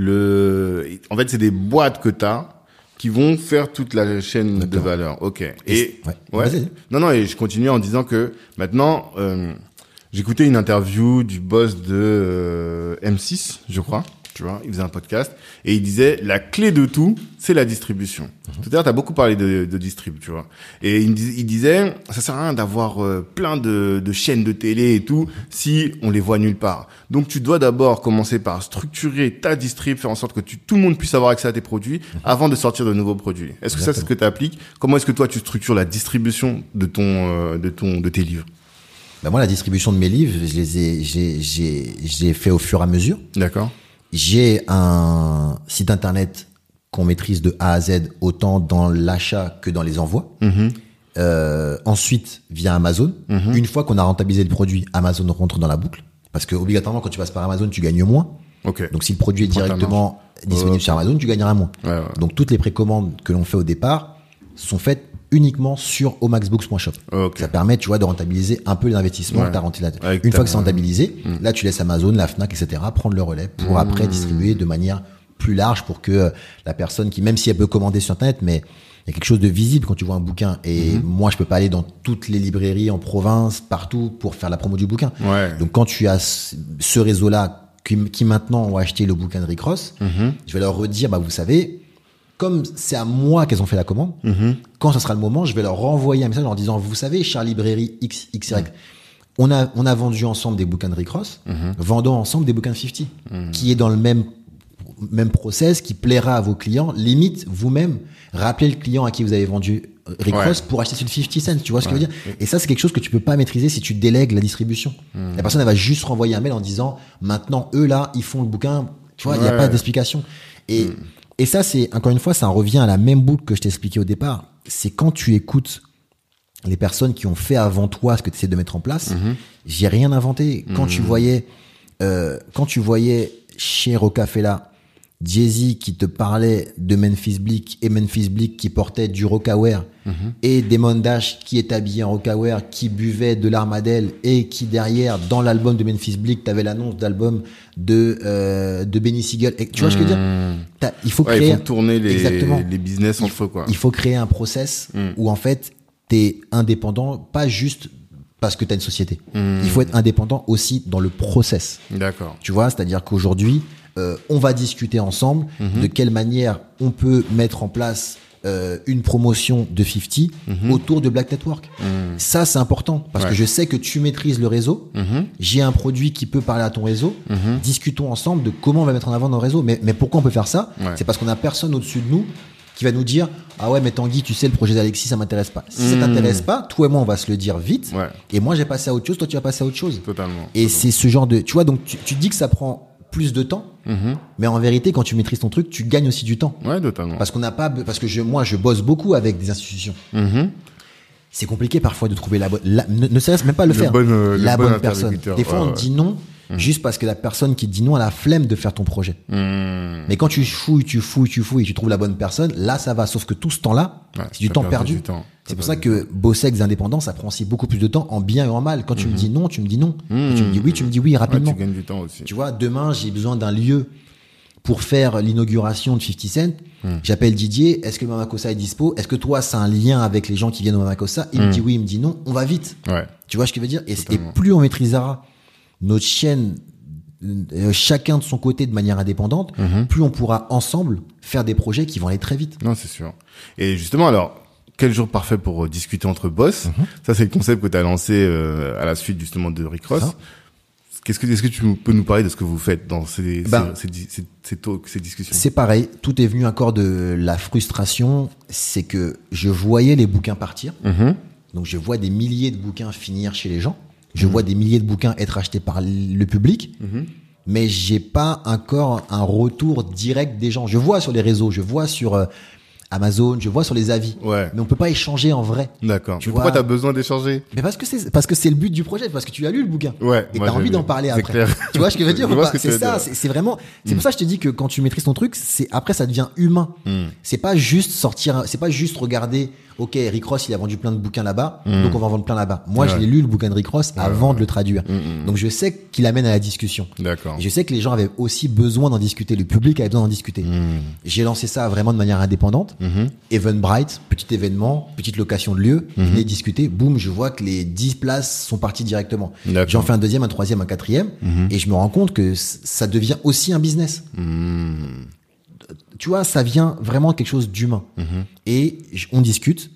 le, en fait, c'est des boîtes que t'as qui vont faire toute la chaîne D'accord. de valeur. Ok. Et,
et ouais.
ouais. Vas-y. Non, non, et je continue en disant que maintenant, euh, j'écoutais une interview du boss de euh, M six, je crois. Tu vois, il faisait un podcast et il disait la clé de tout, c'est la distribution. Mm-hmm. Tout à l'heure, t'as beaucoup parlé de, de distrib, tu vois. Et il, il disait, ça sert à rien d'avoir euh, plein de, de chaînes de télé et tout si on les voit nulle part. Donc, tu dois d'abord commencer par structurer ta distrib, faire en sorte que tu, tout le monde puisse avoir accès à tes produits mm-hmm. avant de sortir de nouveaux produits. Est-ce que Exactement. ça, c'est ce que tu appliques? Comment est-ce que toi, tu structures la distribution de ton, euh, de ton, de tes livres?
Ben moi, la distribution de mes livres, je les ai, j'ai, j'ai, j'ai fait au fur et à mesure.
D'accord.
J'ai un site internet qu'on maîtrise de A à Z, autant dans l'achat que dans les envois. Mmh. Euh, ensuite, via Amazon. Mmh. Une fois qu'on a rentabilisé le produit, Amazon rentre dans la boucle. Parce que obligatoirement, quand tu passes par Amazon, tu gagnes moins.
Okay.
Donc, si le produit est directement disponible okay. sur Amazon, tu gagneras moins.
Ouais, ouais.
Donc, toutes les précommandes que l'on fait au départ sont faites uniquement sur omaxbooks point shop.
Okay.
Ça permet, tu vois, de rentabiliser un peu l'investissement ouais. que tu as rentabilisé. Une fois que c'est rentabilisé, mmh. là, tu laisses Amazon, la Fnac, et cetera prendre le relais pour mmh. après distribuer de manière plus large pour que la personne qui, même si elle peut commander sur Internet, mais il y a quelque chose de visible quand tu vois un bouquin. Et mmh. moi, je peux pas aller dans toutes les librairies en province, partout, pour faire la promo du bouquin.
Ouais.
Donc, quand tu as ce réseau-là qui, qui maintenant ont acheté le bouquin de Rick Ross, mmh. je vais leur redire, bah, vous savez, comme c'est à moi qu'elles ont fait la commande, mm-hmm. quand ce sera le moment, je vais leur renvoyer un message en leur disant, vous savez, chère librairie X, X, Y, mm. on a, on a vendu ensemble des bouquins de Rick Ross, mm-hmm. vendons ensemble des bouquins de cinquante, mm-hmm. qui est dans le même, même process, qui plaira à vos clients. Limite, vous-même, rappelez le client à qui vous avez vendu Rick ouais. Ross pour acheter sur cinquante cents, tu vois ce ouais. que je veux dire? Et ça, c'est quelque chose que tu peux pas maîtriser si tu délègues la distribution. Mm. La personne, elle va juste renvoyer un mail en disant, maintenant, eux, là, ils font le bouquin, tu vois, il ouais. n'y a pas d'explication. Et, mm. Et ça, c'est, encore une fois, ça revient à la même boucle que je t'ai expliqué au départ. C'est quand tu écoutes les personnes qui ont fait avant toi ce que tu essaies de mettre en place. Mm-hmm. J'ai rien inventé. Quand mm-hmm. tu voyais, euh, quand tu voyais chez Rocafella, Jay-Z qui te parlait de Memphis Bleek et Memphis Bleek qui portait du Rocawear mm-hmm. et Damon Dash qui est habillé en Rocawear, qui buvait de l'Armadelle et qui derrière, dans l'album de Memphis Bleek, t'avais l'annonce d'album de, euh, de Benny Siegel. Et tu vois mmh. ce que je veux dire? T'as, il faut
ouais,
créer.
Il faut tourner les, les business
il,
entre eux, quoi.
Il faut créer un process mmh. où en fait, t'es indépendant, pas juste parce que t'as une société. Mmh. Il faut être indépendant aussi dans le process.
D'accord.
Tu vois, c'est-à-dire qu'aujourd'hui, Euh, on va discuter ensemble mmh. de quelle manière on peut mettre en place euh, une promotion de cinquante mmh. autour de Black Network. Mmh. Ça, c'est important parce ouais. que je sais que tu maîtrises le réseau. Mmh. J'ai un produit qui peut parler à ton réseau. Mmh. Discutons ensemble de comment on va mettre en avant nos réseaux. Mais, mais pourquoi on peut faire ça? Ouais. C'est parce qu'on a personne au-dessus de nous qui va nous dire ah ouais mais Tanguy, tu sais, le projet d'Alexis, ça m'intéresse pas. Si mmh. ça t'intéresse pas, toi et moi on va se le dire vite. Ouais. Et moi j'ai passé à autre chose, toi tu vas passer à autre chose.
Totalement.
Et
totalement.
C'est ce genre de, tu vois, donc tu, tu dis que ça prend plus de temps, mmh. mais en vérité, quand tu maîtrises ton truc, tu gagnes aussi du temps.
Ouais, totalement.
Parce qu'on n'a pas, parce que je, moi, je bosse beaucoup avec des institutions. Mmh. C'est compliqué parfois de trouver la bonne, la, ne, ne serait-ce même pas le, le faire, bon, euh, la bonne personne. Des fois, ouais, on ouais. dit non, mmh. juste parce que la personne qui te dit non a la flemme de faire ton projet. Mmh. Mais quand tu fouilles, tu fouilles, tu fouilles, et tu trouves la bonne personne, là, ça va. Sauf que tout ce temps-là, ouais, c'est du temps perdu. Du temps. C'est pour ça que bosser avec des indépendants, ça prend aussi beaucoup plus de temps, en bien et en mal. Quand tu mmh. me dis non, tu me dis non. Mmh. Quand tu me dis oui, tu me dis oui rapidement.
Ouais, tu gagnes du temps aussi.
Tu vois, demain, j'ai besoin d'un lieu pour faire l'inauguration de cinquante Cent. Mmh. J'appelle Didier. Est-ce que le Mamakossa est dispo? Est-ce que toi, c'est un lien avec les gens qui viennent au Mamakossa? Il mmh. me dit oui, il me dit non. On va vite.
Ouais.
Tu vois ce que je veux dire? Et, et plus on maîtrisera notre chaîne, euh, chacun de son côté de manière indépendante, mmh. plus on pourra ensemble faire des projets qui vont aller très vite.
Non, c'est sûr. Et justement, alors, quel jour parfait pour euh, discuter entre boss? Mmh. Ça, c'est le concept que tu as lancé euh, à la suite justement de Rick Ross. qu'est-ce que, est-ce que tu peux nous parler de ce que vous faites dans ces,
Ben,
ces, ces, ces, ces, talks, ces discussions?
C'est pareil. Tout est venu encore de la frustration. C'est que je voyais les bouquins partir.
Mm-hmm.
Donc, je vois des milliers de bouquins finir chez les gens. Je mm-hmm. vois des milliers de bouquins être achetés par le public. Mm-hmm. Mais j'ai pas encore un retour direct des gens. Je vois sur les réseaux, je vois sur euh, Amazon, je vois sur les avis.
Ouais.
Mais on peut pas échanger en vrai.
D'accord. Tu mais vois, pourquoi t'as besoin d'échanger?
Mais parce que c'est parce que c'est le but du projet, parce que tu as lu le bouquin.
Ouais.
Et t'as envie d'en parler
c'est
après.
Clair.
Tu vois ce que je veux dire ou pas? C'est ça.
Dire.
C'est, c'est vraiment. C'est mm. pour ça que je te dis que quand tu maîtrises ton truc, c'est après ça devient humain. Mm. C'est pas juste sortir. C'est pas juste regarder. Ok, Rick Ross, il a vendu plein de bouquins là-bas, mm. donc on va en vendre plein là-bas. Moi, ouais. je l'ai lu le bouquin de Rick Ross ouais, avant ouais. de le traduire. Mm, mm. Donc je sais qu'il amène à la discussion.
D'accord.
Et je sais que les gens avaient aussi besoin d'en discuter. Le public avait besoin d'en discuter. Mm. J'ai lancé ça vraiment de manière indépendante. Mm-hmm. Eventbrite, petit événement, petite location de lieu, mm-hmm. venez discuter. Boum, je vois que les dix places sont parties directement. D'accord. J'en fais un deuxième, un troisième, un quatrième, mm-hmm. et je me rends compte que ça devient aussi un business. Mm. Tu vois, ça vient vraiment quelque chose d'humain. Mm-hmm. Et on discute.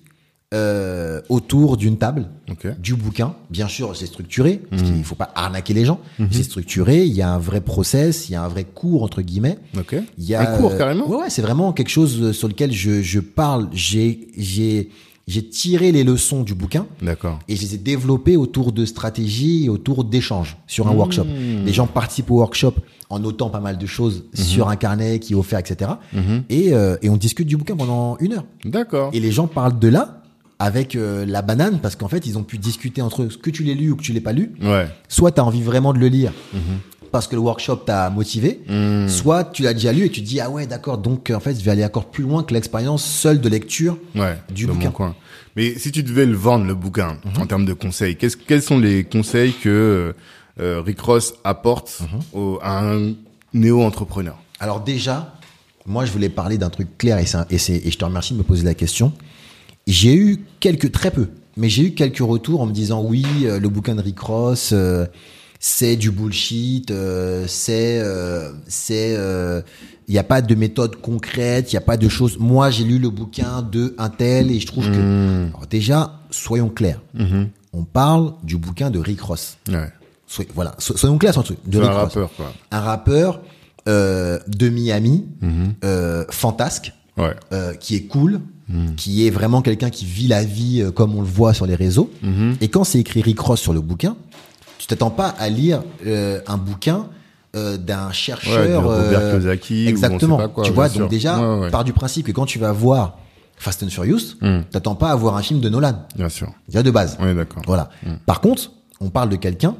Euh, autour d'une table, okay. du bouquin. Bien sûr, c'est structuré, parce mmh. qu'il faut pas arnaquer les gens. Mmh. C'est structuré, il y a un vrai process, il y a un vrai cours, entre guillemets.
Okay.
Il y a,
un cours, carrément?
Euh, ouais, ouais, c'est vraiment quelque chose sur lequel je, je parle. J'ai, j'ai, j'ai tiré les leçons du bouquin.
D'accord.
Et je les ai développées autour de stratégies et autour d'échanges sur un mmh. workshop. Les gens participent au workshop en notant pas mal de choses mmh. sur un carnet qui est offert, et cetera. Mmh. Et, euh, et on discute du bouquin pendant une heure.
D'accord.
Et les gens parlent de là, avec euh, la banane, parce qu'en fait, ils ont pu discuter entre eux, que tu l'aies lu ou que tu l'aies pas lu.
Ouais.
Soit tu as envie vraiment de le lire, mm-hmm. parce que le workshop t'a motivé, mm. soit tu l'as déjà lu et tu te dis, ah ouais, d'accord, donc en fait, je vais aller encore plus loin que l'expérience seule de lecture ouais, du bouquin. Mon coin.
Mais si tu devais le vendre, le bouquin, mm-hmm. en termes de conseils, qu'est-ce, quels sont les conseils que euh, Rick Ross apporte mm-hmm. au, à un néo-entrepreneur?
Alors déjà, moi, je voulais parler d'un truc clair, et, c'est, et, c'est, et je te remercie de me poser la question. J'ai eu quelques, très peu, mais j'ai eu quelques retours en me disant oui, euh, le bouquin de Rick Ross, euh, c'est du bullshit, euh, c'est, euh, c'est, il euh, y a pas de méthode concrète, il y a pas de choses. Moi, j'ai lu le bouquin de un tel et je trouve mmh. que, alors déjà, soyons clairs, mmh. on parle du bouquin de Rick Ross.
Ouais.
Soy, voilà, so, soyons clairs sur le truc. De Rick
un
Ross.
rappeur, quoi.
Un rappeur euh, de Miami, mmh. euh, fantasque,
ouais.
euh, qui est cool. Mmh. Qui est vraiment quelqu'un qui vit la vie euh, comme on le voit sur les réseaux. Mmh. Et quand c'est écrit Rick Ross sur le bouquin, tu t'attends pas à lire euh, un bouquin euh, d'un chercheur.
Ouais, de Robert euh, Kiyosaki.
Exactement.
Ou on sait pas quoi,
tu vois,
sûr.
donc déjà, ouais, ouais. part du principe que quand tu vas voir Fast and Furious, mmh. t'attends pas à voir un film de Nolan.
Bien sûr.
Déjà de base.
Oui, d'accord.
Voilà. Mmh. Par contre, on parle de quelqu'un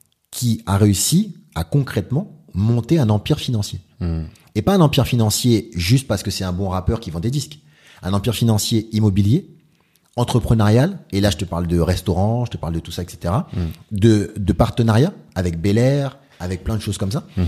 qui a réussi à concrètement monter un empire financier. Mmh. Et pas un empire financier juste parce que c'est un bon rappeur qui vend des disques. Un empire financier immobilier, entrepreneurial, et là je te parle de restaurants, je te parle de tout ça, et cetera. Mmh. De, de partenariat avec Bel Air, avec plein de choses comme ça. Mmh.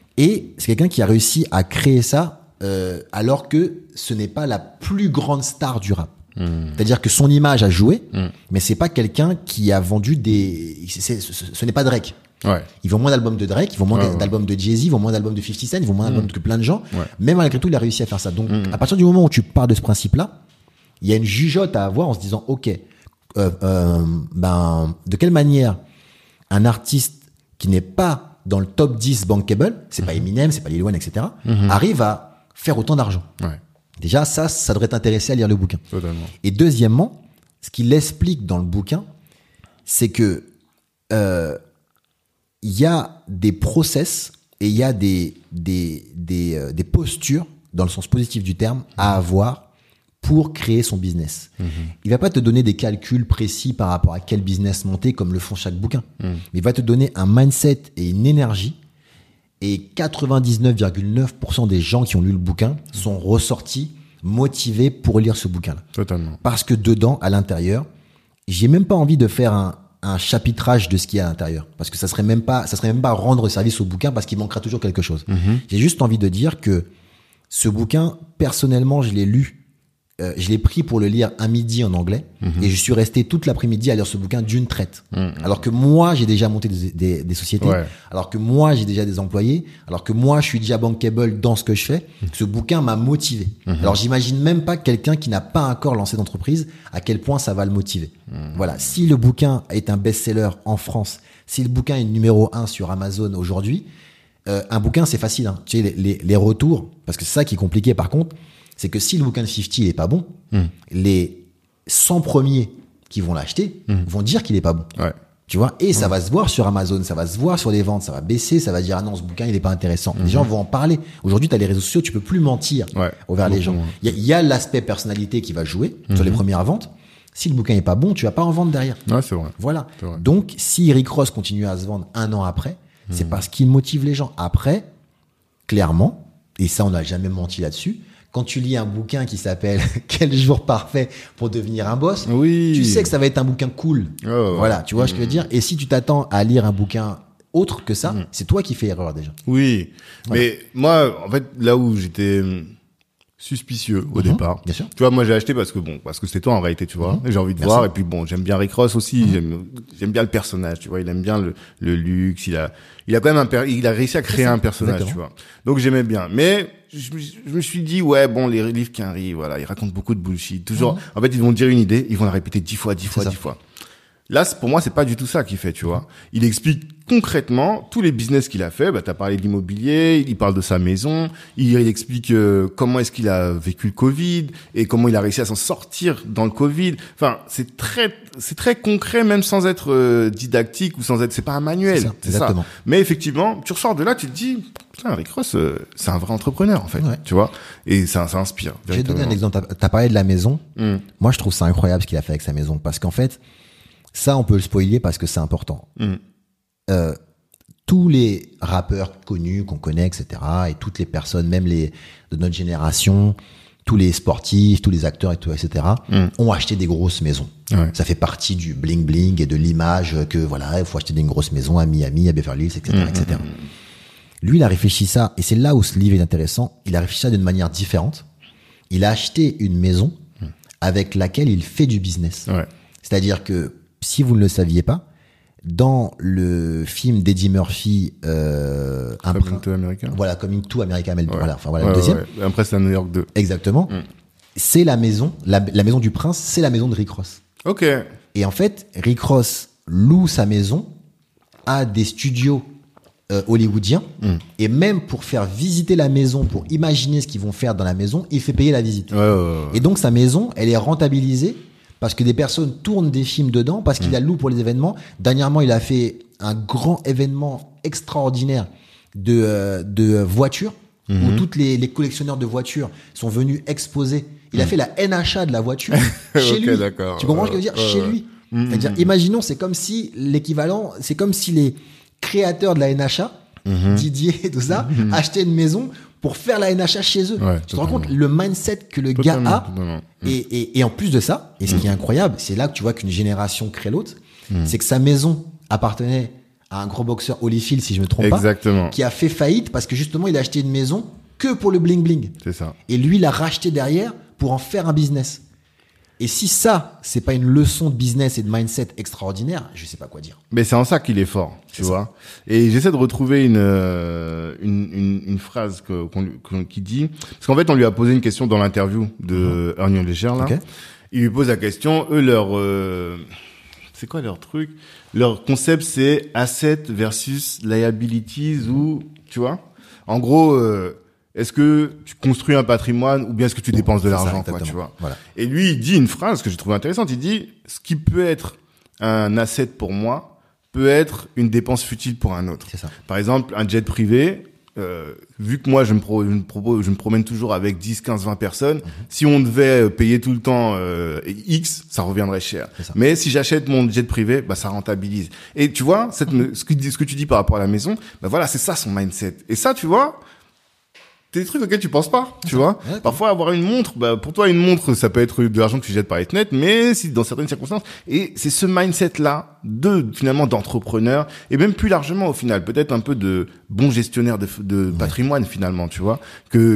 Et c'est quelqu'un qui a réussi à créer ça euh, alors que ce n'est pas la plus grande star du rap. Mmh. C'est-à-dire que son image a joué, mmh. mais c'est pas quelqu'un qui a vendu des... C'est, ce, ce n'est pas Drake.
Ouais.
Ils vendent moins d'albums de Drake, ils vendent moins
ouais,
d'albums
ouais.
de Jay-Z, ils vendent moins d'albums de fifty Cent, ils vendent moins d'albums
mmh.
que plein de gens.
Ouais.
Mais malgré tout, il a réussi à faire ça. Donc,
mmh.
à partir du moment où tu pars de ce principe-là, il y a une jugeote à avoir en se disant, OK, euh, euh, ben, de quelle manière un artiste qui n'est pas dans le top dix bankable, c'est mmh. pas Eminem, c'est pas Lil Wayne, et cetera, mmh. arrive à faire autant d'argent.
Ouais.
Déjà, ça, ça devrait t'intéresser à lire le bouquin.
Totalement.
Et deuxièmement, ce qu'il explique dans le bouquin, c'est que euh, il y a des process et il y a des, des, des, euh, des postures, dans le sens positif du terme, à avoir pour créer son business. Mmh. Il va pas te donner des calculs précis par rapport à quel business monter, comme le font chaque bouquin. Mmh. Mais il va te donner un mindset et une énergie. Et quatre-vingt-dix-neuf virgule neuf pour cent des gens qui ont lu le bouquin sont ressortis motivés pour lire ce bouquin-là.
Totalement.
Parce que dedans, à l'intérieur, j'ai même pas envie de faire un un chapitrage de ce qu'il y a à l'intérieur, parce que ça serait même pas ça serait même pas rendre service au bouquin, parce qu'il manquera toujours quelque chose. Mmh. J'ai juste envie de dire que ce bouquin, personnellement, je l'ai lu Euh, je l'ai pris pour le lire un midi en anglais mmh. et je suis resté toute l'après-midi à lire ce bouquin d'une traite. Mmh. Alors que moi, j'ai déjà monté des, des, des sociétés, ouais. alors que moi, j'ai déjà des employés, alors que moi, je suis déjà bankable dans ce que je fais. Mmh. Ce bouquin m'a motivé. Mmh. Alors, j'imagine même pas quelqu'un qui n'a pas encore lancé d'entreprise, à quel point ça va le motiver. Mmh. Voilà. Si le bouquin est un best-seller en France, si le bouquin est numéro un sur Amazon aujourd'hui, euh, un bouquin, c'est facile. Hein. Tu sais, les, les, les retours, parce que c'est ça qui est compliqué par contre, c'est que si le bouquin de cinquante il est pas bon, mmh. les cent premiers qui vont l'acheter mmh. vont dire qu'il est pas bon.
Ouais.
Tu vois, et mmh. ça va se voir sur Amazon, ça va se voir sur les ventes, ça va baisser, ça va dire ah non, ce bouquin il est pas intéressant. Mmh. Les gens vont en parler. Aujourd'hui, tu as les réseaux sociaux, tu peux plus mentir
ouais.
envers les gens. Il y a, y a l'aspect personnalité qui va jouer mmh. sur les premières ventes. Si le bouquin est pas bon, tu vas pas en vendre derrière.
Ouais, c'est vrai.
Voilà.
C'est vrai.
Donc, si Rick Ross continue à se vendre un an après, mmh. c'est parce qu'il motive les gens. Après, clairement, et ça on n'a jamais menti là-dessus, quand tu lis un bouquin qui s'appelle « Quel jour parfait pour devenir un boss
oui. »,
tu sais que ça va être un bouquin cool.
Oh,
voilà, tu vois mmh. ce que je veux dire. Et si tu t'attends à lire un bouquin autre que ça, mmh. c'est toi qui fais erreur déjà.
Oui, voilà. Mais moi, en fait, là où j'étais suspicieux au mmh. départ,
bien sûr.
Tu vois, moi j'ai acheté parce que bon, parce que c'était toi en réalité, tu vois. Mmh. J'ai envie de
bien
voir.
sûr.
Et puis bon, j'aime bien Rick Ross aussi.
Mmh.
J'aime, j'aime bien le personnage, tu vois. Il aime bien le, le luxe. Il a, il a quand même un, per, il a réussi à créer un personnage, exactement. Tu vois. Donc j'aimais bien, mais Je, je me suis dit, ouais, bon, les livres qu'Henry, voilà, ils racontent beaucoup de bullshit. Toujours, mmh. en fait, ils vont dire une idée, ils vont la répéter dix fois, dix fois, dix fois. Là, pour moi, c'est pas du tout ça qu'il fait, tu vois. Il explique concrètement tous les business qu'il a fait. Bah, t'as parlé de l'immobilier, il parle de sa maison, il, il explique euh, comment est-ce qu'il a vécu le Covid et comment il a réussi à s'en sortir dans le Covid. Enfin, c'est très, c'est très concret, même sans être euh, didactique ou sans être, c'est pas un manuel.
C'est ça,
c'est
exactement.
ça. Mais effectivement, tu ressors de là, tu te dis, putain, Rick Ross, euh, c'est un vrai entrepreneur, en fait. Ouais. Tu vois? Et ça, ça inspire.
Je vais te donner un exemple. T'as, t'as parlé de la maison. Mm. Moi, je trouve ça incroyable ce qu'il a fait avec sa maison parce qu'en fait, ça, on peut le spoiler parce que c'est important. Mm. Euh, tous les rappeurs connus qu'on connaît, et cetera, et toutes les personnes, même les de notre génération, tous les sportifs, tous les acteurs et tout, et cetera, mm. ont acheté des grosses maisons. Ouais. Ça fait partie du bling bling et de l'image que voilà, il faut acheter des grosses maisons à Miami, à Beverly Hills, et cetera, mm. et cetera. Lui, il a réfléchi ça, et c'est là où ce livre est intéressant. Il a réfléchi ça d'une manière différente. Il a acheté une maison mm. avec laquelle il fait du business. Ouais. C'est-à-dire que si vous ne le saviez pas, dans le film d'Eddie Murphy, euh,
Coming to America.
Voilà, Coming to America, ouais. voilà, enfin voilà
ouais,
le deuxième.
Ouais. Après, c'est à New York deux.
Exactement. Mm. C'est la maison, la, la maison du prince, c'est la maison de Rick Ross.
Ok.
Et en fait, Rick Ross loue sa maison à des studios euh, hollywoodiens, mm. et même pour faire visiter la maison, pour imaginer ce qu'ils vont faire dans la maison, il fait payer la visite.
Ouais, ouais, ouais.
Et donc sa maison, elle est rentabilisée. Parce que des personnes tournent des films dedans, parce qu'il mmh. a loue pour les événements. Dernièrement, il a fait un grand événement extraordinaire de, euh, de voitures, mmh. où toutes les, les collectionneurs de voitures sont venus exposer. Il mmh. a fait la N H A de la voiture chez
okay,
lui.
D'accord.
Tu comprends ce que je veux dire?
Euh,
chez lui. Mmh. C'est-à-dire, imaginons, c'est comme si l'équivalent, c'est comme si les créateurs de la N H A, mmh. Didier et tout ça, mmh. achetaient une maison pour faire la N H A chez eux. Ouais, tu te rends compte le mindset que le totalement, gars a totalement. Et, et, et en plus de ça, et ce mmh. qui est incroyable, c'est là que tu vois qu'une génération crée l'autre, mmh. c'est que sa maison appartenait à un gros boxeur Holyfield, si je me trompe
Exactement.
pas, qui a fait faillite parce que justement il a acheté une maison que pour le bling bling.
C'est ça.
Et lui, il a racheté derrière pour en faire un business. Et si ça, c'est pas une leçon de business et de mindset extraordinaire, je sais pas quoi dire.
Mais c'est en ça qu'il est fort, tu c'est vois. Ça. Et j'essaie de retrouver une euh, une, une une phrase que qu'on, qu'on qui dit, parce qu'en fait on lui a posé une question dans l'interview de mmh. Ernie Léger là. Okay. Il lui pose la question, eux leur euh, c'est quoi leur truc? Leur concept c'est asset versus liabilities mmh. ou tu vois. En gros. Euh, Est-ce que tu construis un patrimoine ou bien est-ce que tu dépenses de l'argent, ça, quoi, tu vois. Voilà. Et lui, il dit une phrase que j'ai trouvée intéressante. Il dit, ce qui peut être un asset pour moi peut être une dépense futile pour un autre.
C'est ça.
Par exemple, un jet privé, euh, vu que moi, je me, pro, je, me propose, je me promène toujours avec dix, quinze, vingt personnes, mm-hmm. si on devait payer tout le temps euh, X, ça reviendrait cher. Mais si j'achète mon jet privé, bah ça rentabilise. Et tu vois, cette, mm-hmm. ce, que, ce que tu dis par rapport à la maison, bah voilà, c'est ça son mindset. Et ça, tu vois, c'est des trucs auxquels tu penses pas, tu vois. Ouais, parfois, avoir une montre, bah, pour toi, une montre, ça peut être de l'argent que tu jettes par les fenêtres, mais si, dans certaines circonstances, et c'est ce mindset-là de, finalement, d'entrepreneur, et même plus largement, au final, peut-être un peu de bon gestionnaire de, de ouais. patrimoine, finalement, tu vois, que,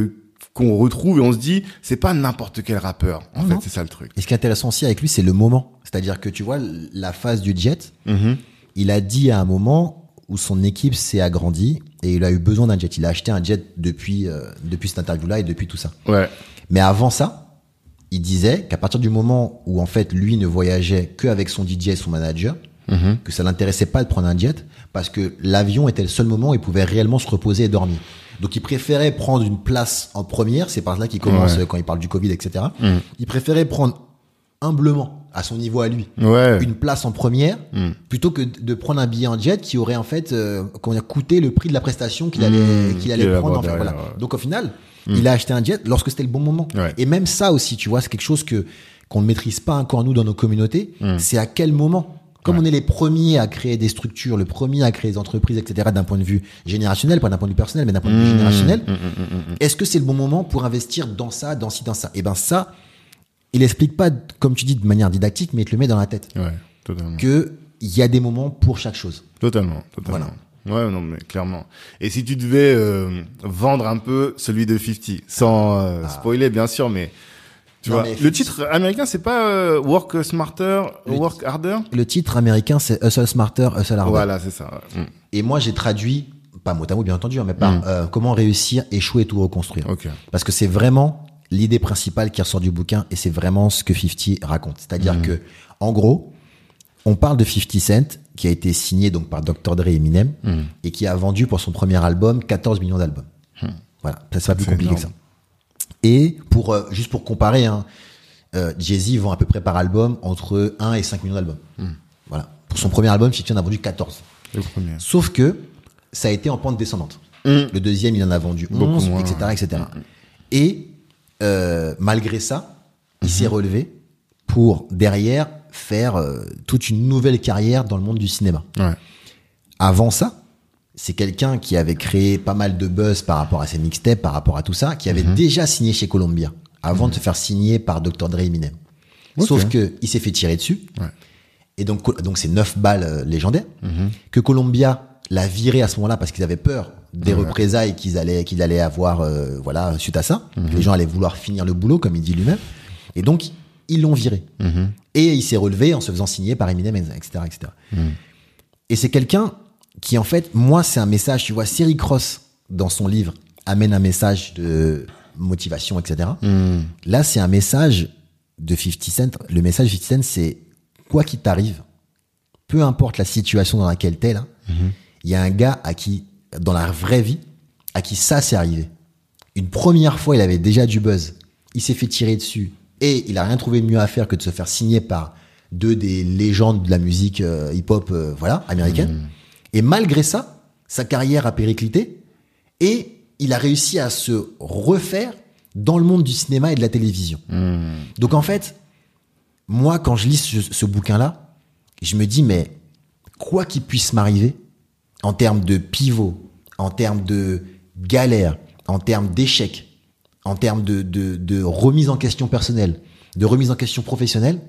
qu'on retrouve et on se dit, c'est pas n'importe quel rappeur. En
Non.
fait, c'est ça le truc.
Et ce qui est intéressant aussi avec lui, c'est le moment. C'est-à-dire que tu vois, la phase du jet,
Mm-hmm.
il a dit à un moment où son équipe s'est agrandie et il a eu besoin d'un jet. Il a acheté un jet depuis, euh, depuis cette interview-là et depuis tout ça.
Ouais.
Mais avant ça, il disait qu'à partir du moment où en fait lui ne voyageait qu'avec son D J et son manager,
Mm-hmm.
que ça l'intéressait pas de prendre un jet parce que l'avion était le seul moment où il pouvait réellement se reposer et dormir. Donc il préférait prendre une place en première, c'est par là qu'il commence
Ouais.
euh, quand il parle du Covid, et cetera.
Mm.
Il préférait prendre humblement, à son niveau à lui,
Ouais.
une place en première
Mm.
plutôt que de prendre un billet en jet qui aurait en fait euh, qu'on a coûté le prix de la prestation qu'il allait
Mmh,
qu'il allait
qu'il allait
prendre en
avoir
fait,
derrière,
voilà.
ouais.
Donc au final, il a acheté un jet lorsque c'était le bon moment.
Ouais.
Et même ça aussi, tu vois, c'est quelque chose que qu'on ne maîtrise pas encore nous dans nos communautés,
Mm.
c'est à quel moment. Comme
Ouais.
on est les premiers à créer des structures, le premier à créer des entreprises, et cetera, d'un point de vue générationnel, pas d'un point de vue personnel, mais d'un point de vue
Mmh,
générationnel,
mmh, mmh, mmh, mmh.
est-ce que c'est le bon moment pour investir dans ça, dans ci, dans ça? Et ben ça, il explique pas, comme tu dis, de manière didactique, mais il te le met dans la tête.
Ouais, totalement.
Que il y a des moments pour chaque chose.
Totalement, totalement. Ouais, non, mais clairement. Et si tu devais euh, vendre un peu celui de cinquante, sans euh,
Ah.
spoiler, bien sûr, mais tu
Non,
vois,
mais
le
cinquante
titre américain, c'est pas euh, Work Smarter,
Le
Work Harder?
Le titre américain, c'est Hustle Smarter, Hustle Harder.
Voilà, c'est ça. ouais. Mm.
Et moi, j'ai traduit, pas mot à mot, bien entendu, hein, mais par
Mm.
euh, comment réussir, échouer, tout reconstruire.
Ok.
Parce que c'est vraiment l'idée principale qui ressort du bouquin et c'est vraiment ce que cinquante raconte. C'est-à-dire
Mhm.
que, en gros, on parle de cinquante Cent qui a été signé donc par docteur Dre et Eminem
Mm.
et qui a vendu pour son premier album quatorze millions d'albums. Voilà, ça c'est pas plus
C'est
compliqué
énorme.
que ça. Et pour euh, juste pour comparer, hein, euh, Jay-Z vend à peu près par album entre un et cinq millions d'albums.
Mm.
Voilà. Pour son premier album, cinquante en a vendu quatorze.
Le premier.
Sauf que ça a été en pente descendante.
Mm.
Le deuxième, il en a vendu
Beaucoup
onze,
moins,
et cetera,
ouais.
et cetera. Et euh, malgré ça, il s'est relevé pour derrière faire euh, toute une nouvelle carrière dans le monde du cinéma.
Ouais.
Avant ça, c'est quelqu'un qui avait créé pas mal de buzz par rapport à ses mixtapes, par rapport à tout ça, qui avait déjà signé chez Columbia avant de se faire signer par docteur Dre et Eminem.
Ok.
Sauf que il s'est fait tirer dessus.
Ouais.
Et donc, donc c'est neuf balles euh, légendaires que Columbia l'a viré à ce moment-là parce qu'ils avaient peur des
Ouais.
représailles qu'ils allaient qu'ils allaient avoir euh, voilà suite à ça. Les gens allaient vouloir finir le boulot comme il dit lui-même. Et donc ils l'ont viré.
Mhm.
Et il s'est relevé en se faisant signer par Eminem, et cetera, et cetera.
Mhm.
Et c'est quelqu'un qui en fait, moi c'est un message. Tu vois, Siri Cross dans son livre amène un message de motivation, et cetera.
Mm.
Là, c'est un message de cinquante Cent. Le message de cinquante Cent, c'est quoi qu'il t'arrive, peu importe la situation dans laquelle t'es là, il y a un gars à qui, dans la vraie vie, à qui ça s'est arrivé. Une première fois, il avait déjà du buzz. Il s'est fait tirer dessus et il a rien trouvé de mieux à faire que de se faire signer par deux des légendes de la musique euh, hip-hop, euh, voilà, américaine. Et malgré ça, sa carrière a périclité et il a réussi à se refaire dans le monde du cinéma et de la télévision.
Mm.
Donc en fait, moi, quand je lis ce, ce bouquin-là, je me dis, mais quoi qu'il puisse m'arriver, en termes de pivot, en termes de galère, en termes d'échec, en termes de, de, de remise en question personnelle, de remise en question professionnelle,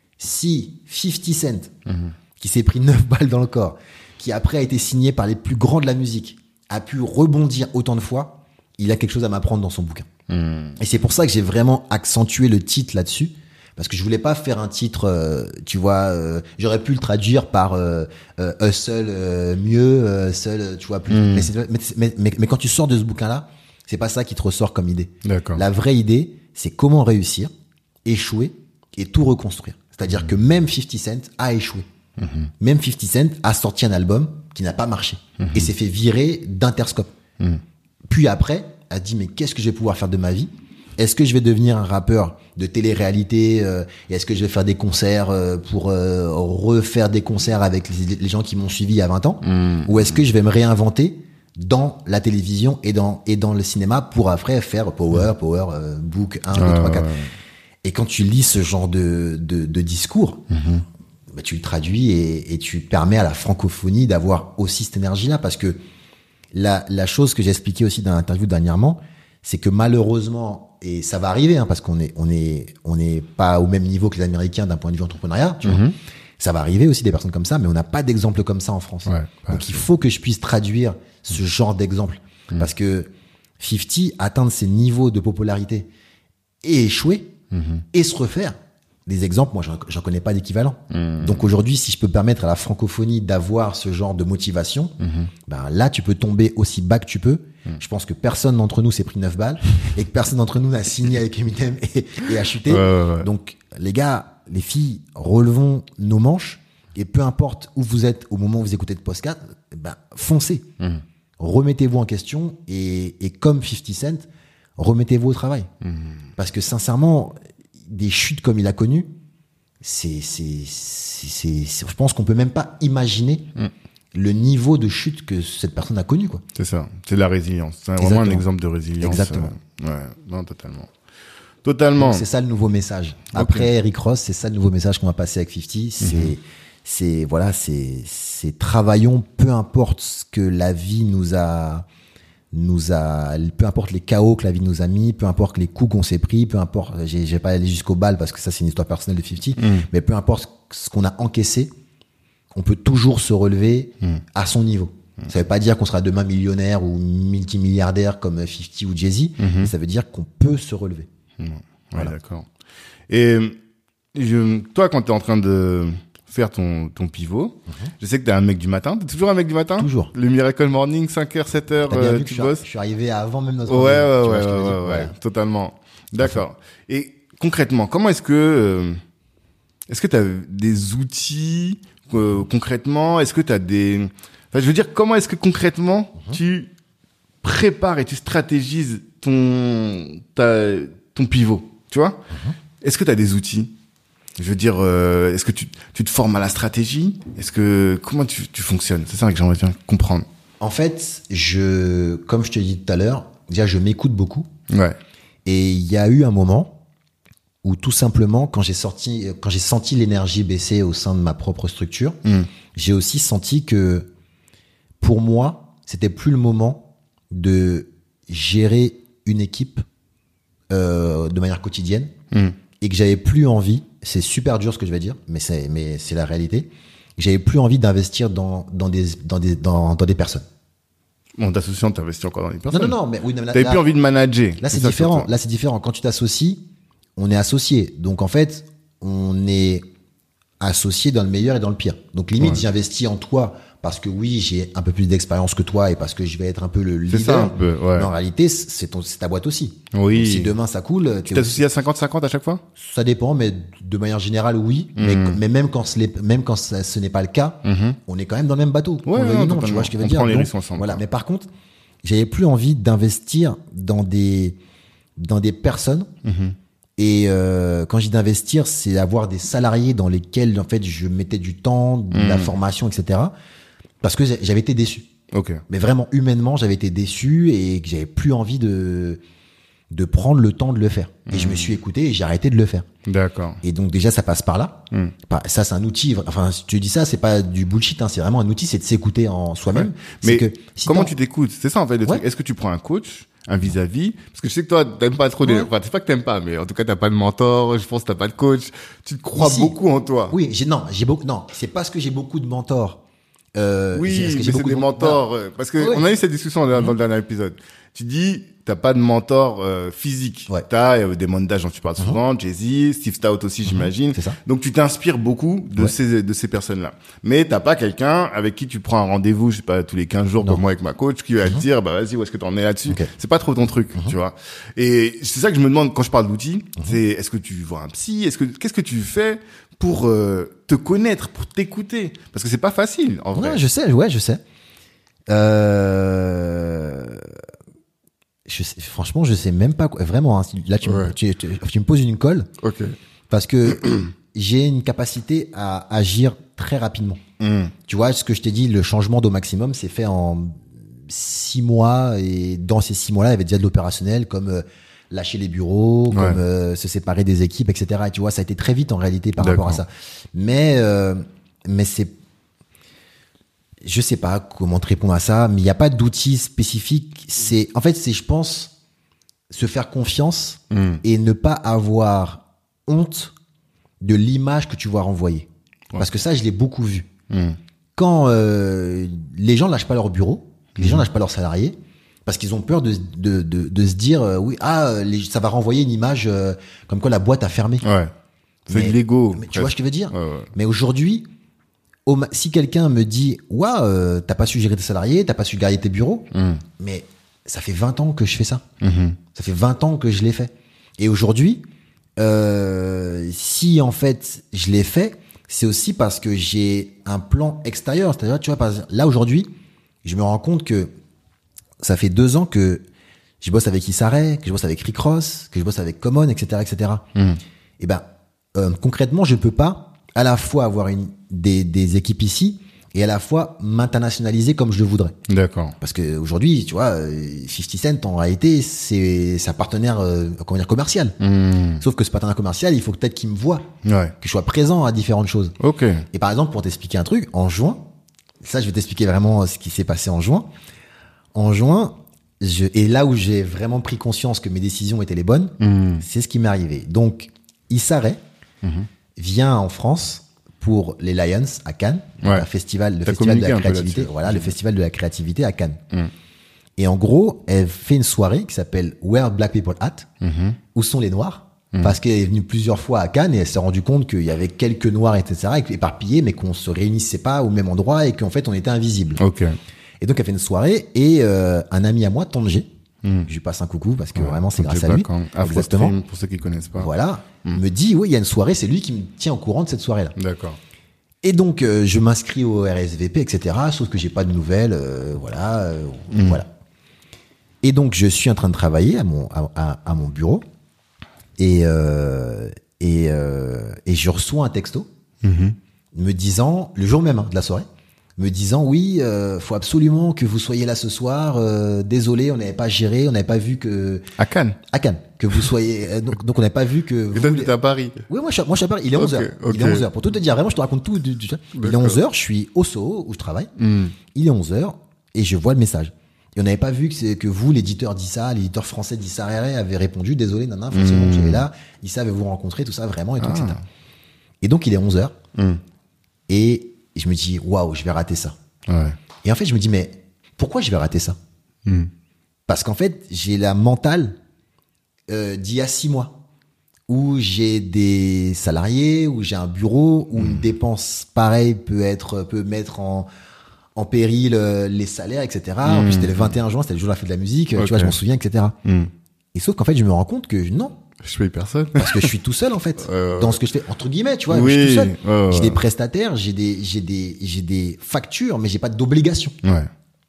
si cinquante Cent, qui s'est pris neuf balles dans le corps, qui après a été signé par les plus grands de la musique, a pu rebondir autant de fois, il a quelque chose à m'apprendre dans son bouquin.
Mm.
Et c'est pour ça que j'ai vraiment accentué le titre là-dessus, parce que je voulais pas faire un titre, euh, tu vois, euh, j'aurais pu le traduire par euh, euh, hustle euh, mieux, euh, hustle, euh, tu vois, plus.
Mm.
Mais, c'est- mais, mais, mais, mais quand tu sors de ce bouquin-là, c'est pas ça qui te ressort comme idée.
D'accord.
La vraie idée, c'est comment réussir, échouer et tout reconstruire. C'est-à-dire que même cinquante Cent a échoué. Même cinquante Cent a sorti un album qui n'a pas marché et s'est fait virer d'Interscope. Puis après, a dit mais qu'est-ce que je vais pouvoir faire de ma vie? Est-ce que je vais devenir un rappeur de télé-réalité euh, et est-ce que je vais faire des concerts euh, pour euh, refaire des concerts avec les, les gens qui m'ont suivi il y a vingt ans?
Mm.
Ou est-ce que je vais me réinventer dans la télévision et dans et dans le cinéma pour après faire Power, Power, euh, Book un, deux,
Ouais,
trois,
ouais,
quatre.
ouais.
Et quand tu lis ce genre de, de, de discours, bah, tu le traduis et, et tu permets à la francophonie d'avoir aussi cette énergie-là. Parce que la, la chose que j'ai expliqué aussi dans l'interview dernièrement, c'est que malheureusement, et ça va arriver, hein, parce qu'on est, on est, on n'est pas au même niveau que les Américains d'un point de vue entrepreneuriat, tu vois.
Mhm.
Ça va arriver aussi des personnes comme ça, mais on n'a pas d'exemple comme ça en France.
Ouais, pas
Donc il
assez.
faut que je puisse traduire ce genre d'exemple. Parce que cinquante, atteindre ces niveaux de popularité et échouer mmh. et se refaire. Des exemples, moi, j'en, j'en connais pas d'équivalent. Mmh. Donc aujourd'hui, si je peux permettre à la francophonie d'avoir ce genre de motivation, mmh. ben là, tu peux tomber aussi bas que tu peux. Mmh. Je pense que personne d'entre nous s'est pris neuf balles et que personne d'entre nous n'a signé avec Eminem et, et a chuté. Ouais, ouais, ouais. Donc, les gars, les filles, relevons nos manches et peu importe où vous êtes au moment où vous écoutez le podcast, ben, foncez. Mmh. Remettez-vous en question et, et comme cinquante Cent, remettez-vous au travail. Mmh. Parce que sincèrement, des chutes comme il a connu, c'est, c'est, c'est, c'est, c'est je pense qu'on peut même pas imaginer mmh. le niveau de chute que cette personne a connu, quoi.
C'est ça, c'est de la résilience. C'est Exactement. Vraiment un exemple de résilience.
Exactement.
Euh, ouais, non, totalement. Totalement.
Donc, c'est ça le nouveau message. Après okay. Eric Ross, c'est ça le nouveau message qu'on va passer avec cinquante. C'est, mmh. c'est, voilà, c'est, c'est travaillons, peu importe ce que la vie nous a, nous a, peu importe les chaos que la vie nous a mis, peu importe les coups qu'on s'est pris, peu importe, j'ai, j'ai pas allé jusqu'au bal parce que ça c'est une histoire personnelle de cinquante, mmh. mais peu importe ce qu'on a encaissé, on peut toujours se relever mmh. à son niveau. Mmh. Ça veut pas dire qu'on sera demain millionnaire ou multimilliardaire comme cinquante ou Jay-Z, mmh. mais ça veut dire qu'on peut se relever.
Mmh. Ouais, voilà. D'accord. Et je, toi, quand t'es en train de faire ton, ton pivot. Mm-hmm. Je sais que t'es un mec du matin. T'es toujours un mec du matin?
Toujours.
Le Miracle Morning, cinq heures, sept heures, euh, tu bosses?
Je suis arrivé avant même notre
Ouais, ouais, ouais, ouais, ouais, ouais, ouais, totalement. D'accord. Et concrètement, comment est-ce que, euh, est-ce que t'as des outils, euh, concrètement? Est-ce que t'as des, enfin, je veux dire, comment est-ce que concrètement, mm-hmm. tu prépares et tu stratégises ton, ta, ton pivot? Tu vois? Mm-hmm. Est-ce que t'as des outils? Je veux dire, euh, est-ce que tu, tu te formes à la stratégie? Est-ce que, comment tu, tu fonctionnes? C'est ça que j'aimerais bien comprendre.
En fait, je, comme je te l'ai dit tout à l'heure, déjà, je m'écoute beaucoup.
Ouais.
Et il y a eu un moment où tout simplement, quand j'ai sorti, quand j'ai senti l'énergie baisser au sein de ma propre structure, mmh. j'ai aussi senti que, pour moi, c'était plus le moment de gérer une équipe, euh, de manière quotidienne. Mmh. Et que j'avais plus envie, c'est super dur ce que je vais dire, mais c'est, mais c'est la réalité. J'avais plus envie d'investir dans, dans des, dans des, dans, dans des personnes.
Bon, d'associant, t'investis encore dans des personnes.
Non, non, non, mais oui, non, là,
t'avais là, plus envie de manager.
Là, c'est, c'est différent. Là, c'est différent. Quand tu t'associes, on est associé. Donc, en fait, on est associé dans le meilleur et dans le pire. Donc, limite, ouais. j'investis en toi parce que oui, j'ai un peu plus d'expérience que toi et parce que je vais être un peu le leader.
C'est ça, un peu, ouais.
Mais en réalité, c'est ton, c'est ta boîte aussi.
Oui.
Donc, si demain ça coule,
tu t'associes à cinquante cinquante à chaque fois?
Ça dépend, mais de manière générale, oui. Mmh. Mais, mais même quand ce, même quand ça, ce n'est pas le cas, mmh. on est quand même dans le même bateau.
Ouais,
on
non,
non, tu vois ce que je veux
on
dire.
Prend les
Donc,
risques ensemble.
Voilà. Mais par contre, j'avais plus envie d'investir dans des, dans des personnes. Mmh. Et euh, quand je dis d'investir, c'est avoir des salariés dans lesquels en fait je mettais du temps, de mmh. la formation, et cetera. Parce que j'avais été déçu.
Ok.
Mais vraiment humainement, j'avais été déçu et que j'avais plus envie de de prendre le temps de le faire. Et mmh. je me suis écouté et j'ai arrêté de le faire.
D'accord.
Et donc déjà ça passe par là. Mmh. Ça c'est un outil. Enfin, si tu dis ça, c'est pas du bullshit. Hein, c'est vraiment un outil, c'est de s'écouter en soi-même.
Ouais. Mais que, si comment tu t'écoutes? C'est ça en fait le ouais. truc. Est-ce que tu prends un coach? Un vis-à-vis, parce que je sais que toi t'aimes pas trop des, ouais. enfin c'est pas que t'aimes pas, mais en tout cas t'as pas de mentor, je pense que t'as pas de coach, tu te crois Ici, beaucoup en toi.
Oui, j'ai non, j'ai beaucoup, non, c'est parce que j'ai beaucoup de mentors. Euh,
oui,
c'est,
mais c'est des de mentors, bah, parce que ouais. on a eu cette discussion dans, dans le dernier épisode. Tu dis, t'as pas de mentor euh, physique. Ouais. T'as euh, des mondages dont tu parles souvent, mm-hmm. Jay-Z, Steve Stout aussi, mm-hmm. j'imagine.
C'est ça.
Donc tu t'inspires beaucoup de ouais. ces de ces personnes-là. Mais t'as pas quelqu'un avec qui tu prends un rendez-vous, je sais pas, tous les quinze jours, non. comme moi avec ma coach, qui va mm-hmm. te dire, bah vas-y, où est-ce que t'en es là-dessus. Okay. C'est pas trop ton truc, mm-hmm. tu vois. Et c'est ça que je me demande quand je parle d'outils. Mm-hmm. C'est est-ce que tu vois un psy, est-ce que qu'est-ce que tu fais pour euh, te connaître, pour t'écouter, parce que c'est pas facile en vrai.
Ouais, je sais, ouais, je sais. Euh... Je sais, franchement, je sais même pas quoi. Vraiment, hein, là, tu, ouais. me, tu, tu, tu me poses une colle.
Ok.
Parce que j'ai une capacité à agir très rapidement. Mm. Tu vois, ce que je t'ai dit, le changement d'au maximum, c'est fait en six mois. Et dans ces six mois-là, il y avait déjà de l'opérationnel, comme euh, lâcher les bureaux, ouais. comme euh, se séparer des équipes, et cetera. Et tu vois, ça a été très vite en réalité par D'accord. rapport à ça. Mais, euh, mais c'est je sais pas comment te répondre à ça, mais il n'y a pas d'outil spécifique. C'est, en fait, c'est, je pense, se faire confiance mmh. et ne pas avoir honte de l'image que tu vas renvoyer. Ouais. Parce que ça, je l'ai beaucoup vu. Mmh. Quand euh, les gens lâchent pas leur bureau, les mmh. gens lâchent pas leurs salariés, Parce qu'ils ont peur de, de, de, de se dire, euh, oui, ah, les, ça va renvoyer une image euh, comme quoi la boîte a fermé.
Ouais. C'est
Mais-
de l'ego.
Mais tu vois ce que je veux dire?
Ouais, ouais.
Mais aujourd'hui, au ma- si quelqu'un me dit, ouais, euh, t'as pas su gérer tes salariés, t'as pas su garder tes bureaux,
Mm.
mais ça fait vingt ans que je fais ça.
Mhm.
Ça fait vingt ans que je l'ai fait. Et aujourd'hui, euh, si en fait je l'ai fait, c'est aussi parce que j'ai un plan extérieur. C'est-à-dire, tu vois, par exemple, là aujourd'hui, je me rends compte que ça fait deux ans que je bosse avec Issaré, que je bosse avec Rick Ross, que je bosse avec Common, et cetera, et cetera.
Mm.
Et ben, euh, concrètement, je peux pas à la fois avoir une, des, des équipes ici et à la fois m'internationaliser comme je le voudrais.
D'accord.
Parce que aujourd'hui, tu vois, euh, cinquante Cent en réalité, c'est c'est un partenaire euh, comment dire commercial.
Mm.
Sauf que ce partenaire commercial, il faut peut-être qu'il me voie,
Ouais.
que je sois présent à différentes choses.
Ok.
Et par exemple, pour t'expliquer un truc, en juin, ça, je vais t'expliquer vraiment ce qui s'est passé en juin. En juin, je, et là où j'ai vraiment pris conscience que mes décisions étaient les bonnes,
Mm.
c'est ce qui m'est arrivé. Donc, Issaré
Mhm.
vient en France pour les Lions à Cannes,
Ouais.
un festival, le
T'as
festival de
communiqué
la
un peu
créativité.
là-dessus.
Voilà, le festival de la créativité à Cannes.
Mm.
Et en gros, elle fait une soirée qui s'appelle Where Black People At,
Mhm.
où sont les Noirs, parce qu'elle est venue plusieurs fois à Cannes et elle s'est rendue compte qu'il y avait quelques Noirs, et cetera, éparpillés, mais qu'on se réunissait pas au même endroit et qu'en fait on était invisibles.
Ok.
Et donc elle fait une soirée et euh, un ami à moi, Tongé,
Mm.
je lui passe un coucou parce que
Ouais.
vraiment c'est
Ok,
grâce à lui.
background. Afro
Exactement.
Stream, pour ceux qui connaissent pas.
Voilà, me dit oui, il y a une soirée, c'est lui qui me tient au courant de cette soirée-là.
D'accord.
Et donc euh, je m'inscris au R S V P, et cetera. Sauf que j'ai pas de nouvelles, euh, voilà, euh, voilà. Et donc je suis en train de travailler à mon à, à- à mon bureau et euh, et euh, et je reçois un texto
Mhm.
me disant le jour même hein, de la soirée, me disant oui, euh, faut absolument que vous soyez là ce soir. euh, désolé, on n'avait pas géré, on n'avait pas vu que
À Cannes.
à Cannes que vous soyez euh, donc, donc on n'avait pas vu que
Et
vous
toi,
les-
t'étais à Paris.
oui, moi je, suis- moi je suis à Paris. Il est
Ok,
onze heures.
ok.
Il est onze heures. Pour tout te dire, vraiment, je te raconte tout. Du, du- il est
D'accord.
onze heures, je suis au Soho où je travaille.
Mm.
Il est onze heures et je vois le message. Et on n'avait pas vu que, c'est, que vous, l'éditeur d'Issa, l'éditeur français d'Issa Réré, avez répondu, désolé, nana, forcément,
Mm.
j'étais là. Issa veut vous rencontrer, tout ça, vraiment, et tout,
Ah.
et cetera. Et donc, il est onze heures
Mm.
et je me dis, waouh, je vais rater ça.
Ouais.
Et en fait, je me dis, mais pourquoi je vais rater ça?
Mm.
Parce qu'en fait, j'ai la mentale euh, d'il y a six mois, où j'ai des salariés, où j'ai un bureau, où une dépense pareille peut être peut mettre en en péril euh, les salaires, et cetera. En plus, c'était le vingt et un juin, c'était le jour de la fête de la musique,
Ok.
tu vois, je m'en souviens, et cetera.
Mm.
Et sauf qu'en fait, je me rends compte que non,
Je paye personne.
parce que je suis tout seul en fait
Euh,
dans ce que je fais entre guillemets, tu vois,
oui,
je suis tout seul.
ouais, ouais.
J'ai des prestataires, j'ai des j'ai des j'ai des factures, mais j'ai pas d'obligations.
Ouais.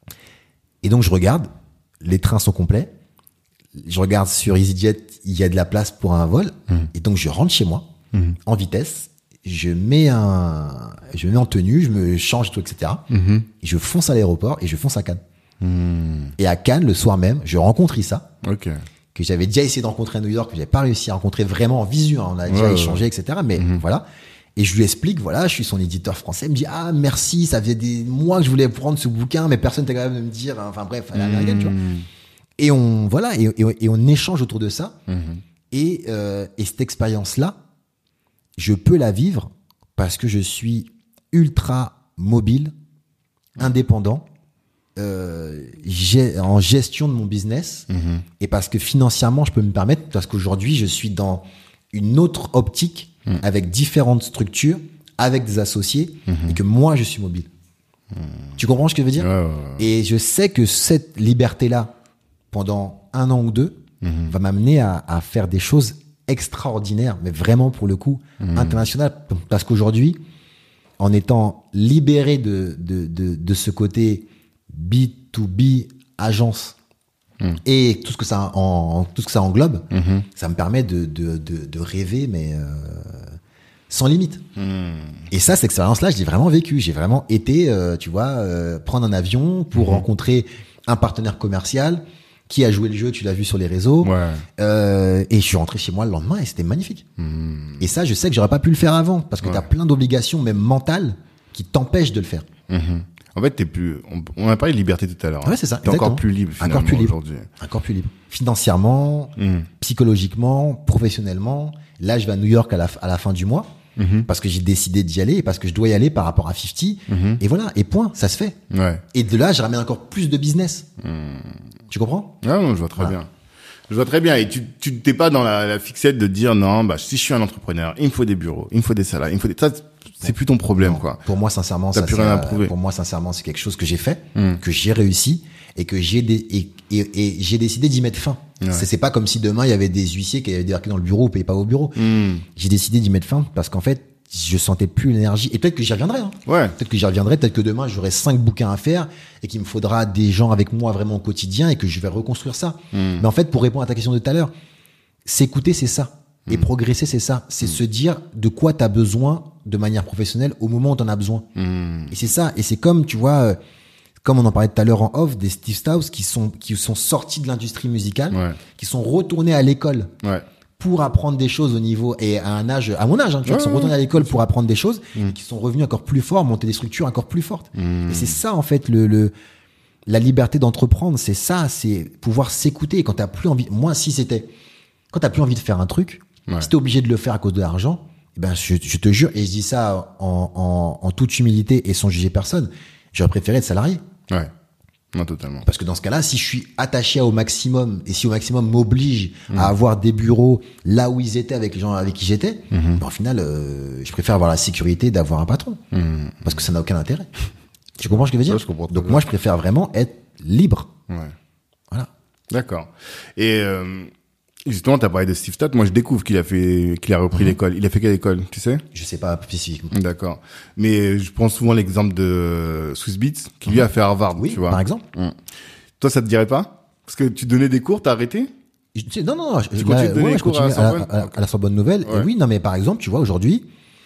Et donc je regarde, les trains sont complets. Je regarde sur EasyJet, il y a de la place pour un vol. Et donc je rentre chez moi
Mhm.
en vitesse. Je mets un, je me mets en tenue, je me change tout, et cetera.
Mhm.
Et je fonce à l'aéroport et je fonce à Cannes.
Mm.
Et à Cannes, le soir même, je rencontre Issa,
Ok.
que j'avais déjà essayé de rencontrer à New York, que j'avais pas réussi à rencontrer vraiment en visu. Hein. On a déjà
Ouais,
échangé, et cetera. Mais voilà. Et je lui explique, voilà, je suis son éditeur français. Il me dit, ah, merci, ça faisait des mois que je voulais prendre ce bouquin, mais personne n'était capable de me dire, enfin bref, à l'américaine, tu vois.
Mm.
Et on, voilà, et, et, et on échange autour de ça.
Mhm.
Et, euh, et cette expérience-là, je peux la vivre parce que je suis ultra mobile, indépendant, euh, j'ai- en gestion de mon business,
Mhm.
et parce que financièrement, je peux me permettre, parce qu'aujourd'hui, je suis dans une autre optique, avec différentes structures, avec des associés, et que moi, je suis mobile. Tu comprends ce que je veux dire?
Ouais, ouais, ouais.
Et je sais que cette liberté-là, pendant un an ou deux,
Mhm.
va m'amener à, à faire des choses extraordinaires, mais vraiment pour le coup internationales. Parce qu'aujourd'hui, en étant libéré de, de, de, de ce côté B to B agence
Mhm.
et tout ce que ça en, tout ce que ça englobe,
Mhm.
ça me permet de, de, de, de rêver, mais euh, sans limite.
Mm.
Et ça, cette expérience-là, je l'ai vraiment vécu. J'ai vraiment été, euh, tu vois, euh, prendre un avion pour rencontrer un partenaire commercial qui a joué le jeu, tu l'as vu sur les réseaux.
Ouais.
Euh, et je suis rentré chez moi le lendemain et c'était magnifique.
Mm.
Et ça, je sais que j'aurais pas pu le faire avant parce que
Ouais.
tu as plein d'obligations, même mentales, qui t'empêchent de le faire.
Mhm. En fait, t'es plus. On, on a parlé de liberté tout à l'heure.
Ouais, c'est ça,
T'es encore
exactement.
plus libre finalement
Encore plus libre.
aujourd'hui.
Encore plus libre. Financièrement,
Mm.
psychologiquement, professionnellement. Là, je vais à New York à la, à la fin du mois. mm-hmm. parce que j'ai décidé d'y aller, parce que je dois y aller par rapport à cinquante. Mm-hmm. Et voilà, et point, ça se fait.
Ouais.
Et de là, je ramène encore plus de business. Mm. Tu comprends?
Ah non, je vois très voilà. bien. Je vois très bien. Et tu, tu t'es pas dans la, la fixette de dire non, bah, si je suis un entrepreneur, il me faut des bureaux, il me faut des salariés, il me faut des, ça, c'est plus ton problème,
non,
quoi.
Pour moi, sincèrement,
T'as
ça,
plus rien à prouver.
Pour moi, sincèrement, c'est quelque chose que j'ai fait, mm. que j'ai réussi et que j'ai dé- et, et, et j'ai décidé d'y mettre fin. Ouais. C'est, c'est pas comme si demain il y avait des huissiers qui avaient débarqué dans le bureau ou payaient pas au bureau. Mm. J'ai décidé d'y mettre fin parce qu'en fait, je sentais plus l'énergie. Et peut-être que j'y reviendrai. Hein.
Ouais.
Peut-être que j'y reviendrai. Peut-être que demain j'aurai cinq bouquins à faire et qu'il me faudra des gens avec moi vraiment au quotidien et que je vais reconstruire ça. Mm. Mais en fait, pour répondre à ta question de tout à l'heure, s'écouter, c'est ça. Et mmh. progresser, c'est ça. C'est mmh. se dire de quoi tu as besoin de manière professionnelle au moment où tu en as besoin. Mmh. Et c'est ça. Et c'est comme, tu vois, euh, comme on en parlait tout à l'heure en off, des Steve Stows qui sont, qui sont sortis de l'industrie musicale, ouais. qui sont retournés à l'école ouais. pour apprendre des choses au niveau, et à un âge, à mon âge, hein, tu vois, ouais, qui sont retournés à l'école pour apprendre des choses, mmh. et qui sont revenus encore plus forts, monter des structures encore plus fortes. Mmh. Et c'est ça, en fait, le, le, la liberté d'entreprendre, c'est ça, c'est pouvoir s'écouter. Et quand t'as plus envie, moi, si c'était, quand t'as plus envie de faire un truc, ouais. si t'es obligé de le faire à cause de l'argent, eh ben, je, je te jure, et je dis ça en, en, en toute humilité et sans juger personne, j'aurais préféré être salarié.
Ouais. Non, totalement.
Parce que dans ce cas-là, si je suis attaché au maximum, et si au maximum m'oblige mmh. à avoir des bureaux là où ils étaient avec les gens avec qui j'étais, mmh. ben, au final, euh, je préfère avoir la sécurité d'avoir un patron. Mmh. Parce que ça n'a aucun intérêt. Tu comprends ce que je veux dire?
Ouais, je comprends.
Donc moi, je préfère vraiment être libre.
Ouais.
Voilà.
D'accord. Et, euh, justement, t'as parlé de Steve Stott. Moi, je découvre qu'il a fait, qu'il a repris mmh. l'école. Il a fait quelle école, tu sais?
Je sais pas spécifiquement.
D'accord. Mais je prends souvent l'exemple de Swiss Beats, qui mmh. lui a fait Harvard,
oui,
tu vois.
Par exemple.
Mmh. Toi, ça te dirait pas? Parce que tu donnais des cours, t'as arrêté?
Je, non, non, non. Je,
tu continues de donner
ouais,
des
je
cours
continue
à la Sorbonne?
À la, à, à la Sorbonne Nouvelle. Ouais. Et oui, non, mais par exemple, tu vois, aujourd'hui,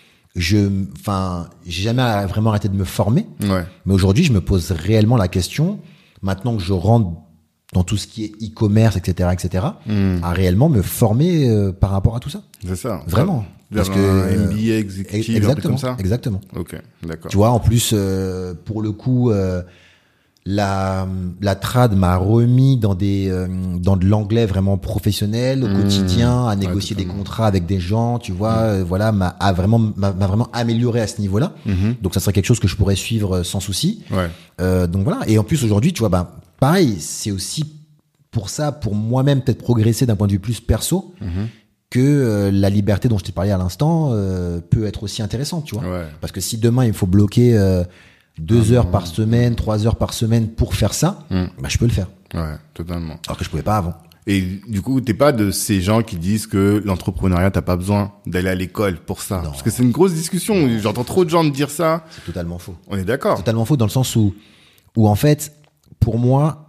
je, enfin, j'ai jamais vraiment arrêté de me former.
Ouais.
Mais aujourd'hui, je me pose réellement la question, maintenant que je rentre dans tout ce qui est e-commerce, et cetera, et cetera, mm. à réellement me former euh, par rapport à tout ça.
C'est ça.
Vraiment.
Parce que un M B A exécutif,
exactement,
un peu comme ça.
Exactement.
Ok, d'accord.
Tu vois, en plus, euh, pour le coup, euh, la la trad m'a remis dans des euh, dans de l'anglais vraiment professionnel au mmh. quotidien, à négocier ouais, des contrats avec des gens, tu vois, mmh. euh, voilà, m'a a vraiment m'a, m'a vraiment amélioré à ce niveau-là. Mmh. Donc ça serait quelque chose que je pourrais suivre sans souci.
Ouais.
Euh, donc voilà. Et en plus aujourd'hui, tu vois, bah pareil, c'est aussi pour ça, pour moi-même peut-être progresser d'un point de vue plus perso, mmh. que euh, la liberté dont je t'ai parlé à l'instant euh, peut être aussi intéressante, tu vois.
Ouais.
Parce que si demain il faut bloquer euh, deux ah heures non. par semaine, trois heures par semaine pour faire ça, mmh. bah je peux le faire.
Ouais, totalement.
Alors que je pouvais pas avant.
Et du coup, t'es pas de ces gens qui disent que l'entrepreneuriat, t'as pas besoin d'aller à l'école pour ça. Non. Parce que c'est une grosse discussion. Non. J'entends trop de gens me dire ça.
C'est totalement faux.
On est d'accord.
Totalement faux dans le sens où, où en fait, pour moi,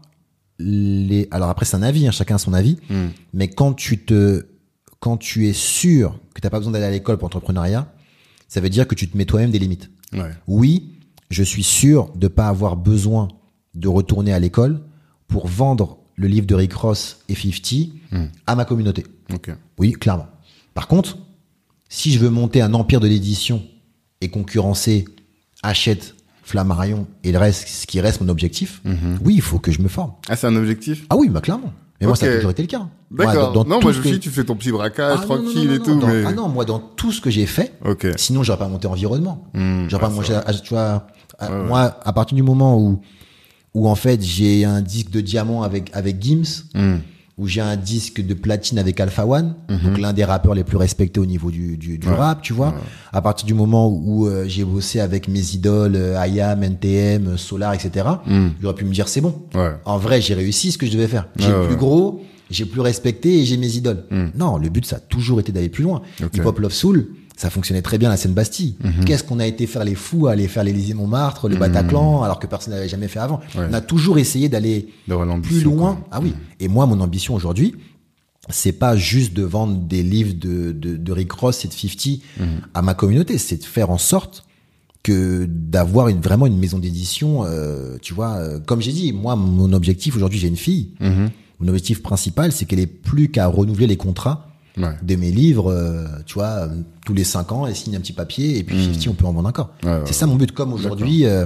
les, alors après c'est un avis, hein, chacun a son avis, mmh. mais quand tu te, quand tu es sûr que t'as pas besoin d'aller à l'école pour l'entrepreneuriat, ça veut dire que tu te mets toi-même des limites.
Ouais.
Oui, je suis sûr de pas avoir besoin de retourner à l'école pour vendre le livre de Rick Ross et cinquante mmh. à ma communauté.
Okay.
Oui, clairement. Par contre, si je veux monter un empire de l'édition et concurrencer Hachette, Flammarion et le reste, ce qui reste mon objectif, mmh. oui, il faut que je me forme.
Ah, c'est un objectif?
Ah oui, bah clairement. Mais okay. moi, ça a toujours été le cas.
D'accord. Moi, dans, dans non, moi, je me suis dit, tu fais ton petit braquage, ah, tranquille non, non, non, et
non,
tout,
dans,
mais...
Ah non, moi, dans tout ce que j'ai fait,
okay.
sinon, j'aurais pas monté environnement. Mmh, j'aurais ah, pas mangé, tu vois,
ouais, ouais.
moi, à partir du moment où, où en fait, j'ai un disque de diamant avec, avec Gims, mmh. où j'ai un disque de platine avec Alpha One, mmh. donc l'un des rappeurs les plus respectés au niveau du, du, du ouais. rap, tu vois. Ouais. À partir du moment où euh, j'ai bossé avec mes idoles, euh, I A M, N T M, Solar, et cetera, mmh. j'aurais pu me dire, c'est bon.
Ouais.
En vrai, j'ai réussi ce que je devais faire. J'ai
ouais,
plus
ouais.
gros, j'ai plus respecté et j'ai mes idoles.
Mmh.
Non, le but, ça a toujours été d'aller plus loin.
Okay.
Hip Hop Love Soul, ça fonctionnait très bien la scène Bastille. Mmh. Qu'est-ce qu'on a été faire les fous, aller faire l'Élysée-Montmartre, le mmh. Bataclan, alors que personne n'avait jamais fait avant. Ouais. On a toujours essayé d'aller plus loin. Quoi. Ah oui. Mmh. Et moi, mon ambition aujourd'hui, c'est pas juste de vendre des livres de, de, de Rick Ross et de cinquante mmh. à ma communauté, c'est de faire en sorte que d'avoir une, vraiment une maison d'édition, euh, tu vois, euh, comme j'ai dit, moi, mon objectif aujourd'hui, j'ai une fille. Mmh. Mon objectif principal, c'est qu'elle ait plus qu'à renouveler les contrats ouais. de mes livres, euh, tu vois, euh, tous les cinq ans, elle signe un petit papier et puis mmh. cinquante, on peut en vendre encore.
Ouais, ouais,
c'est ça mon but. Comme aujourd'hui, euh,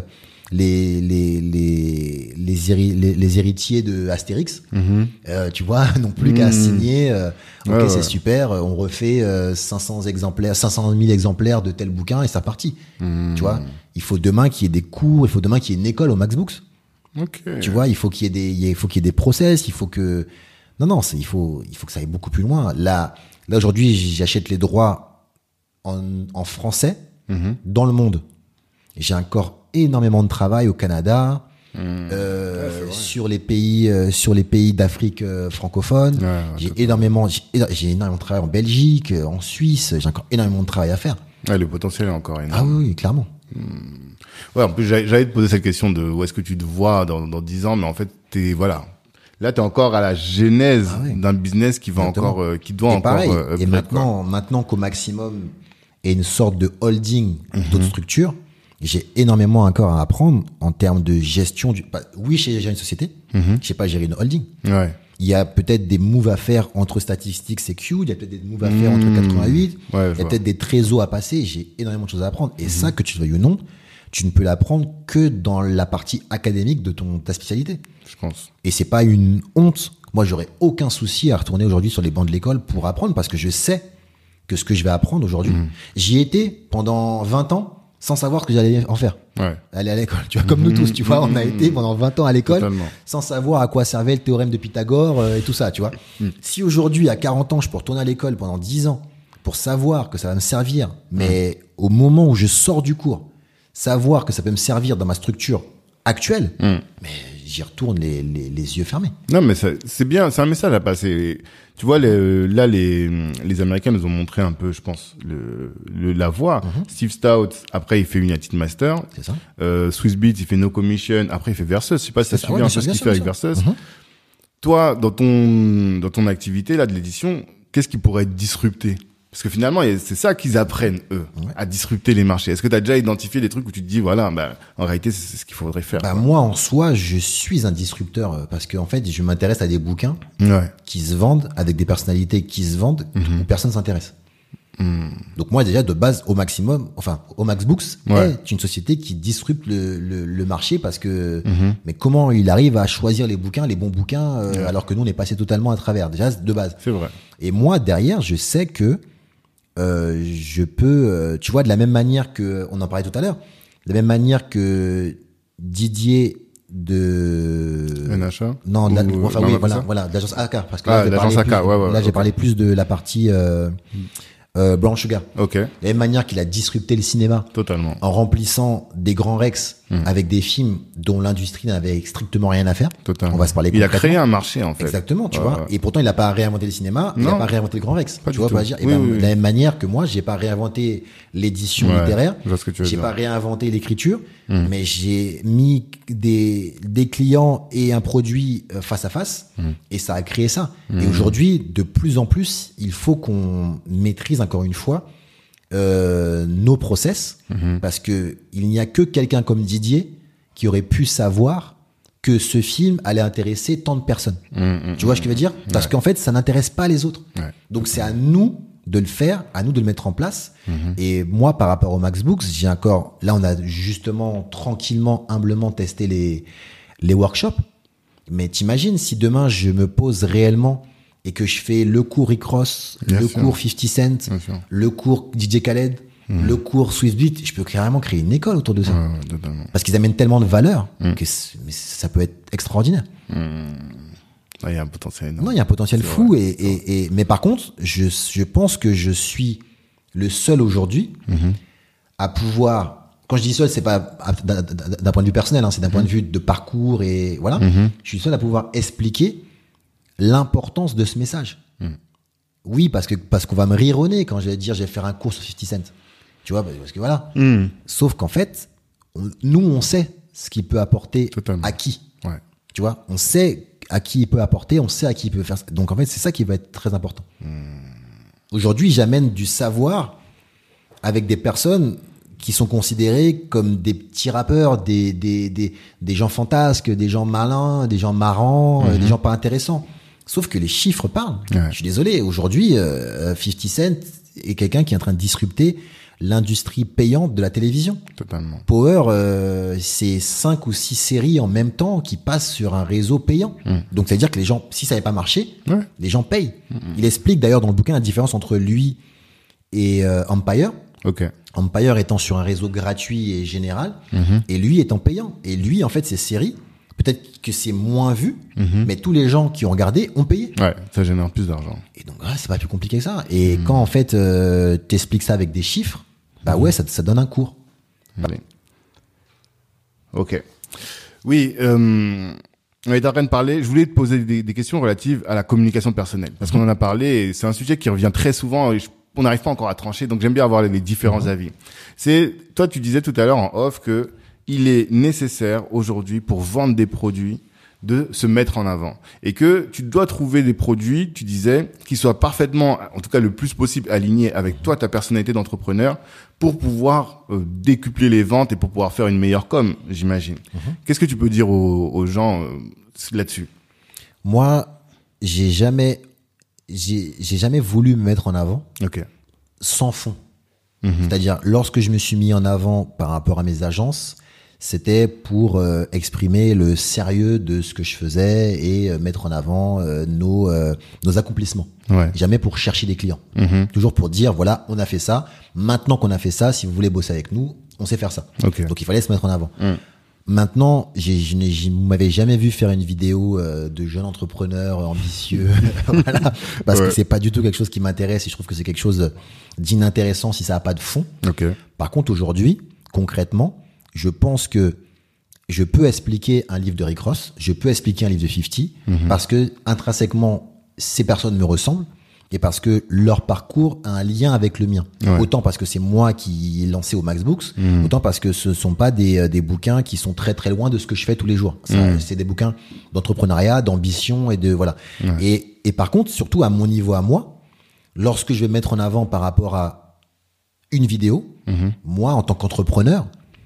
les les les les, héri- les, les héritiers de Astérix,
Mm-hmm.
euh, tu vois, non plus qu'à
Mm.
signer. Euh, ok,
Ouais,
c'est
ouais.
super. On refait euh, cinq cents exemplaires, cinq cent mille exemplaires de tel bouquin et c'est parti.
Mm.
Tu vois, il faut demain qu'il y ait des cours, il faut demain qu'il y ait une école au Max Books.
Ok.
Tu vois, il faut qu'il y ait des, il faut qu'il y ait des process, il faut que, non, non, c'est, il faut, il faut que ça aille beaucoup plus loin. Là, là aujourd'hui, j'achète les droits en, en français
Mm-hmm.
dans le monde. J'ai encore énormément de travail au Canada,
Mm.
euh,
Ouais, c'est vrai.
sur les pays, euh, sur les pays d'Afrique euh, francophone.
Ouais, ouais,
j'ai
totalement.
énormément, j'ai, éno- j'ai énormément de travail en Belgique, euh, en Suisse. J'ai encore énormément de travail à faire.
Ouais, le potentiel est encore
Ah
énorme.
oui, oui, clairement.
Ouais, en plus, j'allais j'allais te poser cette question de où est-ce que tu te vois dans, dans dix ans, mais en fait, t'es, voilà. Là, t'es encore à la genèse
Ah ouais.
d'un business qui va
Exactement.
encore, euh, qui doit
Et
encore,
pareil,
euh,
et
upgrade,
maintenant, maintenant qu'au maximum est une sorte de holding
Mhm.
d'autres structures, j'ai énormément encore à apprendre en termes de gestion du. bah, oui, je sais gérer une société,
Mhm.
je sais pas gérer une holding.
quoi. Ouais.
Il y a peut-être des moves à faire entre statistiques et Q, il y a peut-être des moves à faire entre
Mmh.
quatre-vingt-huit,
Ouais, je
il y a
vois.
peut-être des trésors à passer. J'ai énormément de choses à apprendre. Et ça, que tu le veuilles ou non, tu ne peux l'apprendre que dans la partie académique de ton ta spécialité.
Je pense.
Et c'est pas une honte. Moi, j'aurais aucun souci à retourner aujourd'hui sur les bancs de l'école pour apprendre parce que je sais que ce que je vais apprendre aujourd'hui,
Mmh.
j'y étais pendant vingt ans sans savoir ce que j'allais en faire.
Ouais.
Aller à l'école, tu vois, comme nous tous, tu vois, on a
Mmh.
été pendant vingt ans à l'école
Totalement.
sans savoir à quoi servait le théorème de Pythagore euh, et tout ça, tu vois.
Mm.
Si aujourd'hui, à quarante ans, je peux retourner à l'école pendant dix ans pour savoir que ça va me servir, mais au moment où je sors du cours, savoir que ça peut me servir dans ma structure actuelle,
Mm.
mais j'y retourne les, les, les yeux fermés.
Non, mais ça- c'est bien, c'est un message à passer. Tu vois, les, là, les, les Américains nous ont montré un peu, je pense, le, le la voie.
Mhm.
Steve Stout, après, il fait United Master.
C'est ça.
Euh, Swissbeat, il fait No Commission. Après, il fait Versus. Je sais pas si
C'est
ça
ça,
suivi
ouais,
un
bien
peu
sûr,
ce
bien
qu'il
sûr,
fait avec
bien
Versus.
Mhm.
Toi, dans ton, dans ton activité, là, de l'édition, qu'est-ce qui pourrait être disrupté? Parce que finalement, il y a- c'est ça qu'ils apprennent, eux,
Ouais.
à disrupter les marchés. Est-ce que tu as déjà identifié des trucs où tu te dis, voilà, bah, en réalité, c'est c'est ce qu'il faudrait faire?
Bah,
quoi.
moi, en soi, je suis un disrupteur euh, parce que, en fait, je m'intéresse à des bouquins
Ouais.
qui se vendent avec des personnalités qui se vendent
Mhm.
où personne s'intéresse.
Hmm.
Donc moi déjà de base au maximum, enfin au Max Books
Ouais.
est une société qui disrupte le, le, le marché parce que
Mhm.
mais comment il arrive à choisir les bouquins, les bons bouquins euh,
Ouais.
alors que nous on est passé totalement à travers déjà de base.
C'est vrai.
Et moi derrière je sais que euh, je peux, euh, tu vois de la même manière que on en parlait tout à l'heure, de la même manière que Didier de
N H A?
non, de la-
Ou,
enfin
non,
oui,
on appelle
voilà,
ça
voilà, de l'agence A K, parce que
Ah,
là, j'ai
l'agence
parlé
A K,
plus-
ouais, ouais,
là, j'ai
ok.
parlé plus de la partie euh, euh, Brown Sugar.
Ok.
De la même manière qu'il a disrupté le cinéma
Totalement.
en remplissant des grands Rex
Mm.
avec des films dont l'industrie n'avait strictement rien à faire.
Totalement.
On va se parler
Il a
concrètement.
créé un marché, en fait.
Exactement, tu
Ouais,
vois.
ouais.
Et pourtant, il n'a pas réinventé le cinéma, il n'a
Non.
pas réinventé le grand Rex.
Pas
tu
du
vois
tout.
pas dire. Et
Oui,
ben,
oui, oui.
de la même manière que moi, j'ai pas réinventé l'édition
Ouais,
littéraire.
je vois ce que tu veux
J'ai
dire.
pas réinventé l'écriture,
Mm.
mais j'ai mis des, des clients et un produit euh, face à face,
Mm.
et ça a créé ça.
Mm.
Et aujourd'hui, de plus en plus, il faut qu'on maîtrise encore une fois euh, nos process,
Mhm.
parce que il n'y a que quelqu'un comme Didier qui aurait pu savoir que ce film allait intéresser tant de personnes.
Mm, mm,
Tu vois ce que je veux dire? Parce
Ouais.
qu'en fait, ça n'intéresse pas les autres.
Ouais.
Donc c'est à nous de le faire, à nous de le mettre en place.
Mhm.
Et moi, par rapport au Max Books, j'ai encore, là, on a justement tranquillement, humblement testé les les workshops. Mais t'imagines si demain je me pose réellement et que je fais le cours Rick Ross,
Bien
le
sûr.
cours cinquante Cent,
Bien sûr.
le cours D J Khaled,
Mhm.
le cours Swissbeat, je peux carrément créer une école autour de ça.
Ouais, ouais, totalement.
Parce qu'ils amènent tellement de valeur
Mhm.
que c'est- mais ça peut être extraordinaire.
Ah, il y a un potentiel énorme.
Non, il y a un potentiel
C'est
fou.
vrai,
et, et, et, mais par contre, je, je pense que je suis le seul aujourd'hui
Mhm.
à pouvoir. Quand je dis seul, c'est pas à- d'un d'un point de vue personnel, hein, c'est d'un point de vue de parcours et voilà.
Mhm.
Je suis le seul à pouvoir expliquer l'importance de ce message.
Mhm.
Oui, parce que parce qu'on va me rironner quand je vais dire je vais faire un cours sur cinquante Cent. Tu vois, parce que voilà.
Mhm.
Sauf qu'en fait, on- nous on sait ce qu'il peut apporter
Totalement.
à qui.
Ouais.
Tu vois, on sait à qui il peut apporter, on sait à qui il peut faire. Donc en fait, c'est ça qui va être très important. Aujourd'hui, j'amène du savoir avec des personnes qui sont considérées comme des petits rappeurs, des des des, des gens fantasques, des gens malins, des gens marrants, euh, des gens pas intéressants. Sauf que les chiffres parlent.
Ouais.
Je suis désolé. Aujourd'hui, euh, cinquante Cent est quelqu'un qui est en train de disrupter l'industrie payante de la télévision.
Totalement.
Power, euh, c'est cinq ou six séries en même temps qui passent sur un réseau payant. Mmh. Donc, ça veut dire que les gens, si ça n'avait pas marché, ouais. les gens payent. Mmh. Il explique d'ailleurs dans le bouquin la différence entre lui et euh, Empire.
Okay.
Empire étant sur un réseau gratuit et général, mmh. et lui étant payant. Et lui, en fait, ces séries, peut-être que c'est moins vu, mmh. mais tous les gens qui ont regardé ont payé.
Ouais, ça génère plus d'argent.
Et donc, ah, c'est pas plus compliqué que ça. Et mmh. quand, en fait, euh, t'expliques ça avec des chiffres, bah mmh. ouais, ça, ça donne un cours.
Allez. Ok. Oui, euh, on est en train de parler. Je voulais te poser des, des questions relatives à la communication personnelle. Parce mmh. qu'on en a parlé et c'est un sujet qui revient très souvent et je, on n'arrive pas encore à trancher. Donc, j'aime bien avoir les, les différents mmh. avis. C'est, toi, tu disais tout à l'heure en off que il est nécessaire aujourd'hui pour vendre des produits de se mettre en avant et que tu dois trouver des produits, tu disais, qui soient parfaitement, en tout cas le plus possible alignés avec toi, ta personnalité d'entrepreneur pour pouvoir euh, décupler les ventes et pour pouvoir faire une meilleure com, j'imagine. Mm-hmm. Qu'est-ce que tu peux dire aux, aux gens euh, là-dessus?
Moi, j'ai jamais, j'ai, j'ai jamais voulu me mettre en avant
okay.
sans fond. Mm-hmm. C'est-à-dire, lorsque je me suis mis en avant par rapport à mes agences, c'était pour euh, exprimer le sérieux de ce que je faisais et euh, mettre en avant euh, nos euh, nos accomplissements.
Ouais.
Jamais pour chercher des clients.
Mm-hmm.
Toujours pour dire voilà, on a fait ça. Maintenant qu'on a fait ça, si vous voulez bosser avec nous, on sait faire ça.
Okay.
Donc il fallait se mettre en avant.
Mm.
Maintenant, j'ai, je n'ai, je, vous m'avez jamais vu faire une vidéo euh, de jeune entrepreneur ambitieux, voilà, parce ouais. que c'est pas du tout quelque chose qui m'intéresse et je trouve que c'est quelque chose d'inintéressant si ça a pas de fond.
Okay.
Par contre, aujourd'hui, concrètement, je pense que je peux expliquer un livre de Rick Ross, je peux expliquer un livre de cinquante, mm-hmm. parce que intrinsèquement, ces personnes me ressemblent et parce que leur parcours a un lien avec le mien. Ouais. Autant parce que c'est moi qui ai lancé au Max Books, mm-hmm. autant parce que ce sont pas des, des bouquins qui sont très très loin de ce que je fais tous les jours. Ça, mm-hmm. c'est des bouquins d'entrepreneuriat, d'ambition et de voilà. Ouais. Et, et par contre, surtout à mon niveau à moi, lorsque je vais mettre en avant par rapport à une vidéo, mm-hmm. moi en tant qu'entrepreneur,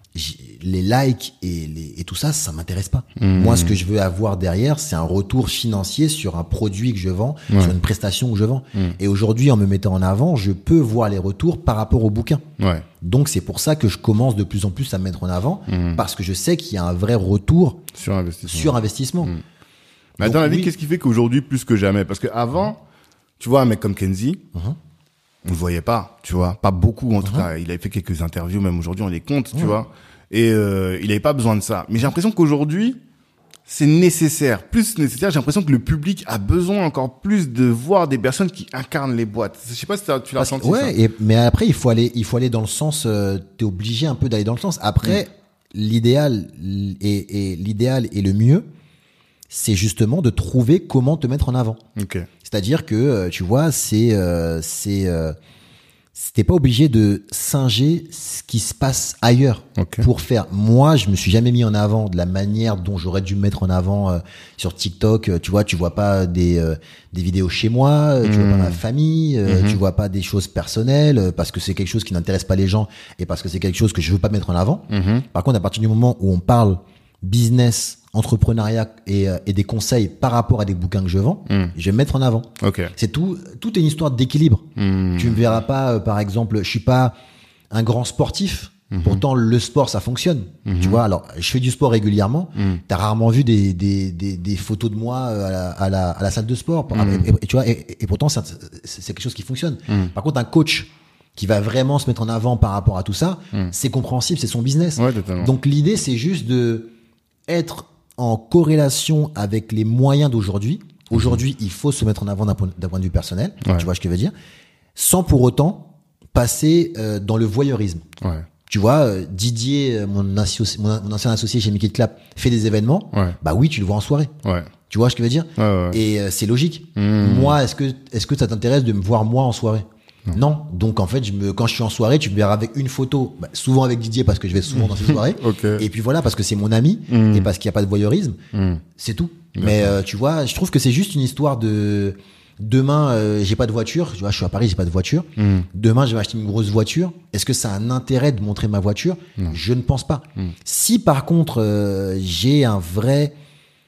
les likes et, les, et tout ça, ça m'intéresse pas. Mmh. Moi, ce que je veux avoir derrière, c'est un retour financier sur un produit que je vends, ouais. sur une prestation que je vends. Mmh. Et aujourd'hui, en me mettant en avant, je peux voir les retours par rapport au bouquin.
Ouais.
Donc, c'est pour ça que je commence de plus en plus à me mettre en avant, mmh. parce que je sais qu'il y a un vrai retour
sur investissement.
Sur investissement.
Mmh. Mais dans la vie, oui. qu'est-ce qui fait qu'aujourd'hui, plus que jamais? Parce que avant, tu vois, un mec comme Kenzie, mmh. on le voyait pas, tu vois, pas beaucoup en mmh. tout cas. Il avait fait quelques interviews, même aujourd'hui on les compte, mmh. tu vois. Et euh, il avait pas besoin de ça. Mais j'ai l'impression qu'aujourd'hui, c'est nécessaire, plus nécessaire. J'ai l'impression que le public a besoin encore plus de voir des personnes qui incarnent les boîtes. Je sais pas si tu l'as ressenti.
Ouais,
ça.
Et, mais après il faut aller, il faut aller dans le sens. Euh, t'es obligé un peu d'aller dans le sens. Après, mmh. l'idéal et, et l'idéal et le mieux, c'est justement de trouver comment te mettre en avant.
Okay.
C'est-à-dire que euh, tu vois, c'est euh, c'est euh, t'es pas obligé de singer ce qui se passe ailleurs okay. pour faire. Moi, je me suis jamais mis en avant de la manière dont j'aurais dû me mettre en avant euh, sur TikTok. Tu vois, tu vois pas des euh, des vidéos chez moi, mmh. tu vois pas ma famille, euh, mmh. tu vois pas des choses personnelles euh, parce que c'est quelque chose qui n'intéresse pas les gens et parce que c'est quelque chose que je veux pas mettre en avant. Mmh. Par contre, à partir du moment où on parle business, entrepreneuriat et, euh, et des conseils par rapport à des bouquins que je vends, mmh. je vais me mettre en avant.
Okay.
C'est tout, tout est une histoire d'équilibre. Mmh. Tu me verras pas, euh, par exemple, je suis pas un grand sportif. Mmh. Pourtant, le sport, ça fonctionne. Mmh. Tu vois, alors, je fais du sport régulièrement. Mmh. T'as rarement vu des, des, des, des photos de moi à la, à la, à la salle de sport. Mmh. Et, et, et, tu vois, et, et pourtant, ça, c'est quelque chose qui fonctionne. Mmh. Par contre, un coach qui va vraiment se mettre en avant par rapport à tout ça, mmh. c'est compréhensible, c'est son business.
Ouais, totalement.
Donc, l'idée, c'est juste de être en corrélation avec les moyens d'aujourd'hui. Aujourd'hui, mmh. il faut se mettre en avant d'un point, d'un point de vue personnel. Ouais. Tu vois ce que je veux dire? Sans pour autant passer euh, dans le voyeurisme.
Ouais.
Tu vois, euh, Didier, mon, associ, mon, mon ancien associé chez Mickey Clap, fait des événements.
Ouais.
Bah oui, tu le vois en soirée.
Ouais.
Tu vois ce que je veux dire?
Ouais, ouais.
Et euh, c'est logique.
Mmh.
Moi, est-ce que est-ce que ça t'intéresse de me voir moi en soirée? Non. non. Donc en fait, je me, quand je suis en soirée, tu me verras avec une photo, bah, souvent avec Didier parce que je vais souvent dans ces soirées.
Okay.
Et puis voilà, parce que c'est mon ami mmh. et parce qu'il n'y a pas de voyeurisme. Mmh. C'est tout. D'accord. Mais euh, tu vois, je trouve que c'est juste une histoire de. Demain, euh, j'ai pas de voiture. Tu vois, je suis à Paris, j'ai pas de voiture. Mmh. Demain, je vais acheter une grosse voiture. Est-ce que ça a un intérêt de montrer ma voiture? mmh. Je ne pense pas. Mmh. Si par contre, euh, j'ai un vrai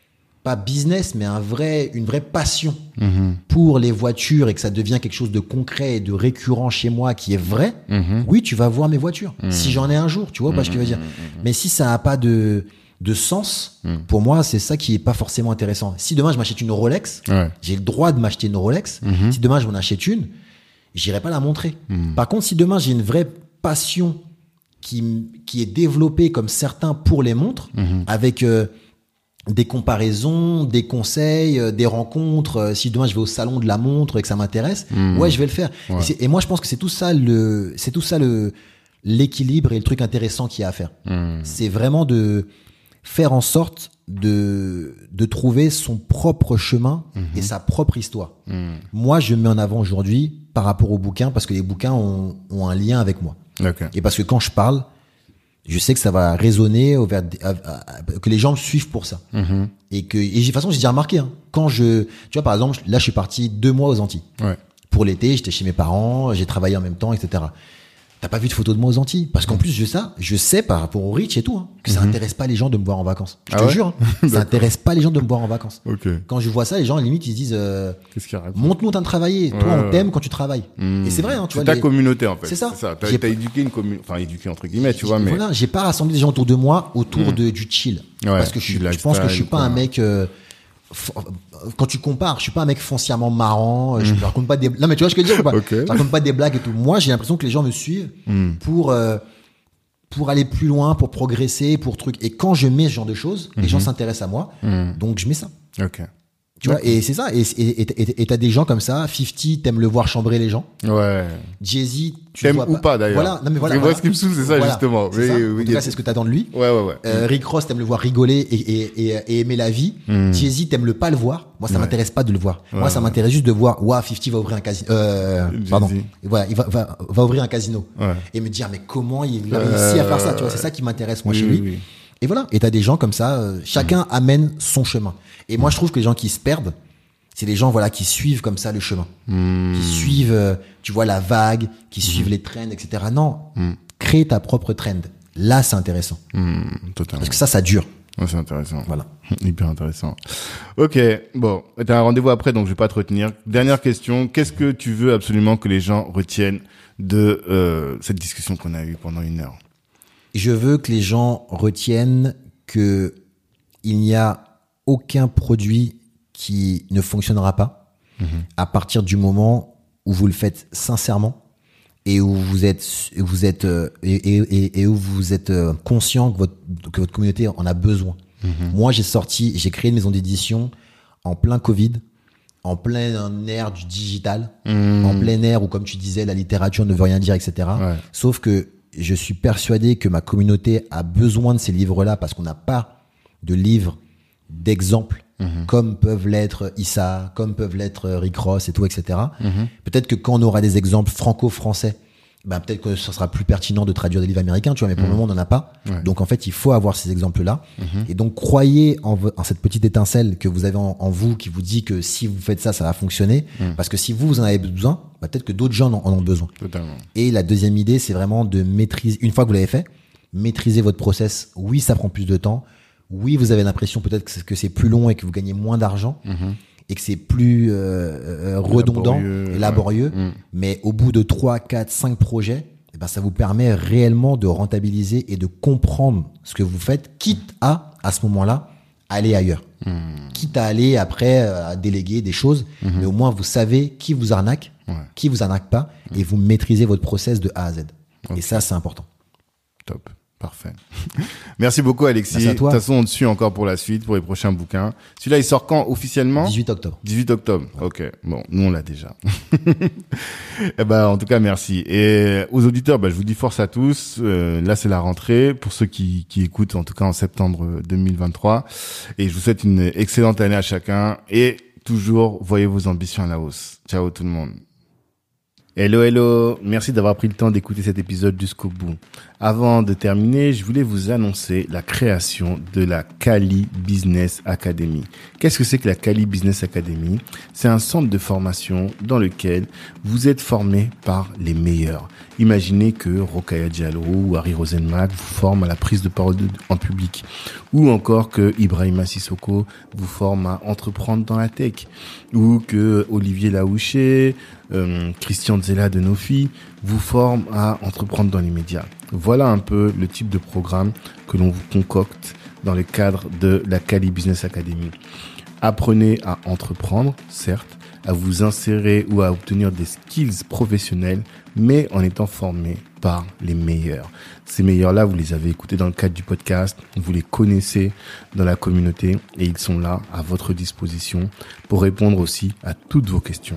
pas business, mais un vrai, une vraie passion
mmh.
pour les voitures et que ça devient quelque chose de concret et de récurrent chez moi qui est vrai,
mmh.
oui, tu vas voir mes voitures. Mmh. Si j'en ai un jour, tu vois mmh. pas ce que je veux dire.
Mmh.
Mais si ça n'a pas de, de sens, mmh. pour moi, c'est ça qui est pas forcément intéressant. Si demain je m'achète une Rolex,
ouais.
j'ai le droit de m'acheter une Rolex. Mmh. Si demain je m'en achète une, j'irai pas la montrer. Mmh. Par contre, si demain j'ai une vraie passion qui, qui est développée comme certains pour les montres, mmh. avec euh, des comparaisons, des conseils, euh, des rencontres. Euh, si demain je vais au salon de la montre et que ça m'intéresse, mmh. ouais, je vais le faire. Ouais. Et, et moi, je pense que c'est tout ça le, c'est tout ça le, l'équilibre et le truc intéressant qu'il y a à faire. Mmh. C'est vraiment de faire en sorte de, de trouver son propre chemin mmh. et sa propre histoire. Mmh. Moi, je mets en avant aujourd'hui par rapport aux bouquins parce que les bouquins ont, ont un lien avec moi.
Okay.
Et parce que quand je parle, je sais que ça va résonner, au vers, à, à, à, que les gens me suivent pour ça. Mmh. Et que, et de toute façon, j'ai déjà remarqué, hein, quand je, tu vois, par exemple, là, je suis parti deux mois aux Antilles.
Ouais.
Pour l'été, j'étais chez mes parents, j'ai travaillé en même temps, et cetera. T'as pas vu de photos de moi aux Antilles? Parce qu'en mmh. plus de ça, je sais par rapport au Rich et tout, hein, que ça mmh. intéresse pas les gens de me voir en vacances. Je ah te ouais jure, hein, ça intéresse pas les gens de me voir en vacances.
Okay.
Quand je vois ça, les gens, à la limite, ils se disent, euh,
qu'est-ce qu'il y a
montre-nous en train de travailler. Ouais. Toi, on t'aime quand tu travailles. Mmh. Et c'est vrai, hein, tu
c'est
vois.
ta
les...
communauté, en fait.
C'est ça.
C'est ça. T'as, t'as éduqué une communauté, enfin, éduqué entre guillemets, tu vois, mais.
Voilà, j'ai pas rassemblé des gens autour de moi autour mmh. de, du chill. Ouais, parce que je, suis, je pense que je suis pas quoi. un mec, euh, quand tu compares, je suis pas un mec foncièrement marrant, mmh. je raconte pas des, non, mais tu vois ce que je veux dire, pas. Okay. Je raconte pas des blagues et tout. Moi, j'ai l'impression que les gens me suivent mmh. pour, euh, pour aller plus loin, pour progresser, pour truc. Et quand je mets ce genre de choses, mmh. les gens s'intéressent à moi. Mmh. Donc, je mets ça.
Ok.
Tu vois, et c'est ça. Et, et, et, et t'as des gens comme ça. fifty, t'aimes le voir chambrer les gens.
Ouais.
Jay-Z, tu
t'aimes
vois
ou pas, d'ailleurs.
Voilà. Non, mais voilà.
Moi,
voilà.
ce qui me saoule, c'est ça, voilà. justement.
C'est ça. En tout cas, c'est ce que t'attends de lui.
Ouais, ouais, ouais.
Euh, Rick Ross, t'aimes le voir rigoler et, et, et, et aimer la vie. Mm. Jay-Z, t'aimes le pas le voir. Moi, ça ouais. m'intéresse pas de le voir. Ouais, Moi, ça ouais. m'intéresse juste de voir, waouh, fifty va ouvrir un casino, euh, pardon. Voilà, il va, va, va ouvrir un casino. Ouais. Et me dire, mais comment il a réussi euh... à faire ça, tu vois, c'est ça qui m'intéresse, moi, oui, chez lui. Oui. Et voilà. Et t'as des gens comme ça, euh, chacun mm. amène son chemin. Et moi, je trouve que les gens qui se perdent, c'est les gens, voilà, qui suivent comme ça le chemin, mmh. qui suivent, euh, tu vois, la vague, qui mmh. suivent les trends, et cetera. Non, mmh. crée ta propre trend. Là, c'est intéressant.
Mmh, totalement.
Parce que ça, ça dure.
Ouais, c'est intéressant.
Voilà.
Hyper intéressant. Ok, bon, t'as un rendez-vous après, donc je vais pas te retenir. Dernière question, qu'est-ce que tu veux absolument que les gens retiennent de euh, cette discussion qu'on a eue pendant une heure?
Je veux que les gens retiennent que il n'y a aucun produit qui ne fonctionnera pas mmh. à partir du moment où vous le faites sincèrement et où vous êtes vous êtes euh, et, et, et où vous êtes euh, conscient que votre que votre communauté en a besoin. Mmh. Moi, j'ai sorti, j'ai créé une maison d'édition en plein Covid, en plein air du digital, mmh. en plein air où, comme tu disais, la littérature ne veut rien dire, et cetera. Ouais. Sauf que je suis persuadé que ma communauté a besoin de ces livres-là parce qu'on n'a pas de livres d'exemples. Mmh. Comme peuvent l'être Issa, comme peuvent l'être Rick Ross et tout, et cetera. Mmh. Peut-être que quand on aura des exemples franco-français, ben peut-être que ce sera plus pertinent de traduire des livres américains, tu vois, mais pour mmh. le moment, on n'en a pas. Ouais. Donc, en fait, il faut avoir ces exemples-là. Mmh. Et donc, croyez en, en cette petite étincelle que vous avez en, en vous, qui vous dit que si vous faites ça, ça va fonctionner. Mmh. Parce que si vous, vous en avez besoin, ben peut-être que d'autres gens en, en ont besoin.
Totalement.
Et la deuxième idée, c'est vraiment de maîtriser, une fois que vous l'avez fait, maîtriser votre process. Oui, ça prend plus de temps. Oui, vous avez l'impression peut-être que c'est plus long et que vous gagnez moins d'argent mmh. et que c'est plus euh, euh, redondant laborieux, et laborieux. Ouais. Mmh. Mais au bout de trois, quatre, cinq projets, eh ben, ça vous permet réellement de rentabiliser et de comprendre ce que vous faites, quitte à, à ce moment-là, aller ailleurs. Mmh. Quitte à aller après à déléguer des choses, mmh. mais au moins vous savez qui vous arnaque, ouais. qui vous arnaque pas, mmh. et vous maîtrisez votre process de A à Z. Okay. Et ça, c'est important.
Top. Parfait. Merci beaucoup, Alexis.
Merci à toi.
De toute façon, on te suit encore pour la suite, pour les prochains bouquins. Celui-là, il sort quand officiellement?
dix-huit octobre.
dix-huit octobre. Ok. Bon, nous, on l'a déjà. Eh ben, en tout cas, merci. Et aux auditeurs, ben, je vous dis force à tous. Euh, là, c'est la rentrée. Pour ceux qui, qui écoutent, en tout cas, en septembre deux mille vingt-trois. Et je vous souhaite une excellente année à chacun. Et toujours, voyez vos ambitions à la hausse. Ciao, tout le monde. Hello, hello. Merci d'avoir pris le temps d'écouter cet épisode jusqu'au bout. Avant de terminer, je voulais vous annoncer la création de la Kali Business Academy. Qu'est-ce que c'est que la Kali Business Academy? C'est un centre de formation dans lequel vous êtes formé par les meilleurs. Imaginez que Rokhaya Diallo ou Harry Rosenmack vous forment à la prise de parole de, en public, ou encore que Ibrahima Sissoko vous forme à entreprendre dans la tech, ou que Olivier Laouché, euh, Christian Zella de Nofi vous forme à entreprendre dans les médias. Voilà un peu le type de programme que l'on vous concocte dans le cadre de la Kali Business Academy. Apprenez à entreprendre, certes, à vous insérer ou à obtenir des skills professionnels, mais en étant formé par les meilleurs. Ces meilleurs-là, vous les avez écoutés dans le cadre du podcast, vous les connaissez dans la communauté et ils sont là à votre disposition pour répondre aussi à toutes vos questions.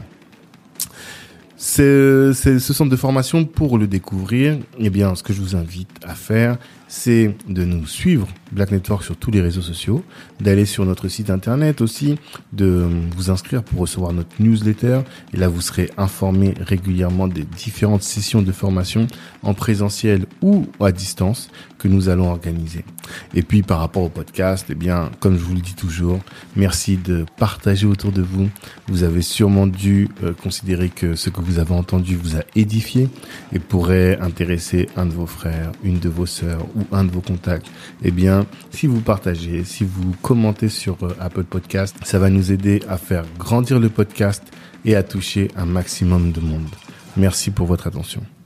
C'est, c'est ce centre de formation, pour le découvrir, eh bien, ce que je vous invite à faire, c'est de nous suivre, Black Network, sur tous les réseaux sociaux, d'aller sur notre site internet aussi, de vous inscrire pour recevoir notre newsletter. Et là, vous serez informé régulièrement des différentes sessions de formation en présentiel ou à distance que nous allons organiser. Et puis, par rapport au podcast, eh bien, comme je vous le dis toujours, merci de partager autour de vous. Vous avez sûrement dû euh, considérer que ce que vous avez entendu vous a édifié et pourrait intéresser un de vos frères, une de vos sœurs ou un de vos contacts. Eh bien, si vous partagez, si vous commentez sur euh, Apple Podcast, ça va nous aider à faire grandir le podcast et à toucher un maximum de monde. Merci pour votre attention.